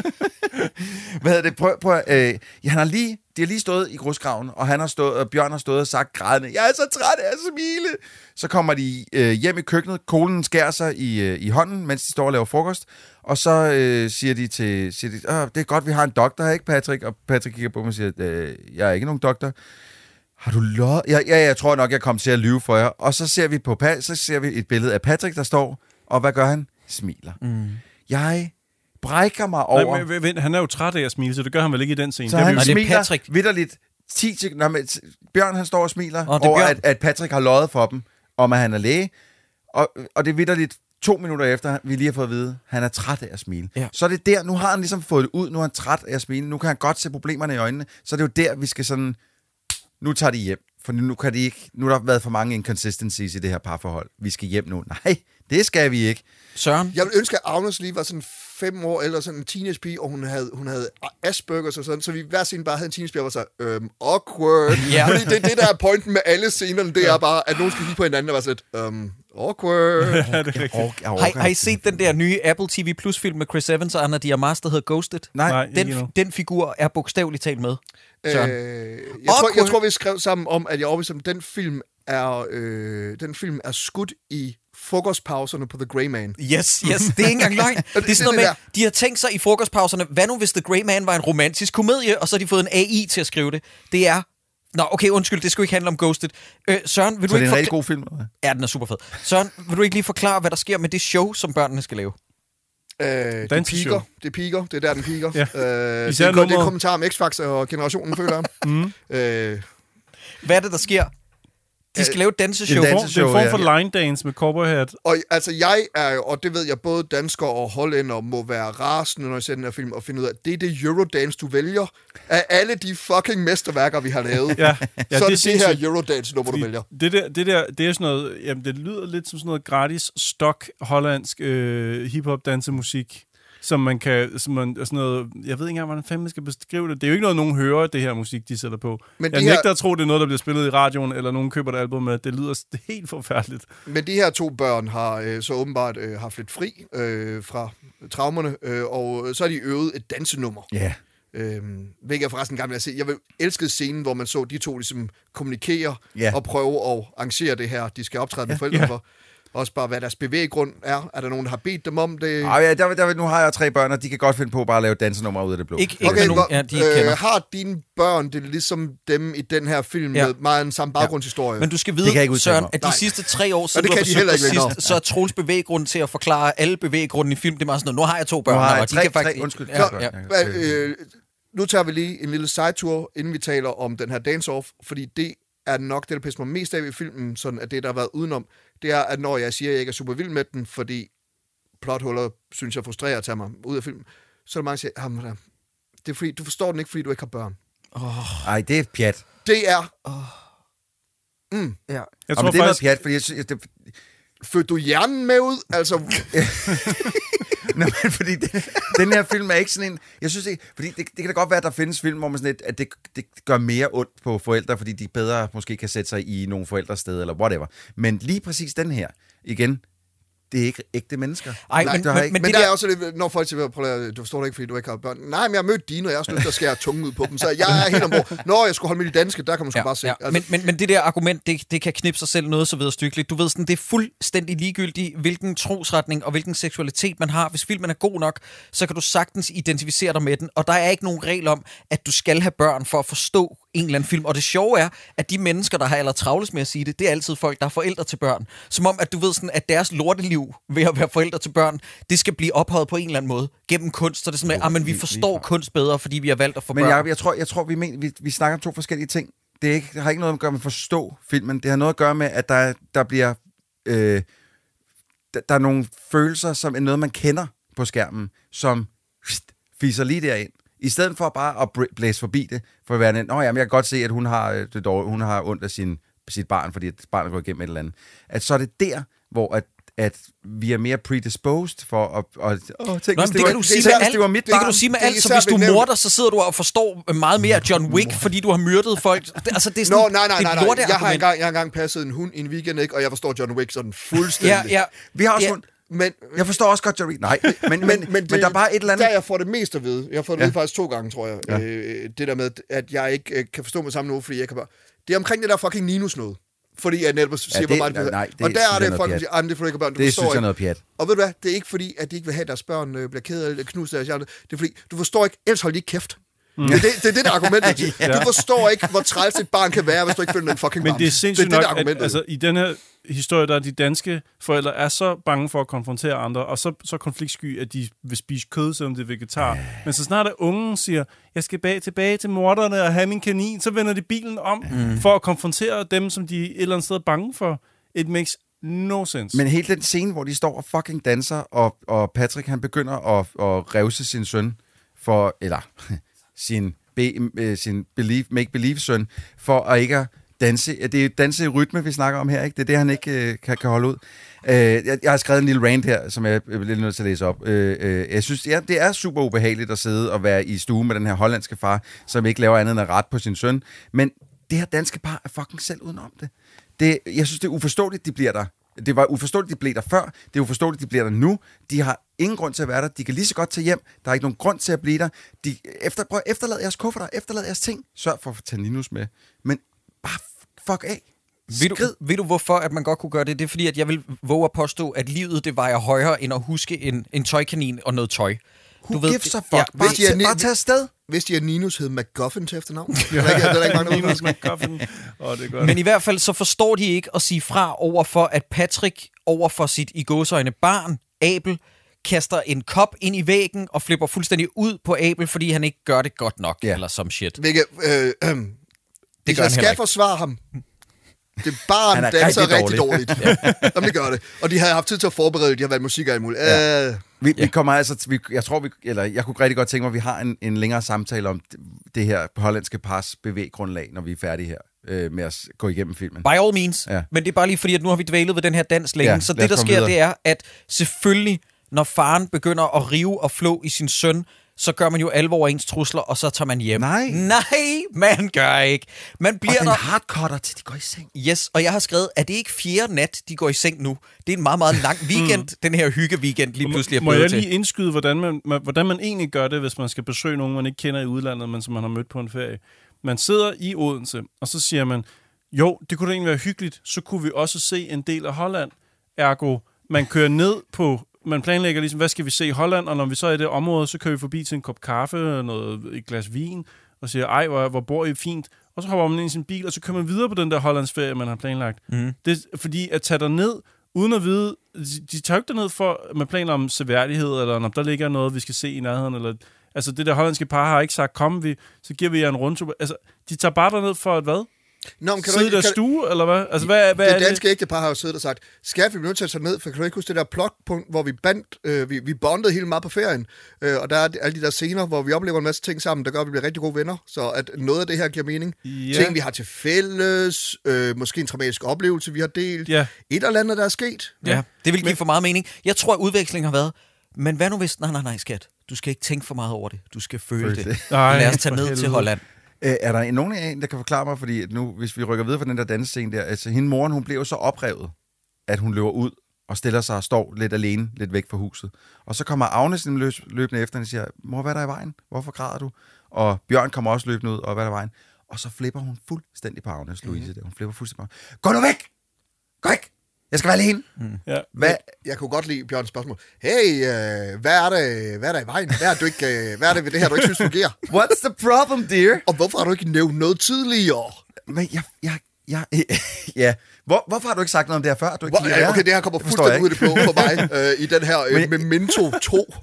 Hvad hedder det? Prøv de har lige stået i grusgraven, og Bjørn har stået og sagt grædende, jeg er så træt af at smile. Så kommer de hjem i køkkenet, kolen skærer sig i hånden, mens de står og laver frokost, og så siger de, det er godt, vi har en doktor her, ikke Patrick? Og Patrick kigger på mig og siger, jeg er ikke nogen doktor. Har du løjet? Ja, jeg tror nok, jeg kom til at lyve for jer. Og så ser vi et billede af Patrick, der står, og hvad gør han? Smiler. Jeg brækker mig over... Nej, men han er jo træt af at smile, så det gør han vel ikke i den scene. Så han smiler vitterligt 10 sekunder. Bjørn, han står og smiler over, at Patrick har løjet for dem, om at han er læge. Og det er vitterligt 2 minutter efter, vi lige har fået at vide, han er træt af at smile. Ja. Så er det der, nu har han ligesom fået det ud, nu er han træt af at smile, nu kan han godt se problemerne i øjnene, så det er jo der, vi skal sådan... Nu tager de hjem, for nu kan de ikke. Nu har der været for mange inconsistencies i det her parforhold. Vi skal hjem nu. Nej, det skal vi ikke. Søren? Jeg vil ønske, at Agnes lige var sådan 5 år eller sådan en teenagepige, og hun havde Aspergers og sådan, så vi hver scene bare havde en teenagepige, og var så, awkward. Ja. Fordi det der pointen med alle scenerne, det er bare, at nogen skal kigge på hinanden og var sådan lidt, awkward. Har I set den der nye Apple TV Plus film med Chris Evans og Ana de Armas, der hedder Ghosted? Nej. Den figur er bogstaveligt talt med. Jeg tror, vi skrev sammen om, at jeg overbeviste om, den film er skudt i frokostpauserne på The Grey Man. Yes, det er ikke engang løgn. Det er sådan noget med, de har tænkt sig i frokostpauserne, hvad nu hvis The Grey Man var en romantisk komedie, og så har de fået en AI til at skrive det. Det er... Nå, okay, undskyld, det skulle ikke handle om Ghosted. Søren, vil du så ikke det er en rigtig god film? Ja, den er super fed. Søren, vil du ikke lige forklare, hvad der sker med det show, som børnene skal lave? Det piker. Det er der, den piker. Ja. Det er en kommentar om X-Factor og generationen, føler jeg. Hvad er det, der sker? De skal lave et danseshow. Det er en form for line dance med cowboy hat. Og altså, jeg er jo, og det ved jeg, både danskere og hollændere må være rasende, når jeg ser den her film, og finde ud af, at det er det Eurodance, du vælger. Af alle de fucking mesterværker, vi har lavet, så er det her Eurodance-nummer, du vælger. Det er sådan noget, jamen det lyder lidt som sådan noget gratis, stok, hollandsk hip-hop dansemusik. Som man sådan noget, jeg ved ikke engang, hvordan fanden man skal beskrive det. Det er jo ikke noget, nogen hører, det her musik, de sætter på. Men jeg nægter at tro, det er noget, der bliver spillet i radioen, eller nogen køber et album med. Det lyder helt forfærdeligt. Men de her 2 børn har så åbenbart haft lidt fri fra traumerne, og så har de øvet et dansenummer. Ja. Hvilket er forresten gammel at se. Jeg elskede scenen, hvor man så de 2 ligesom kommunikere og prøve at arrangere det her. De skal optræde med forældre for. Også bare, hvad deres bevæggrund er. Er der nogen, der har bedt dem om det? Nu har jeg 3 børn, og de kan godt finde på bare at lave dansenummer ud af det blå. Har dine børn det ligesom dem i den her film med meget en samme baggrundshistorie? Men du skal vide, Søren, at de sidste 3 år siden, så er Troels bevæggrund til at forklare alle bevæggrunden i film. Det er meget sådan noget, nu har jeg 2 børn. Og de kan faktisk... Undskyld. Nu tager vi lige en lille side-tour, inden vi taler om den her dance-off, fordi det er nok det, der pisser mig mest af i filmen, sådan at det, der har været udenom, det er, at når jeg siger, at jeg ikke er super vild med den, fordi plothuller, synes jeg, frustrerer at tage mig ud af filmen, så er der mange, der siger, det er fordi, du forstår den ikke, fordi du ikke har børn. Ej, det er pjat. Det er... Ja. Jeg tror det er faktisk... pjat, fordi Fødte du hjernen med ud? Altså... Nå, men fordi den her film er ikke sådan en... Jeg synes ikke... Fordi det kan da godt være, at der findes film, hvor man sådan at det gør mere ondt på forældre, fordi de bedre måske kan sætte sig i nogle forældres sted, eller whatever. Men lige præcis den her, igen... Det er ikke ægte mennesker. Ej, men det er også lidt, når folk siger, du forstår det ikke, fordi du ikke har børn. Nej, men jeg har mødt dine, og jeg har også lyst til at skære tungen ud på dem. Så jeg er helt ombord. Når jeg skulle holde med de danske, der kan man sgu bare se. Ja. Altså. Men det der argument, det kan knippe sig selv noget så videre stykkeligt. Du ved sådan, det er fuldstændig ligegyldigt, hvilken trosretning og hvilken seksualitet man har. Hvis filmen er god nok, så kan du sagtens identificere dig med den. Og der er ikke nogen regel om, at du skal have børn for at forstå en eller anden film. Og det sjove er, at de mennesker, der har aller travlest med at sige det, det er altid folk, der er forældre til børn. Som om, at du ved sådan, at deres lorteliv ved at være forældre til børn, det skal blive ophøjet på en eller anden måde gennem kunst. Så det er sådan, at vi forstår kunst bedre, fordi vi har valgt at få børn. Men jeg tror vi snakker om 2 forskellige ting. Det har ikke noget at gøre med at forstå filmen. Det har noget at gøre med, at der bliver... der er nogle følelser, som er noget, man kender på skærmen, som fiser lige derind. I stedet for bare at blæse forbi det, for at være en, jeg kan godt se, at hun har ondt af sit barn, fordi barnet går igennem et eller andet. At så er det der, hvor at vi er mere predisposed for at tænke, det kan du sige med alt. Det var mit barn. Det kan du sige med alt, så hvis du morder, så sidder du og forstår meget mere af John Wick, fordi du har myrdet folk. Altså, det er sådan, nej. Jeg har engang passet en hund i en weekend, ikke, og jeg forstår John Wick sådan fuldstændig. Ja. Vi har også hund. Men jeg forstår også godt, Jerry. Nej, men der er bare et eller andet... Der jeg får det mest at vide. Jeg får det at vide faktisk 2 gange, tror jeg. Ja. Det der med, at jeg ikke kan forstå mig sammen nu, fordi jeg kan bare... Det er omkring det der fucking Ninus noget. Fordi jeg netop siger, hvor meget det og der er det folk, der siger, det får ikke børn. Det synes jeg noget pjat. Og ved du hvad, det er ikke fordi, at de ikke vil have, at deres børn bliver ked eller knust af. Det er fordi, du forstår ikke, ellers hold de ikke kæft. Det er det der argument. Du forstår ikke, hvor træls et barn kan være, hvis du ikke føler den fucking barn. Men det er sindssygt nok, at altså, i den her historie, der er de danske forældre er så bange for at konfrontere andre, og så konfliktsky, at de vil spise kød, selvom det er vegetar. Men så snart at ungen siger, jeg skal tilbage til morderne og have min kanin, så vender de bilen om for at konfrontere dem, som de et eller andet sted er bange for. It makes no sense. Men hele den scene, hvor de står og fucking danser, og Patrick han begynder at revse sin søn for, eller sin make-believe-søn, for at ikke danse. Det er danse i rytme, vi snakker om her, ikke? Det er det, han ikke kan holde ud. Jeg har skrevet en lille rant her, som jeg er lidt nødt til at læse op. Jeg synes, det er super ubehageligt at sidde og være i stue med den her hollandske far, som ikke laver andet end at rette på sin søn. Men det her danske par er fucking selv udenom det. Jeg synes, det er uforståeligt, de bliver der. Det var uforståeligt, de blev der før. Det er uforståeligt, de bliver der nu. De har ingen grund til at være der. De kan lige så godt tage hjem. Der er ikke nogen grund til at blive der. Prøv at efterlade jeres kufferter. Efterlade jeres ting. Sørg for at tage Ninus med. Men bare fuck af. Ved du hvorfor, at man godt kunne gøre det? Det er fordi, at jeg vil våge at påstå, at livet det vejer højere, end at huske en tøjkanin og noget tøj. Who gives a fuck? Ja, bare tage afsted. Hvis de er Ninus hed McGuffin til efternavn. Ninus McGuffin. Men i hvert fald så forstår de ikke at sige fra over for, at Patrick over for sit i gåseøjne barn, Abel, kaster en kop ind i væggen og flipper fuldstændig ud på Abel, fordi han ikke gør det godt nok, eller som shit. Hvis jeg skal forsvare ham, Det barn danser rigtig dårligt. Ja. Jamen, det gør det. Og de havde haft tid til at forberede, de har valgt musik og alt muligt. Ja. Vi kommer altså... jeg kunne rigtig godt tænke mig, at vi har en længere samtale om det her hollandske pars bevæggrundlag, når vi er færdige her med at gå igennem filmen. By all means. Ja. Men det er bare lige fordi, at nu har vi dvælet ved den her dans længe. Så det, der sker, det er, at selvfølgelig, når faren begynder at rive og flå i sin søn, så gør man jo alvor over ens trusler, og så tager man hjem. Nej, man gør ikke. Man bliver og den hardcutter til, de går i seng. Yes, og jeg har skrevet, at det ikke 4. nat, de går i seng nu. Det er en meget, meget lang weekend, den her hygge-weekend lige pludselig er blevet til. Må jeg lige indskyde, hvordan man egentlig gør det, hvis man skal besøge nogen, man ikke kender i udlandet, men som man har mødt på en ferie? Man sidder i Odense, og så siger man, jo, det kunne da egentlig være hyggeligt, så kunne vi også se en del af Holland. Ergo, man kører ned på... Man planlægger ligesom, hvad skal vi se i Holland, og når vi så er i det område, så kører vi forbi til en kop kaffe, et glas vin, og siger, ej, hvor bor I fint? Og så hopper man ind i sin bil, og så kører man videre på den der hollandsferie, man har planlagt. Det er fordi, at tage ned uden at vide, de tager ikke derned for, med planer om seværdighed, eller om der ligger noget, vi skal se i nærheden, eller... Altså, det der hollandske par har ikke sagt, så giver vi jer en rundtur. Altså, de tager bare derned for at hvad? Nå, kan sidde der stue, eller hvad? Altså, hvad er det? Det danske ægtepar har jo siddet og sagt, skal vi nødt til at tage ned, for kan du ikke huske det der plotpunkt, hvor vi bondede helt meget på ferien, og der er alle de der scener, hvor vi oplever en masse ting sammen, der gør, at vi bliver rigtig gode venner, så at noget af det her giver mening. Ja. Ting, vi har til fælles, måske en traumatisk oplevelse, vi har delt, et eller andet, der er sket. Ja, det vil give for meget mening. Jeg tror, at udvekslingen har været, men hvad nu hvis... Nej, skat. Du skal ikke tænke for meget over det. Du skal føle det. Lad os tage ned til Holland. Er der nogen af en, der kan forklare mig, fordi nu, hvis vi rykker videre fra den der dansescene der, altså hende moren, hun blev jo så oprevet, at hun løber ud og stiller sig og står lidt alene, lidt væk fra huset. Og så kommer Agnes løbende efter hende og siger, mor, hvad er der i vejen? Hvorfor græder du? Og Bjørn kommer også løbende ud, og hvad er der i vejen? Og så flipper hun fuldstændig på Agnes, Louise. Hun flipper fuldstændig på Agnes. Gå nu væk! Gå væk! Jeg skal være alene. Ja. Jeg kunne godt lide Bjørns spørgsmål. Hey, hvad er der i vejen? Hvad er det ved det her, du ikke synes fungerer? What's the problem, dear? Og hvorfor har du ikke nævnt noget tidligere? Men ja. Hvorfor har du ikke sagt noget om det her før? Okay, det her kommer fuldstændig ud af det blå for mig i den her Memento 2.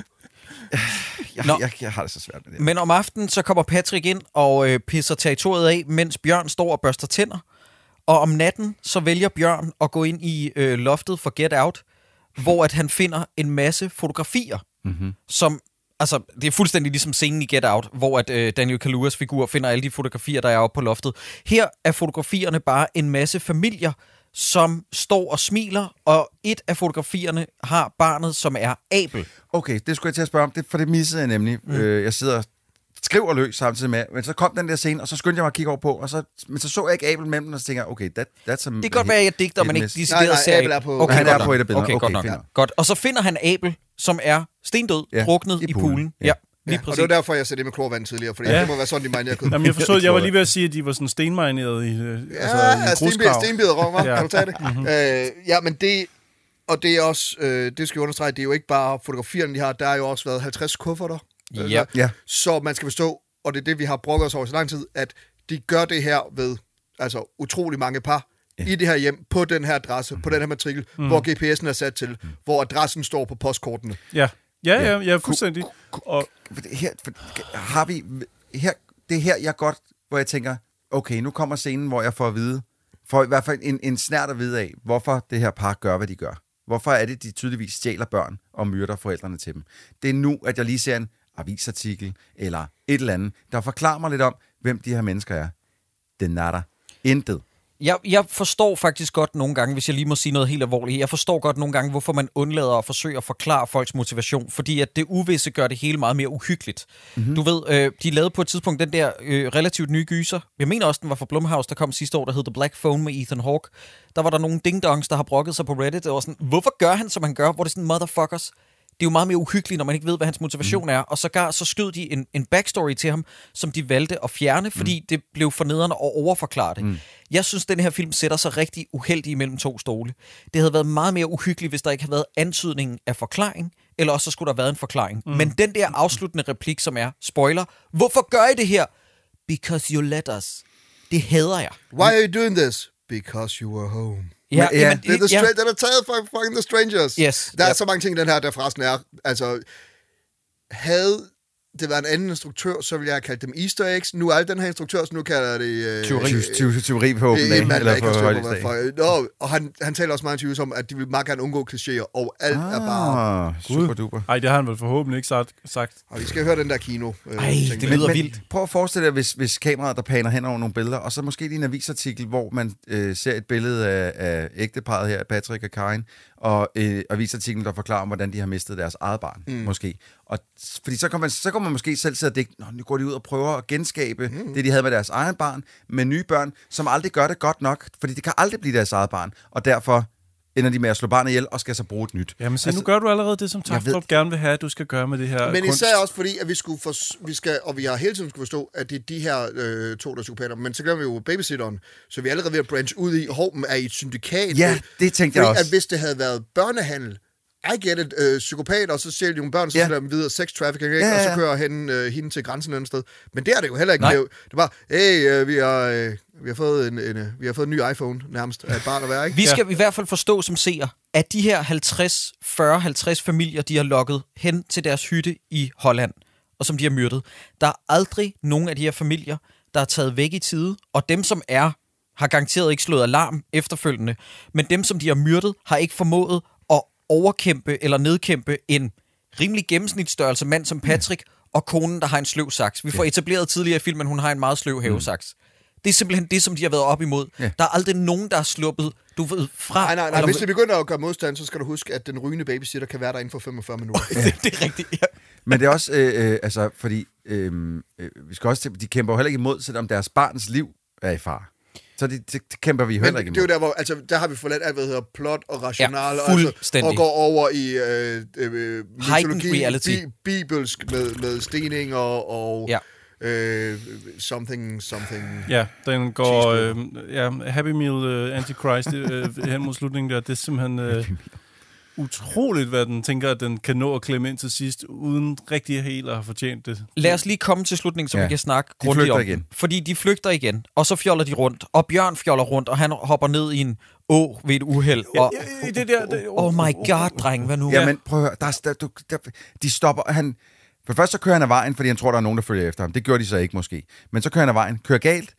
Jeg har det så svært med det. Men om aftenen, så kommer Patrick ind og pisser territoriet af, mens Bjørn står og børster tænder. Og om natten, så vælger Bjørn at gå ind i loftet for Get Out, hvor at han finder en masse fotografier, som... Altså, det er fuldstændig ligesom scenen i Get Out, hvor at Daniel Kaluuya's figur finder alle de fotografier, der er oppe på loftet. Her er fotografierne bare en masse familier, som står og smiler, og et af fotografierne har barnet, som er Abel. Okay, det skulle jeg til at spørge om, for det missede jeg nemlig. Jeg sidder og skriver løs samtidig med, men så kom den der scene, og så skyndte jeg mig at kigge over på, men så så jeg ikke Abel mellem, og så tænker jeg, okay, that's a... Det kan godt være, at jeg digter, men ikke decideret ser Abel er på... Okay, han er på et af billederne. Okay, godt nok. Godt. Og så finder han Abel, som er stendød, druknet i poolen. Ja. Og det var derfor, jeg satte det med klorvand tidligere, fordi det må være sådan, de marinerede kød. Jamen, jeg forstod, jeg var lige ved at sige, at de var sådan stenmarineret i stenbider rom, kan du tage det? Men det... Og det er også, det skal jeg understrege, det er jo ikke bare fotografierne, de har, der har jo også været 50 kufferter. Så man skal forstå, og det er det, vi har brokket os over så lang tid, at de gør det her ved utrolig mange par i det her hjem, på den her adresse, på den her matrikel, hvor GPS'en er sat til, hvor adressen står på postkortene. Ja, fuldstændig. Og her har vi... Det er her, jeg godt, hvor jeg tænker, okay, nu kommer scenen, hvor jeg får at vide, for i hvert fald en snært at vide af, hvorfor det her par gør, hvad de gør. Hvorfor er det, de tydeligvis stjæler børn og myrder forældrene til dem? Det er nu, at jeg lige ser en avisartikel eller et eller andet, der forklarer mig lidt om, hvem de her mennesker er. Det er der intet. Jeg forstår faktisk godt nogle gange, hvis jeg lige må sige noget helt alvorligt, jeg forstår godt nogle gange, hvorfor man undlader at forsøge at forklare folks motivation, fordi at det uvisse gør det hele meget mere uhyggeligt. Du ved, de lavede på et tidspunkt den der relativt nye gyser. Jeg mener også, den var fra Blumhouse, der kom sidste år, der hed The Black Phone med Ethan Hawke. Der var der nogle ding-dongs, der har brokket sig på Reddit, og sådan, hvorfor gør han, som han gør? Hvor det er sådan, motherfuckers. Det er jo meget mere uhyggeligt, når man ikke ved, hvad hans motivation er. Og så skød de en backstory til ham, som de valgte at fjerne, fordi det blev for nederne at overforklare det. Jeg synes, den her film sætter sig rigtig uheldig imellem to stole. Det havde været meget mere uhyggeligt, hvis der ikke havde været antydningen af forklaring, eller også så skulle der have været en forklaring. Men den der afsluttende replik, som er, spoiler, hvorfor gør I det her? Because you let us. Det hader jeg. Why are you doing this? Because you were home. Ja, den er taget fra fucking The Strangers. Yes. Der er så mange ting, den her, der forresten er, havde det var en anden instruktør, så ville jeg have kaldt dem Easter eggs. Nu er den her instruktør, så nu kalder jeg det... Tyveri på åben dag, eller på højlysdag. Og han taler også meget interviews om, at de vil meget gerne undgå klichéer, og alt er bare... Super duper. Ej, det har han vel forhåbentlig ikke sagt. Og vi skal høre den der kino. Det lyder vildt. Prøv at forestille dig, hvis kameraet der paner hen over nogle billeder, og så måske lige en avisartikel, hvor man ser et billede af ægteparret her, Patrick og Karin, og avisartiklen, der forklarer om, hvordan de har mistet deres eget barn, måske. Og fordi så kan man måske selv sidde og dække, nu går de ud og prøver at genskabe det, de havde med deres egen barn, med nye børn, som aldrig gør det godt nok, fordi det kan aldrig blive deres eget barn, og derfor ender de med at slå barnet ihjel og skal så bruge et nyt. Jamen se, nu gør du allerede det, som Tafstrup gerne vil have, at du skal gøre med det her men kunst. især også fordi, at vi har hele tiden skulle forstå, at det er de her to, der psykopater, men så glemmer vi jo babysitteren, så vi er allerede ved at branche ud i, Håben er i et syndikat. Ja, det tænkte jeg også. At hvis det havde været børnehandel, I get it, psykopater, og så sælger de nogle børn, så sætter dem videre sex trafficking, ikke? Og så kører hende til grænsen et andet sted. Men det er det jo heller ikke. Det er bare, hey, vi har fået en ny iPhone nærmest af et barn at være, ikke? Vi skal i hvert fald forstå som seer, at de her 50 familier, de har lokket hen til deres hytte i Holland, og som de har myrdet. Der er aldrig nogen af de her familier, der er taget væk i tide, og dem, som har garanteret ikke slået alarm efterfølgende, men dem, som de har myrdet, har ikke formået at overkæmpe eller nedkæmpe en rimelig gennemsnitsstørrelse mand som Patrick, og konen, der har en sløv saks. Vi får etableret tidligere i filmen, hun har en meget sløv havesaks. Det er simpelthen det, som de har været op imod. Ja. Der er aldrig nogen, der har sluppet, fra... Nej. Hvis de begynder at gøre modstand, så skal du huske, at den rygende babysitter kan være der inden for 45 minutter. Det er rigtigt, ja. Men det er også, fordi vi skal også de kæmper jo heller ikke imod, selvom deres barns liv er i fare. Så det kæmper vi heller ikke imod. Det er jo der, hvor der har vi forladt alt, hvad hedder plot og rationale, fuldstændig. Og går over i mytologi, bibelsk med stening og something. Ja, den går Happy Meal Antichrist hen mod slutningen der. Det er simpelthen utroligt, hvad den tænker, at den kan nå at klemme ind til sidst, uden rigtig helt at have fortjent det. Lad os lige komme til slutningen, så vi kan snakke grundigt om igen. Fordi de flygter igen, og så fjoller de rundt, og Bjørn fjoller rundt, og han hopper ned i en å ved et uheld. Og, oh my god, dreng, hvad nu? Jamen, prøv at høre, de stopper, for først så kører han af vejen, fordi han tror, der er nogen, der følger efter ham. Det gjorde de så ikke måske. Men så kører han af vejen, kører galt,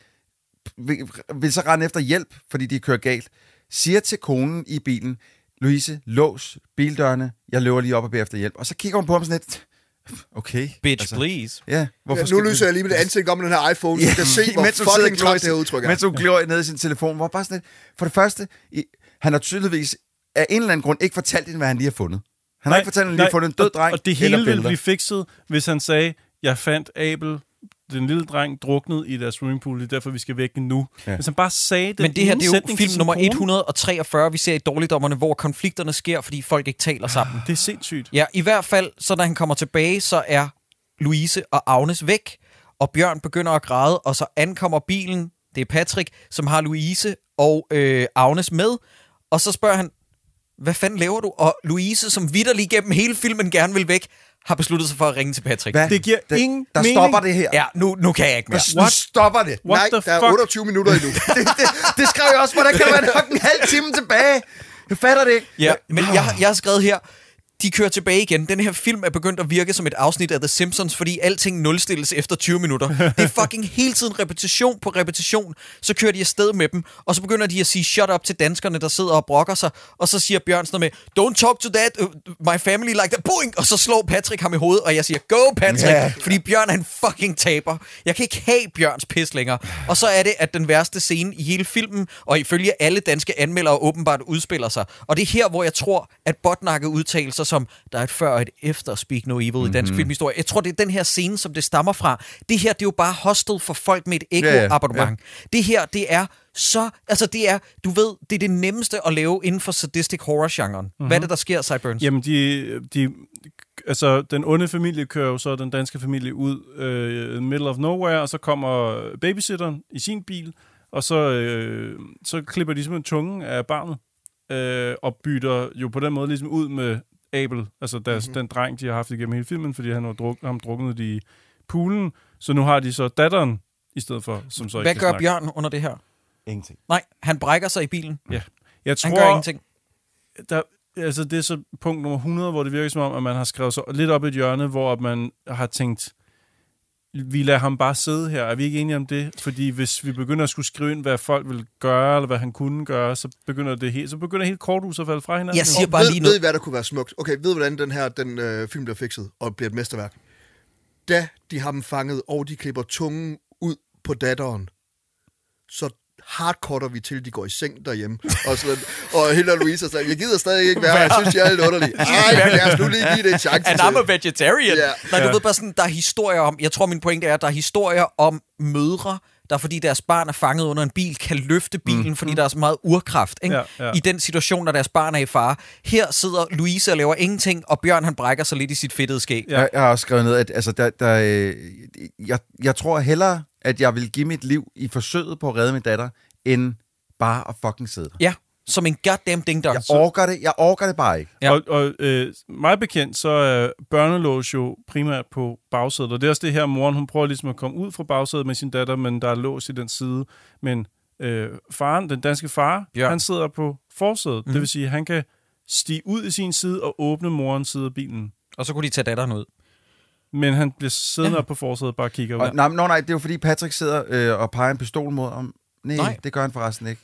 vil så rende efter hjælp, fordi de kører galt, siger til konen i bilen, Louise, lås bildørene, jeg løber lige op og beder efter hjælp. Og så kigger hun på ham sådan lidt, okay. Bitch, please. Ja, nu lyser jeg lige med det ansigt om den her iPhone, så du kan se, hvor fucking klart det her udtryk er. Mens hun glor ned i sin telefon, hvor bare sådan lidt, for det første, han har tydeligvis af en eller anden grund ikke fortalt hende, hvad han lige har fundet. Han har ikke fortalt hende, lige har fundet en død dreng. Og det hele ville blive fikset, hvis han sagde, jeg fandt Abel, den lille dreng, druknet i deres swimmingpool, det er derfor, vi skal væk nu. Ja. Hvis han bare sagde det. Men det her, det er jo film nummer 143, vi ser i Dårligdommerne, hvor konflikterne sker, fordi folk ikke taler sammen. Det er sindssygt. Ja, i hvert fald, så når han kommer tilbage, så er Louise og Agnes væk, og Bjørn begynder at græde, og så ankommer bilen, det er Patrick, som har Louise og Agnes med, og så spørger han, hvad fanden laver du? Og Louise, som vitterlig gennem hele filmen gerne vil væk, har besluttet sig for at ringe til Patrick. Hvad? Det giver ingen der mening. Stopper det her. Ja, nu kan jeg ikke mere. Nu stopper det. Nej, der er 28 minutter endnu. det skrev jeg også, hvordan kan der være nok en halv time tilbage? Jeg fatter det ikke. Ja, men jeg har skrevet her, de kører tilbage igen. Den her film er begyndt at virke som et afsnit af The Simpsons, fordi alting nulstilles efter 20 minutter. Det er fucking hele tiden repetition på repetition. Så kører de afsted med dem, og så begynder de at sige shut up til danskerne, der sidder og brokker sig. Og så siger Bjørn sådan noget med, don't talk to that, my family like that, boing! Og så slår Patrick ham i hovedet, og jeg siger, go Patrick! Fordi Bjørn er en fucking taber. Jeg kan ikke have Bjørns pis længere. Og så er det, at den værste scene i hele filmen, og ifølge alle danske anmeldere åbenbart udspiller sig. Og det er her, hvor jeg tror, at Botnakke udtalelser som, der er et før og et efter Speak No Evil i dansk filmhistorie. Jeg tror, det er den her scene, som det stammer fra. Det her, det er jo bare Hostel for folk med et Echo-abonnement. Det her, det er så... Altså, det er, du ved, det er det nemmeste at lave inden for sadistic horror-genren. Hvad er det, der sker, Cyburns? Jamen, altså, den onde familie kører jo så den danske familie ud middle of nowhere, og så kommer babysitteren i sin bil, og så klipper de simpelthen tungen af barnet, og bytter jo på den måde ligesom ud med Abel, altså den dreng, de har haft igennem hele filmen, fordi han har druknet i poolen, så nu har de så datteren i stedet for, som så Hvad gør Bjørn under det her? Ingenting. Nej, han brækker sig i bilen. Ja. Jeg tror, han gør ingenting. Altså, det er så punkt nummer 100, hvor det virker som om, at man har skrevet så lidt op i et hjørne, hvor man har tænkt, vi lader ham bare sidde her. Er vi ikke enige om det? Fordi hvis vi begynder at skulle skrive ind, hvad folk vil gøre, eller hvad han kunne gøre, så begynder helt korthuset at falde fra hinanden. Jeg siger bare lige noget. Ved I, hvad der kunne være smukt? Okay, ved hvordan den film bliver fikset og bliver et mesterværk? Da de har dem fanget, og de klipper tungen ud på datteren, så hardcutter vi til, de går i seng derhjemme. Og Hilda Louise sagde, jeg gider stadig ikke være, jeg synes, jeg er lidt underlig. Ej, lad os nu lige give det en chance til. And I'm a vegetarian. Yeah. Nej, du ved bare sådan, der er historier om, jeg tror min pointe er, at der er historier om mødre, der fordi deres barn er fanget under en bil, kan løfte bilen, fordi der er så meget urkraft, ikke? I den situation, når deres barn er i fare. Her sidder Louise og laver ingenting, og Bjørn han brækker sig lidt i sit fedtede skæg. Jeg har også skrevet ned, at altså, jeg tror hellere, at jeg vil give mit liv i forsøget på at redde min datter, end bare at fucking sidde der. Ja, som en goddamn ding-dong. Jeg orker det bare ikke. Ja. Og meget bekendt, så er børnelås jo primært på bagsædet, og det er også det her, moren, hun prøver ligesom at komme ud fra bagsædet med sin datter, men der er lås i den side. Men faren, den danske far, han sidder på forsædet. Det vil sige, at han kan stige ud i sin side og åbne morens side af bilen. Og så kunne de tage datteren ud. Men han bliver siddende op på forsædet og bare kigger ud. Nej, det er jo fordi Patrick sidder og peger en pistol mod ham. Nej, det gør han forresten ikke.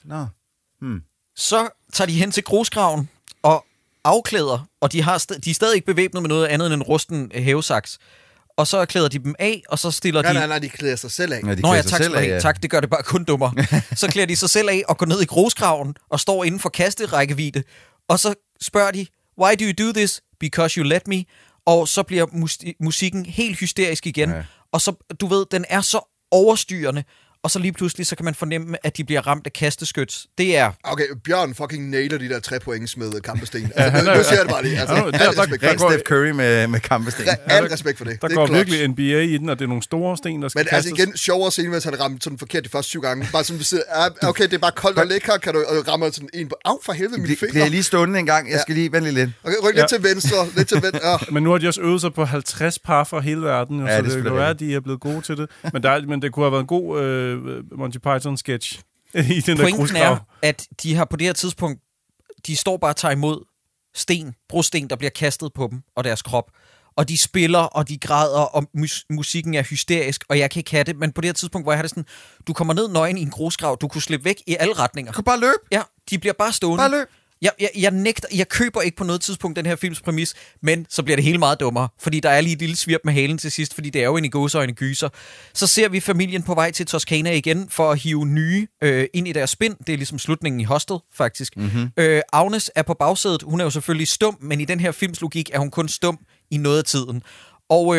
Så tager de hen til grusgraven og afklæder, og de er stadig ikke bevæbnet med noget andet end en rusten hævesaks. Og så klæder de dem af, og så stiller de... Nej, de klæder sig selv af. Tak, det gør det bare kun dummere. Så klæder de sig selv af og går ned i grusgraven og står inden for kasterækkevidde. Og så spørger de, why do you do this? Because you let me. Og så bliver musikken helt hysterisk igen. Ja. Og så, du ved, den er så overstyrende. Og så lige pludselig, så kan man fornemme, at de bliver ramt af kasteskyts. Det er... Okay, Bjørn fucking nailer de der 3 points med kampesten. Altså, nu siger jeg det bare lige. Der Steph Curry med kampesten. Al respekt for det. Der går virkelig NBA i den, og det er nogle store sten, der skal kastes. Men altså igen, sjovere scene, hvis han rammer sådan forkert de første 7 gange. Bare sådan, vi sidder, okay, det er bare koldt og lækker, kan du rammer sådan en på... For helvede, mine fingre. Det er lige stående en gang. Jeg skal lige vente lidt. Okay, ryk lidt til venstre, lidt til venstre. Men nu har de også øvet sig på 50 par fra hele verden, så det kan være, at de er blevet gode til det. Men det kunne have været en god Monty Python-sketch i den der grusgrav. Er, at de har på det her tidspunkt, de står bare og tager imod brosten, der bliver kastet på dem og deres krop. Og de spiller, og de græder, og musikken er hysterisk, og jeg kan ikke have det. Men på det her tidspunkt, hvor jeg har det sådan, du kommer ned nøgen i en grusgrav, du kunne slippe væk i alle retninger. Du kan bare løbe. Ja, de bliver bare stående. Bare løb. Jeg køber ikke på noget tidspunkt den her films præmis, men så bliver det hele meget dummere, fordi der er lige et lille svirp med halen til sidst, fordi det er jo en i gåseøjne gyser. Så ser vi familien på vej til Toscana igen for at hive nye ind i deres spind. Det er ligesom slutningen i Hostel, faktisk. Mm-hmm. Agnes er på bagsædet. Hun er jo selvfølgelig stum, men i den her films logik er hun kun stum i noget af tiden. Og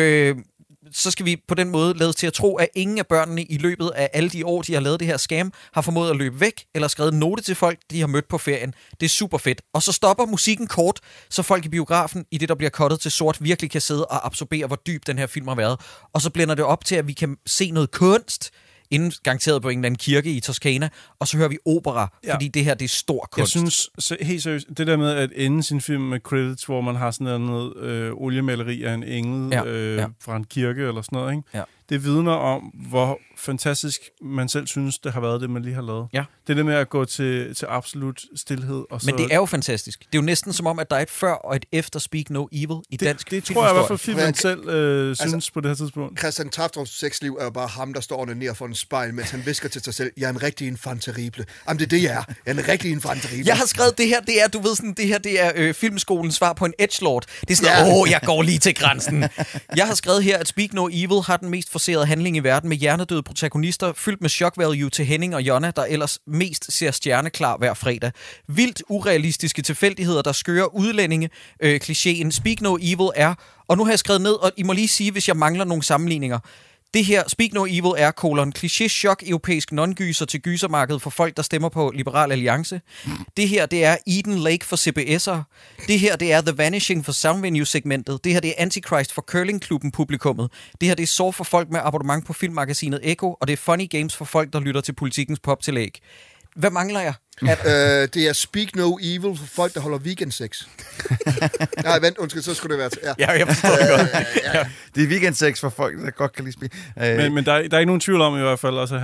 så skal vi på den måde lade til at tro, at ingen af børnene i løbet af alle de år, de har lavet det her scam, har formået at løbe væk, eller skrevet en note til folk, de har mødt på ferien. Det er super fedt. Og så stopper musikken kort, så folk i biografen, i det der bliver cuttet til sort, virkelig kan sidde og absorbere, hvor dyb den her film har været. Og så blænder det op til, at vi kan se noget kunst, inden garanteret på en eller anden kirke i Toscana, og så hører vi opera, fordi det her, det er stor kunst. Jeg synes helt seriøst, det der med at ende sin film med credits, hvor man har sådan noget oliemaleri af en engel fra en kirke eller sådan noget, ikke? Ja. Det vidner om, hvor fantastisk man selv synes, det har været det, man lige har lavet. Ja. Det der med at gå til absolut stilhed. Og så... Men det er jo fantastisk. Det er jo næsten som om, at der er et før og et efter Speak No Evil i dansk Det tror jeg i hvert fald, filmen selv synes på det her tidspunkt. Christian Tafdrups sexliv er jo bare ham, der står ned for en spejl, mens han visker til sig selv, jeg er en rigtig infanterible. Jamen, det er det, jeg er. Jeg er en rigtig infanterible. Jeg har skrevet det her, det er, du ved sådan, det her, det er filmskolens svar på en edgelord. Det er sådan, jeg går lige til grænsen. Jeg har skrevet her, at Speak No Evil har den mest forcerede handling i verden med hjernedøde protagonister, fyldt med shock value til Henning og Jonna, der ellers mest ser stjerneklar hver fredag. Vildt urealistiske tilfældigheder, der skører udlændinge. Klichéen Speak No Evil er, og nu har jeg skrevet ned, og I må lige sige, hvis jeg mangler nogle sammenligninger. Det her, Speak No Evil, er kliché-chok europæisk non-gyser til gysermarkedet for folk, der stemmer på Liberal Alliance. Det her, det er Eden Lake for CBS'ere. Det her, det er The Vanishing for Soundvenue-segmentet. Det her, det er Antichrist for Curling-klubben publikummet. Det her, det er Saw for folk med abonnement på filmmagasinet Echo, og det er Funny Games for folk, der lytter til Politikens poptillæg. Hvad mangler jeg? Det er Speak No Evil for folk, der holder weekendsex. Nej, vent, undskyld, så skulle det være... Ja, jeg forstår det godt. Det er weekendsex for folk, der godt kan lide speak. Men der er ikke nogen tvivl om i hvert fald, altså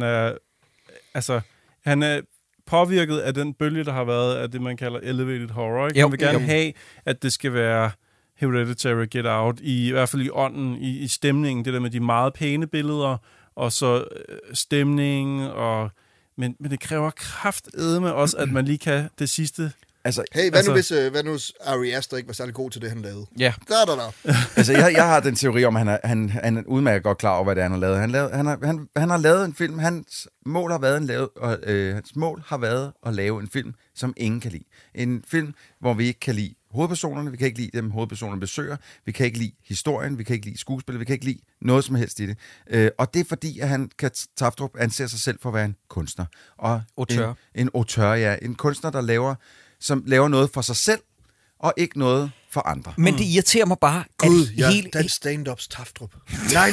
han er påvirket af den bølge, der har været af det, man kalder elevated horror. Ikke? Man vil gerne have, at det skal være Hereditary, Get Out, i hvert fald i ånden, i stemningen, det der med de meget pæne billeder, og så stemning, men det kræver kraftedme også, at man lige kan det sidste. Altså, hey, hvad nu hvis Ari Aster ikke var særlig god til det, han lavede? Ja. Da. Altså, jeg har den teori om, at han er udmærket godt klar over, hvad det er, han har lavet. Han har lavet en film. Hans mål har været at lave en film, som ingen kan lide. En film, hvor vi ikke kan lide hovedpersonerne, vi kan ikke lide dem, hovedpersonerne besøger, vi kan ikke lide historien, vi kan ikke lide skuespillet, vi kan ikke lide noget som helst i det. Og det er fordi, at Tafdrup anser sig selv for at være en kunstner. Og auteur. En auteur, ja. En kunstner, som laver noget for sig selv, og ikke noget for andre. Men det irriterer mig bare, Gud, at den stand-ups Tafdrup. Nej.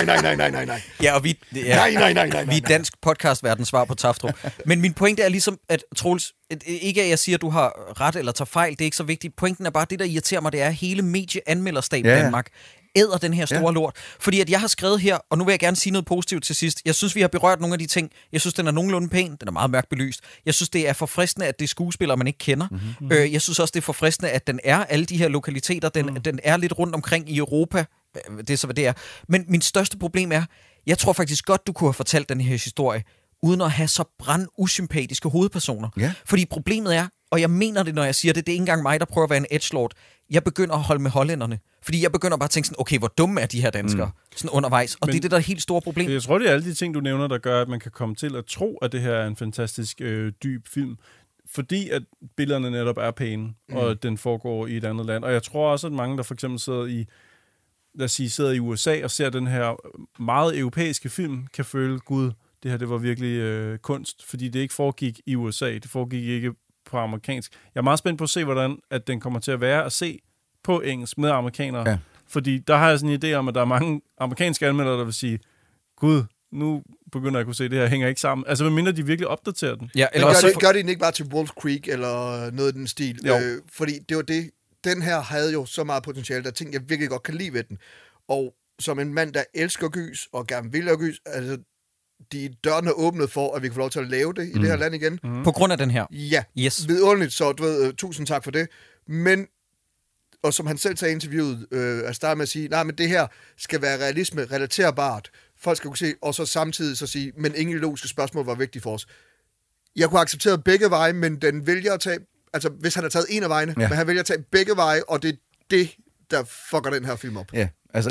Ja, og vi er dansk podcastverden svar på Tafdrup. Men min pointe er ligesom, at Troels, ikke at jeg siger, at du har ret eller tager fejl, det er ikke så vigtigt. Pointen er bare, det der irriterer mig, det er, at hele medieanmelderstaben Danmark æder den her store lort. Fordi at jeg har skrevet her, og nu vil jeg gerne sige noget positivt til sidst. Jeg synes, vi har berørt nogle af de ting. Jeg synes, den er nogenlunde pæn. Den er meget mørkt belyst. Jeg synes, det er forfriskende, at det er skuespillere, man ikke kender. Mm-hmm. Jeg synes også, det er forfriskende, at den er alle de her lokaliteter. Den er lidt rundt omkring i Europa. Det er så, hvad det er. Men min største problem er, jeg tror faktisk godt, du kunne have fortalt den her historie, uden at have så brandusympatiske hovedpersoner. Yeah. Fordi problemet er, og jeg mener det, når jeg siger det, det er ikke engang mig, der prøver at være en edgelord. Jeg begynder at holde med hollænderne. Fordi jeg begynder bare at tænke sådan, okay, hvor dumme er de her danskere sådan undervejs. Og men, det er det, der er et helt stort problem. Jeg tror, det er alle de ting, du nævner, der gør, at man kan komme til at tro, at det her er en fantastisk dyb film. Fordi at billederne netop er pæne, og den foregår i et andet land. Og jeg tror også, at mange, der for eksempel sidder i USA og ser den her meget europæiske film, kan føle, gud, det her det var virkelig kunst. Fordi det ikke foregik i USA. Det foregik ikke på amerikansk. Jeg er meget spændt på at se, hvordan at den kommer til at være at se på engelsk med amerikanere. Ja. Fordi der har jeg sådan en idé om, at der er mange amerikanske anmeldere, der vil sige, gud, nu begynder jeg at kunne se, at det her hænger ikke sammen. Altså, medmindre de virkelig opdaterer den. Ja, eller gør det ikke bare til Wolf Creek eller noget i den stil? Fordi det var det. Den her havde jo så meget potentiale, der ting, jeg virkelig godt kan lide ved den. Og som en mand, der elsker gys og gerne vil lave gys, altså de dørene er åbnet for, at vi kan få lov til at lave det i det her land igen. På grund af den her? Ja, vidunderligt, så du ved, tusind tak for det. Men, og som han selv tager interviewet, at starte med at sige, nej, men det her skal være realisme, relaterbart. Folk skal kunne se, og så samtidig så sige, men ingen logiske spørgsmål var vigtige for os. Jeg kunne acceptere begge veje, men den vælger at tage, altså hvis han har taget en af vejene, men han vælger at tage begge veje, og det er det, der fucker den her film op. Ja, altså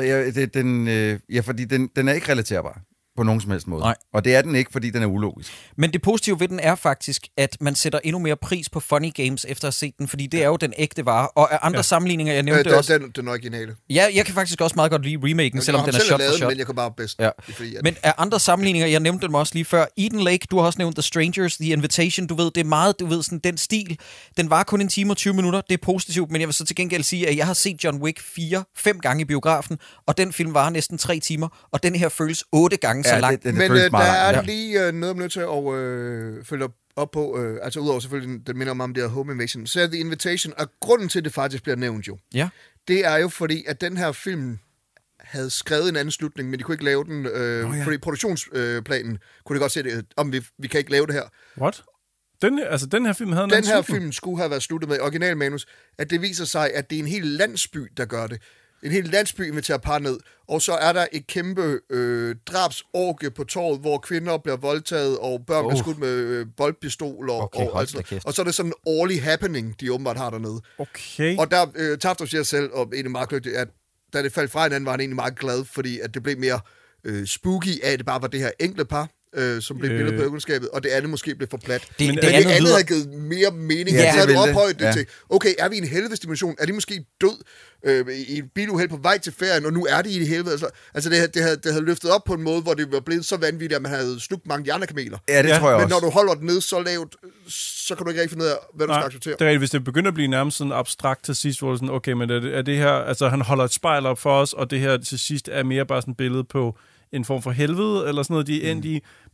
fordi den er ikke relaterbar på nogen som helst måde. Nej. Og det er den ikke, fordi den er ulogisk. Men det positive ved den er faktisk, at man sætter endnu mere pris på funny games efter at se den, fordi det er jo den ægte vare. Og af andre sammenligninger, jeg nævnte også... Den originale. Ja, jeg kan faktisk også meget godt lide remaken, selvom den er shot for shot. Men jeg kan bare bedst. Ja. Men af andre sammenligninger, jeg nævnte dem også lige før, Eden Lake, du har også nævnt The Strangers, The Invitation, du ved, det er meget, du ved, sådan den stil. Den var kun 1 time og 20 minutter, det er positivt, men jeg vil så til gengæld sige, at jeg har set John Wick 4-5 gange i biografen, og den film var næsten 3 timer, og den her føles 8 gange så lang. Men der er lige noget, man nødt til at følge op på, altså udover selvfølgelig, den minder om det her Home Invasion, så er The Invitation, og grunden til, det faktisk bliver nævnt jo, det er jo fordi, at den her film havde skrevet en anden slutning, men de kunne ikke lave den, fordi produktionsplanen kunne de godt se det, om vi kan ikke lave det her. What? Den her film havde en Den her film skulle have været sluttet med originalmanus, at det viser sig, at det er en hel landsby, der gør det. En hel landsby inviterer par ned, og så er der et kæmpe drabsorgie på torvet, hvor kvinder bliver voldtaget, og børn bliver skudt med boldpistoler. Og så er det sådan en årlig happening, de åbenbart har dernede. Okay. Og der Tafdrup siger selv, og egentlig meget kløgtigt, at da det faldt fra hinanden, var han egentlig meget glad, fordi at det blev mere spooky af, at det bare var det her enkle par, som blev billedet på økonomiskabet, og det andet måske blev for plat. Men det andet havde givet mere mening. Ja, så havde du ophøjet det til, okay, er vi i en helvedesdimension? Er de måske død i et biluheld på vej til ferien, og nu er de i det helvede? Altså det havde løftet op på en måde, hvor det var blevet så vanvittigt, at man havde slugt mange de andre kameler. Ja, det tror jeg også. Men når du holder det ned så lavt, så kan du ikke rigtig finde ud af, hvad du skal acceptere. Det er, hvis det begynder at blive nærmest sådan abstrakt til sidst, hvor det sådan, okay, men er det her, altså han holder et spejl op for os, og det her til sidst er mere bare sådan et billede på en form for helvede, eller sådan noget, de er endt i.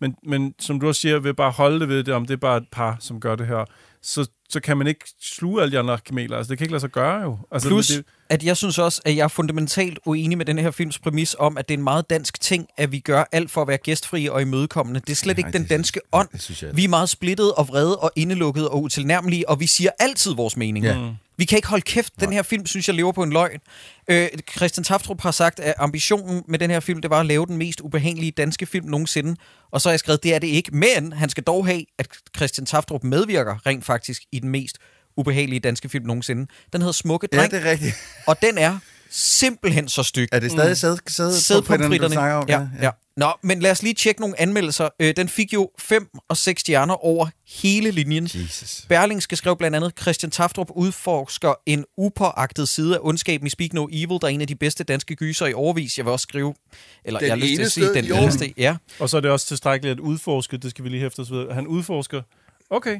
Men som du også siger, ved bare holde det ved det, om det er bare et par, som gør det her, så kan man ikke sluge alle de andre kameler. Altså, det kan ikke lade sig gøre jo. Altså, plus, at jeg synes også, at jeg er fundamentalt uenig med den her films præmis om, at det er en meget dansk ting, at vi gør alt for at være gæstfrie og imødekommende. Det er slet ikke den danske ånd. Vi er meget splittede og vrede og indelukkede og utilnærmelige, og vi siger altid vores mening. Ja. Vi kan ikke holde kæft. Den her film, synes jeg, lever på en løgn. Christian Tafdrup har sagt, at ambitionen med den her film, det var at lave den mest ubehagelige danske film nogensinde. Og så har jeg skrevet, det er det ikke. Men han skal dog have, at Christian Tafdrup medvirker rent faktisk i den mest ubehagelige danske film nogensinde. Den hedder Smukke Dreng. Ja, det er rigtigt. Og den er simpelthen så styg. Er det stadig sædpomfritterne? Ja. Nå, men lad os lige tjekke nogle anmeldelser. Den fik jo 5 og 6 stjerner over hele linjen. Jesus. Berlingske skrev blandt andet, Christian Tafdrup udforsker en upåagtet side af ondskaben i Speak No Evil, der er en af de bedste danske gyser i årevis. Jeg vil også skrive, eller den jeg har lyst til at sige, den eneste. Ja. Og så er det også tilstrækkeligt at udforske, det skal vi lige hæfte os ved. Han udforsker, okay,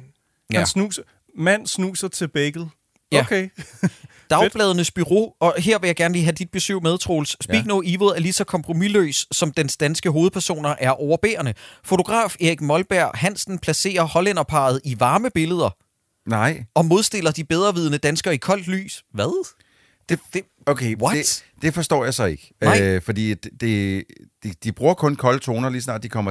mand snuser til bagel. Okay. Dagbladenes Bureau, og her vil jeg gerne lige have dit besøg med, Troels. Speak No Evil er lige så kompromisløs, som dens danske hovedpersoner er overbærende. Fotograf Erik Molberg Hansen placerer hollænderparret i varme billeder. Nej. Og modstiller de bedrevidende danskere i koldt lys. Hvad? Okay, det forstår jeg så ikke. Fordi de bruger kun kolde toner, lige snart de kommer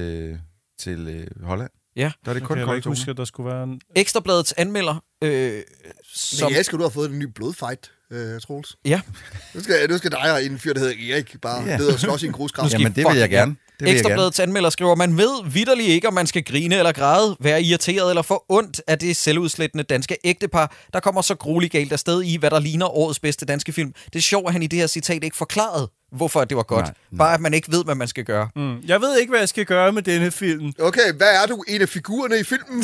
til Holland. Ja. Der er det kun kolde toner. Huske, der skulle være en... Ekstrabladets anmelder... Men jeg skal du have fået en ny blodfight, Troels. Ja. Nu skal dig og en fyr, der hedder Erik, bare ned og slås i en grusgrav. Jamen, det vil jeg gerne. Ekstrabladets anmelder skriver, man ved vitterligt ikke, om man skal grine eller græde, være irriteret eller få ondt af det selvudslættende danske ægtepar, der kommer så grueligt galt afsted i, hvad der ligner årets bedste danske film. Det er sjovt, at han i det her citat ikke forklarede, hvorfor det var godt. Nej. Bare at man ikke ved, hvad man skal gøre. Jeg ved ikke, hvad jeg skal gøre med denne film. Okay, hvad er du? En af figurerne i filmen?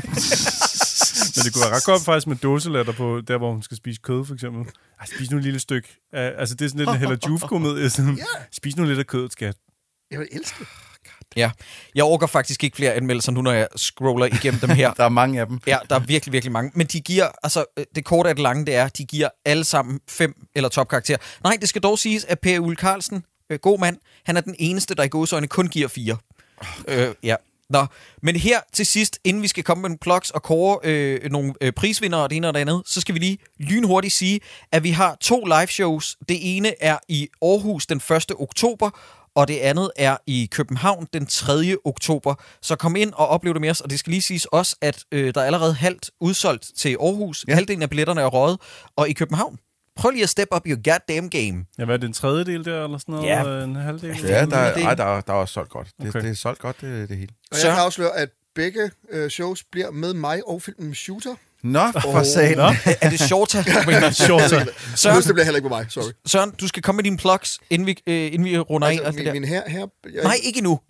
Men det kunne være ret godt faktisk med dåselatter på, der hvor hun skal spise kød, for eksempel. Spis nu et lille stykke. Altså, det er sådan lidt en Hella Juf-komedie. Spis nu lidt af kødet, skat. Jeg vil elske det. Ja, jeg orker faktisk ikke flere anmeldelser nu, når jeg scroller igennem dem her. Der er mange af dem. Ja, der er virkelig, virkelig mange. Men de giver, altså det korte af det lange, det er, de giver alle sammen 5 eller topkarakterer. Nej, det skal dog siges, at Per Uhl Carlsen, god mand, han er den eneste, der i gåseøjne kun giver 4. Ja. Nå, men her til sidst, inden vi skal komme med nogle plugs og kåre nogle prisvindere og det ene og det andet, så skal vi lige lynhurtigt sige, at vi har 2 live shows. Det ene er i Aarhus den 1. oktober, og det andet er i København den 3. oktober. Så kom ind og oplev det med os, og det skal lige siges også, at der er allerede halvt udsolgt til Aarhus. Ja. Halvdelen af billetterne er røget, og i København, prøv lige at step up your goddamn game. Ja, hvad er det, en tredjedel der, eller sådan noget? Ja. En halvdel? Ja, der er også solgt godt. Okay. Det er solgt godt, det hele. Og jeg kan afsløre, at begge shows bliver med mig og filmen Shooter. Nå, for satan. Er det Shorter? Søren, det bliver heller ikke på mig, sorry. Søren, du skal komme med dine plugs, inden vi runder altså, af. Min her, nej, ikke endnu.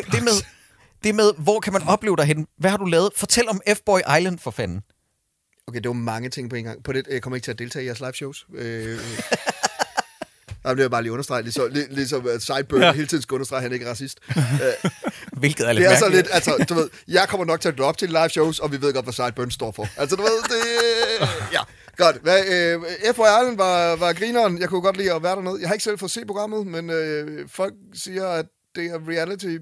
Det med, hvor kan man opleve dig hen? Hvad har du lavet? Fortæl om F-Boy Island, for fanden. Okay, det var mange ting på en gang. På det, jeg kommer ikke til at deltage i jeres live shows. Det vil jeg bare lige understrege. Ligesom Sideburn hele tiden skal understrege, at han ikke er racist. Hvilket er lidt det er så lidt, altså, du ved, jeg kommer nok til at droppe til live shows, og vi ved godt, hvad Sideburn står for. Altså, du ved, det... Ja, godt. F-Boy Island var grineren. Jeg kunne godt lide at være dernede. Jeg har ikke selv fået se programmet, men folk siger, at det er reality...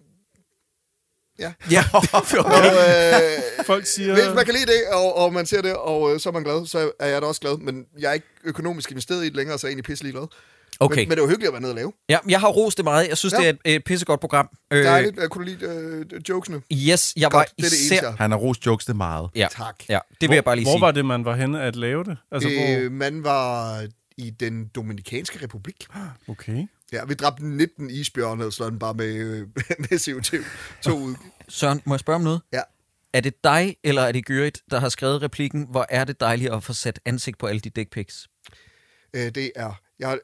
Ja. Folk siger... Hvis man kan lide det, og man ser det, og så er man glad, så er jeg da også glad. Men jeg er ikke økonomisk investeret i det længere, så er jeg egentlig pisselig glad. Okay. Men det var hyggeligt at være nede og lave. Ja, jeg har rost det meget. Jeg synes, det er et pissegodt program. Dejligt. Jeg kunne lide jokesene. Yes, jeg var især... Han har rost jokes det meget. Ja. Tak. Ja, det vil jeg bare lige sige. Hvor var det, man var henne at lave det? Altså, man var i den Dominikanske Republik. Okay. Ja, vi dræbte 19 isbjørne og sådan bare med CO2 ud. Søren, må jeg spørge om noget? Ja. Er det dig, eller er det Gyrit, der har skrevet replikken, hvor er det dejligt at få sat ansigt på alle de dick pics? Det er...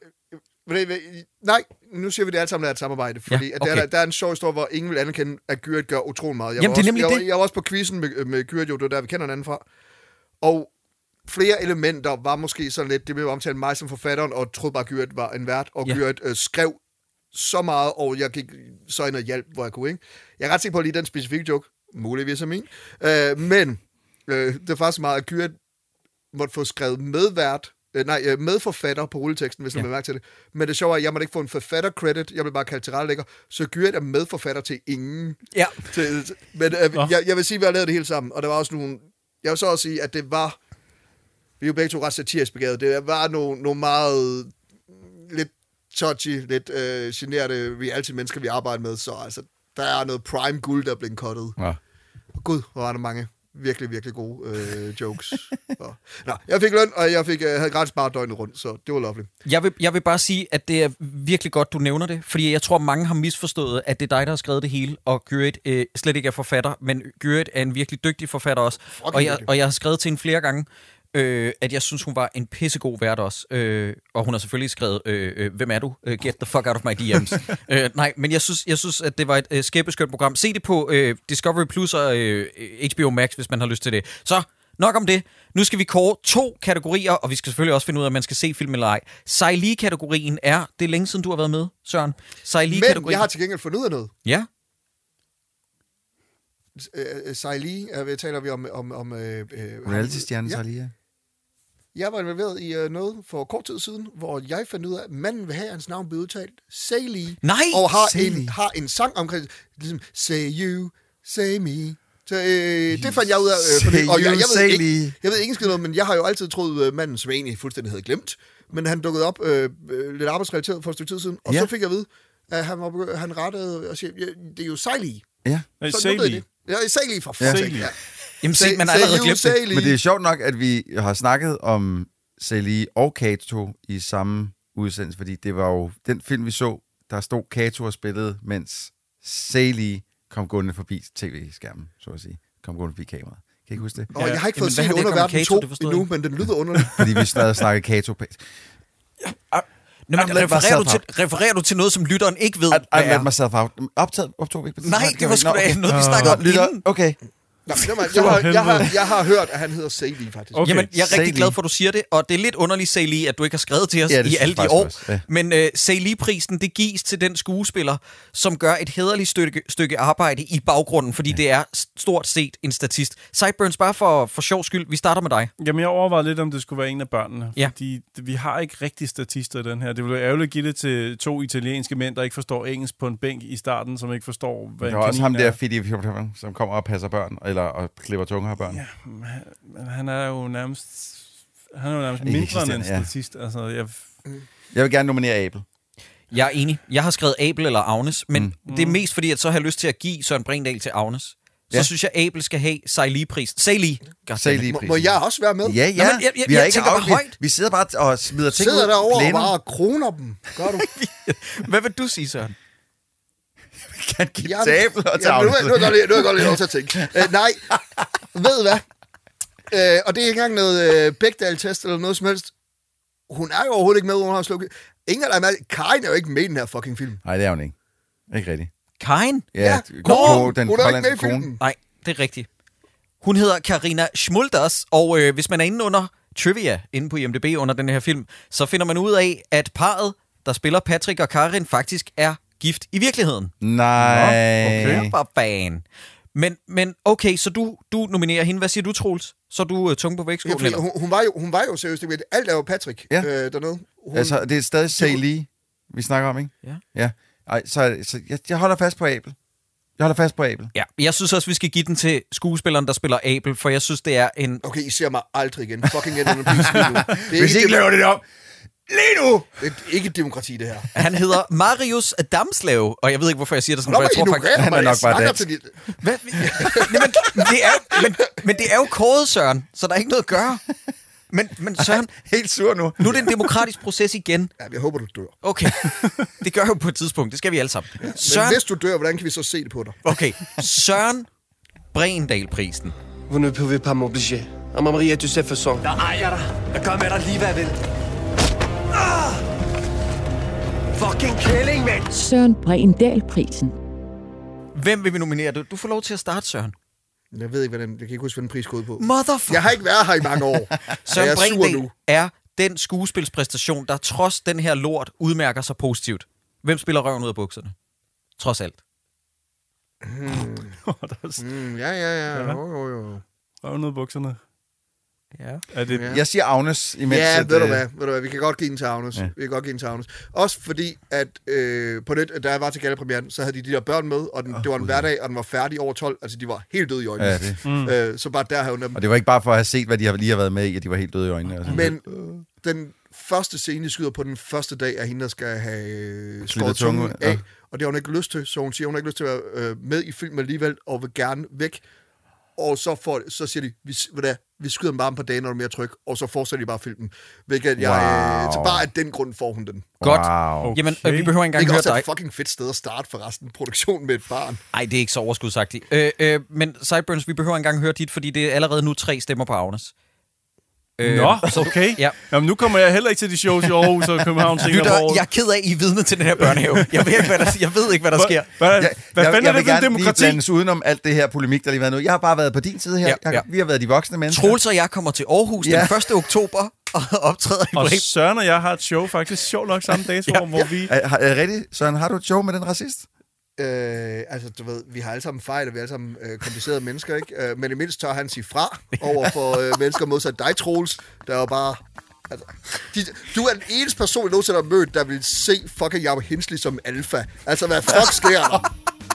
Nej, nu siger vi det alle sammen er et samarbejde, fordi der er en sjov historie, hvor ingen vil anerkende, at Gyrit gør utrolig meget. Jeg var også på quizzen med Gyrit, jo, det var der, vi kender hinanden fra. Og flere elementer var måske sådan lidt, det blev omtalt mig som forfatteren, og troede bare, at Gyrit var en vært, og Gyrit skrev så meget, og jeg gik så ind og hjælp, hvor jeg kunne, ikke? Jeg er ret sikker på at lide den specifikke joke, muligvis af min, men det er faktisk meget, at Gyrit måtte få skrevet medvært medforfatter på rulleteksten, hvis man vil mærke til det. Men det sjove er, at jeg måtte ikke få en forfatter-credit. Jeg vil bare kalde tilrettelægger. Så Gyrit er medforfatter til ingen. Ja. Men jeg vil sige, at vi har lavet det hele sammen. Og der var også nogle... Jeg vil så også sige, at det var... Vi er jo begge to ret satirisk begavet. Det var nogle meget... lidt touchy, lidt generede reality-mennesker, vi arbejder med. Så altså, der er noget prime guld, der er blevet cuttet. Ja. Gud, hvor var der mange virkelig, virkelig gode jokes. Nå, jeg fik løn, og jeg havde gratis bare døgnet rundt, så det var lovely. Jeg vil bare sige, at det er virkelig godt, du nævner det, fordi jeg tror, mange har misforstået, at det er dig, der har skrevet det hele, og Gyrit slet ikke er forfatter, men Gyrit er en virkelig dygtig forfatter også. Og jeg har skrevet til hende flere gange, at jeg synes, hun var en pissegod vært også. Og hun har selvfølgelig skrevet, hvem er du? Get the fuck out of my DM's. Nej, men jeg synes, at det var et skæbbeskønt program. Se det på Discovery Plus og HBO Max, hvis man har lyst til det. Så, nok om det. Nu skal vi kåre 2 kategorier, og vi skal selvfølgelig også finde ud af, om man skal se film eller ej. Sejli-kategorien er... Det er længe siden, du har været med, Søren. Sejli-kategorien... Men jeg har til gengæld fundet ud af noget. Ja. Sejli, taler vi om reality-stjernen Sejli, ja. Jeg var involveret i noget for kort tid siden, hvor jeg fandt ud af, at manden vil have, at hans navn bliver udtalt Sejli. Nej! Og har en sang omkring, ligesom Say You, Say Me. Så, det fandt jeg ud af. Jeg ved ikke skide noget, men jeg har jo altid troet manden, som egentlig fuldstændig havde glemt. Men han dukkede op lidt arbejdsrelateret for et stykke tid siden, og så fik jeg at vide, at han rettede og siger, det er jo Sejli. Ja, Sejli. Ja, Sejli for fanden. Ja. Jamen se, man har allerede glemt det. Men det er sjovt nok, at vi har snakket om Sejli og Kato i samme udsendelse, fordi det var jo den film, vi så, der stod Kato og spillede, mens Sejli kom gående forbi tv-skærmen, så at sige. Kom gående forbi kameraet. Kan I ikke huske det? Og jeg har ikke fået set Underverden 2 endnu, men den lyder underligt. Fordi vi stadig snakker Kato. Refererer du til noget, som lytteren ikke ved? I let myself out. Optog vi ikke? Nej, det var sgu da noget, vi snakkede om inden. Okay. Nå, jeg har hørt, at han hedder Sejli, faktisk. Okay. Jamen, jeg er rigtig glad for, at du siger det, og det er lidt underligt, Sejli, at du ikke har skrevet til os i alle de år. Ja. Men Sejli-prisen, det gives til den skuespiller, som gør et hæderligt stykke arbejde i baggrunden, fordi det er stort set en statist. Sideburns, bare for sjov skyld, vi starter med dig. Jamen, jeg overvejede lidt, om det skulle være en af børnene, fordi vi har ikke rigtig statister i den her. Det ville være ærgerligt at give det til 2 italienske mænd, der ikke forstår engelsk på en bænk i starten, som ikke forstår, hvad en kanin er. Det er også ham der, Fidi, som kommer og passer børn, og klipper tunger af børn. Ja, han er jo nærmest mindre end en statist. Altså, jeg vil gerne nominere Abel. Jeg er enig. Jeg har skrevet Abel eller Agnes, men det er mest fordi, at så har jeg lyst til at give Søren Brindahl til Agnes. Så synes jeg, Abel skal have Sejli-prisen. Sejli-prisen. Må jeg også være med? Ja. Nå, men jeg tænker bare højt. Vi sidder bare og smider ting ud. Sidder derovre og bare kroner dem. Gør du? Hvad vil du sige, Søren? Kan give til Abel og til Agnes. Nu er jeg godt lidt lov til at tænke. Nej, ved hvad? Og det er ikke engang noget Bechdel-test eller noget som helst. Hun er jo overhovedet ikke med, hun har slukket. Ingen af dem er... Karin er jo ikke med i den her fucking film. Nej, det er hun ikke. Ikke rigtigt. Karin? Ja, hun er ikke med i filmen. Nej, det er rigtigt. Hun hedder Karina Schmulders, og hvis man er inde under trivia, inde på IMDb under den her film, så finder man ud af, at parret, der spiller Patrick og Karin, faktisk er gift i virkeligheden. Nej. Okay. Fan. Men okay, så du nominerer hende. Hvad siger du, Troels? Så er du tunge på vægtskålen? Ja, hun var jo seriøst. Alt er jo Patrick dernede. Altså, det er stadig Sejli, vi snakker om, ikke? Ja. Ej, så jeg holder fast på Abel. Ja, jeg synes også, vi skal give den til skuespilleren, der spiller Abel, for jeg synes, det er en... Okay, I ser mig aldrig igen. Fucking end under Hvis I ikke laver det op lige nu! Det er ikke et demokrati, det her. Han hedder Marius Damslev, og jeg ved ikke, hvorfor jeg siger det sådan, for jeg tror faktisk... Han er nok bare dansk. Men det er jo kåret, Søren, så der er ikke noget at gøre. Men Søren... Helt sur nu. Nu er det en demokratisk proces igen. Ja, jeg håber, du dør. Okay, det gør jeg jo på et tidspunkt. Det skal vi alle sammen. Søren... Men hvis du dør, hvordan kan vi så se det på dig? Okay, Søren Brindahl-prisen. Vous ne pouvez pas m'obliger. À ma Maria, tu sais façon. Jeg ejer dig. Jeg gør med dig lige, hvad jeg vil. Fucking kælling, mand! Søren Brindahl-prisen. Hvem vil vi nominere? Du får lov til at starte, Søren. Jeg ved ikke, jeg kan ikke huske, hvad den pris går ud på. Motherfucker! Jeg har ikke været her i mange år. Søren Brindahl er den skuespilspræstation, der trods den her lort udmærker sig positivt. Hvem spiller røven ud af bukserne? Trods alt. Ja. Jo. Røven ud af bukserne. Ja. Jeg siger Agnes imens. Ja, ved du hvad, vi kan godt give den til Agnes. Ja. Vi kan godt give den til Agnes. Også fordi, at på det, da jeg var til gallapremieren, så havde de der børn med, og det var en hverdag, og den var færdig over 12. Altså, de var helt døde i øjnene. Så bare der havde dem. Og det var ikke bare for at have set, hvad de lige har været med i, at de var helt døde i øjnene. Altså. Men den første scene, de skyder på den første dag, er hende, der skal have skåret tungen af. Og det har hun ikke lyst til, så hun siger, hun har ikke lyst til at være med i filmen alligevel, og vil gerne væk. Og så siger de, vi skyder dem bare på dagen, når du er mere tryg, og så fortsætter de bare filmen. Hvilket så bare af den grund får hun den. Godt. Okay. Jamen, vi behøver ikke engang høre dig. Det er også et fucking fedt sted at starte for resten produktion med et barn. Nej, det er ikke så overskudsagtigt. Men Sideburns, vi behøver ikke engang høre dit, fordi det er allerede nu 3 stemmer på Agnes. Nå, okay. Ja. Jamen, nu kommer jeg heller ikke til de shows i Aarhus og København. Lytter, jeg er ked af, I er vidne til den her børnehave. Jeg ved ikke, hvad der sker. Hvad fanden er det for en demokrati? Jeg vil gerne lige udenom alt det her polemik, der lige været nu. Jeg har bare været på din side her. Vi har været de voksne mennesker. Troels og jeg kommer til Aarhus den 1. oktober og optræder i Og Søren og jeg har et show faktisk sjovt nok samme dato, hvor vi... Er rigtigt? Søren, har du et show med den racist? Altså, du ved, vi har alle sammen fejl, og vi er alle sammen komplicerede mennesker, ikke? Men i mindst tør han sige fra over for mennesker modsat dig, Troels. Der er jo bare... Altså, du er den eneste person, jeg nogensinde har mødt, der vil se fucking Jacob Hensley som alfa. Altså, hvad fuck sker der?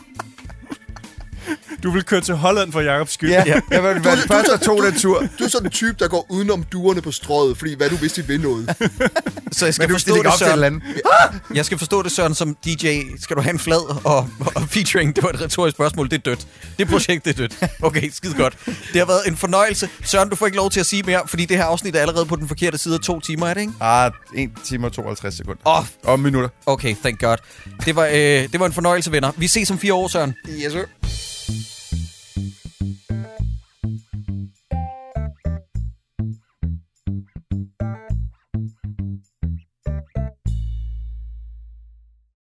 Du vil køre til Holland for Jacobs skyld. Ja, jeg vil være den første, der tog den tur. Du er sådan en type, der går udenom duerne på strøget, fordi hvad du vidste, de vil noget. Så jeg skal forstå det, Søren. Jeg skal forstå det, Søren, som DJ. Skal du have en flad og featuring? Det var et retorisk spørgsmål. Det er dødt. Det projekt, det er dødt. Okay, skide godt. Det har været en fornøjelse. Søren, du får ikke lov til at sige mere, fordi det her afsnit er allerede på den forkerte side af 2 timer, er det ikke? 1 time og 52 sekunder. Og minutter. Okay, thank God. Det var en fornøjelse, venner. Vi ses om 4 år, Søren. Yes, sir.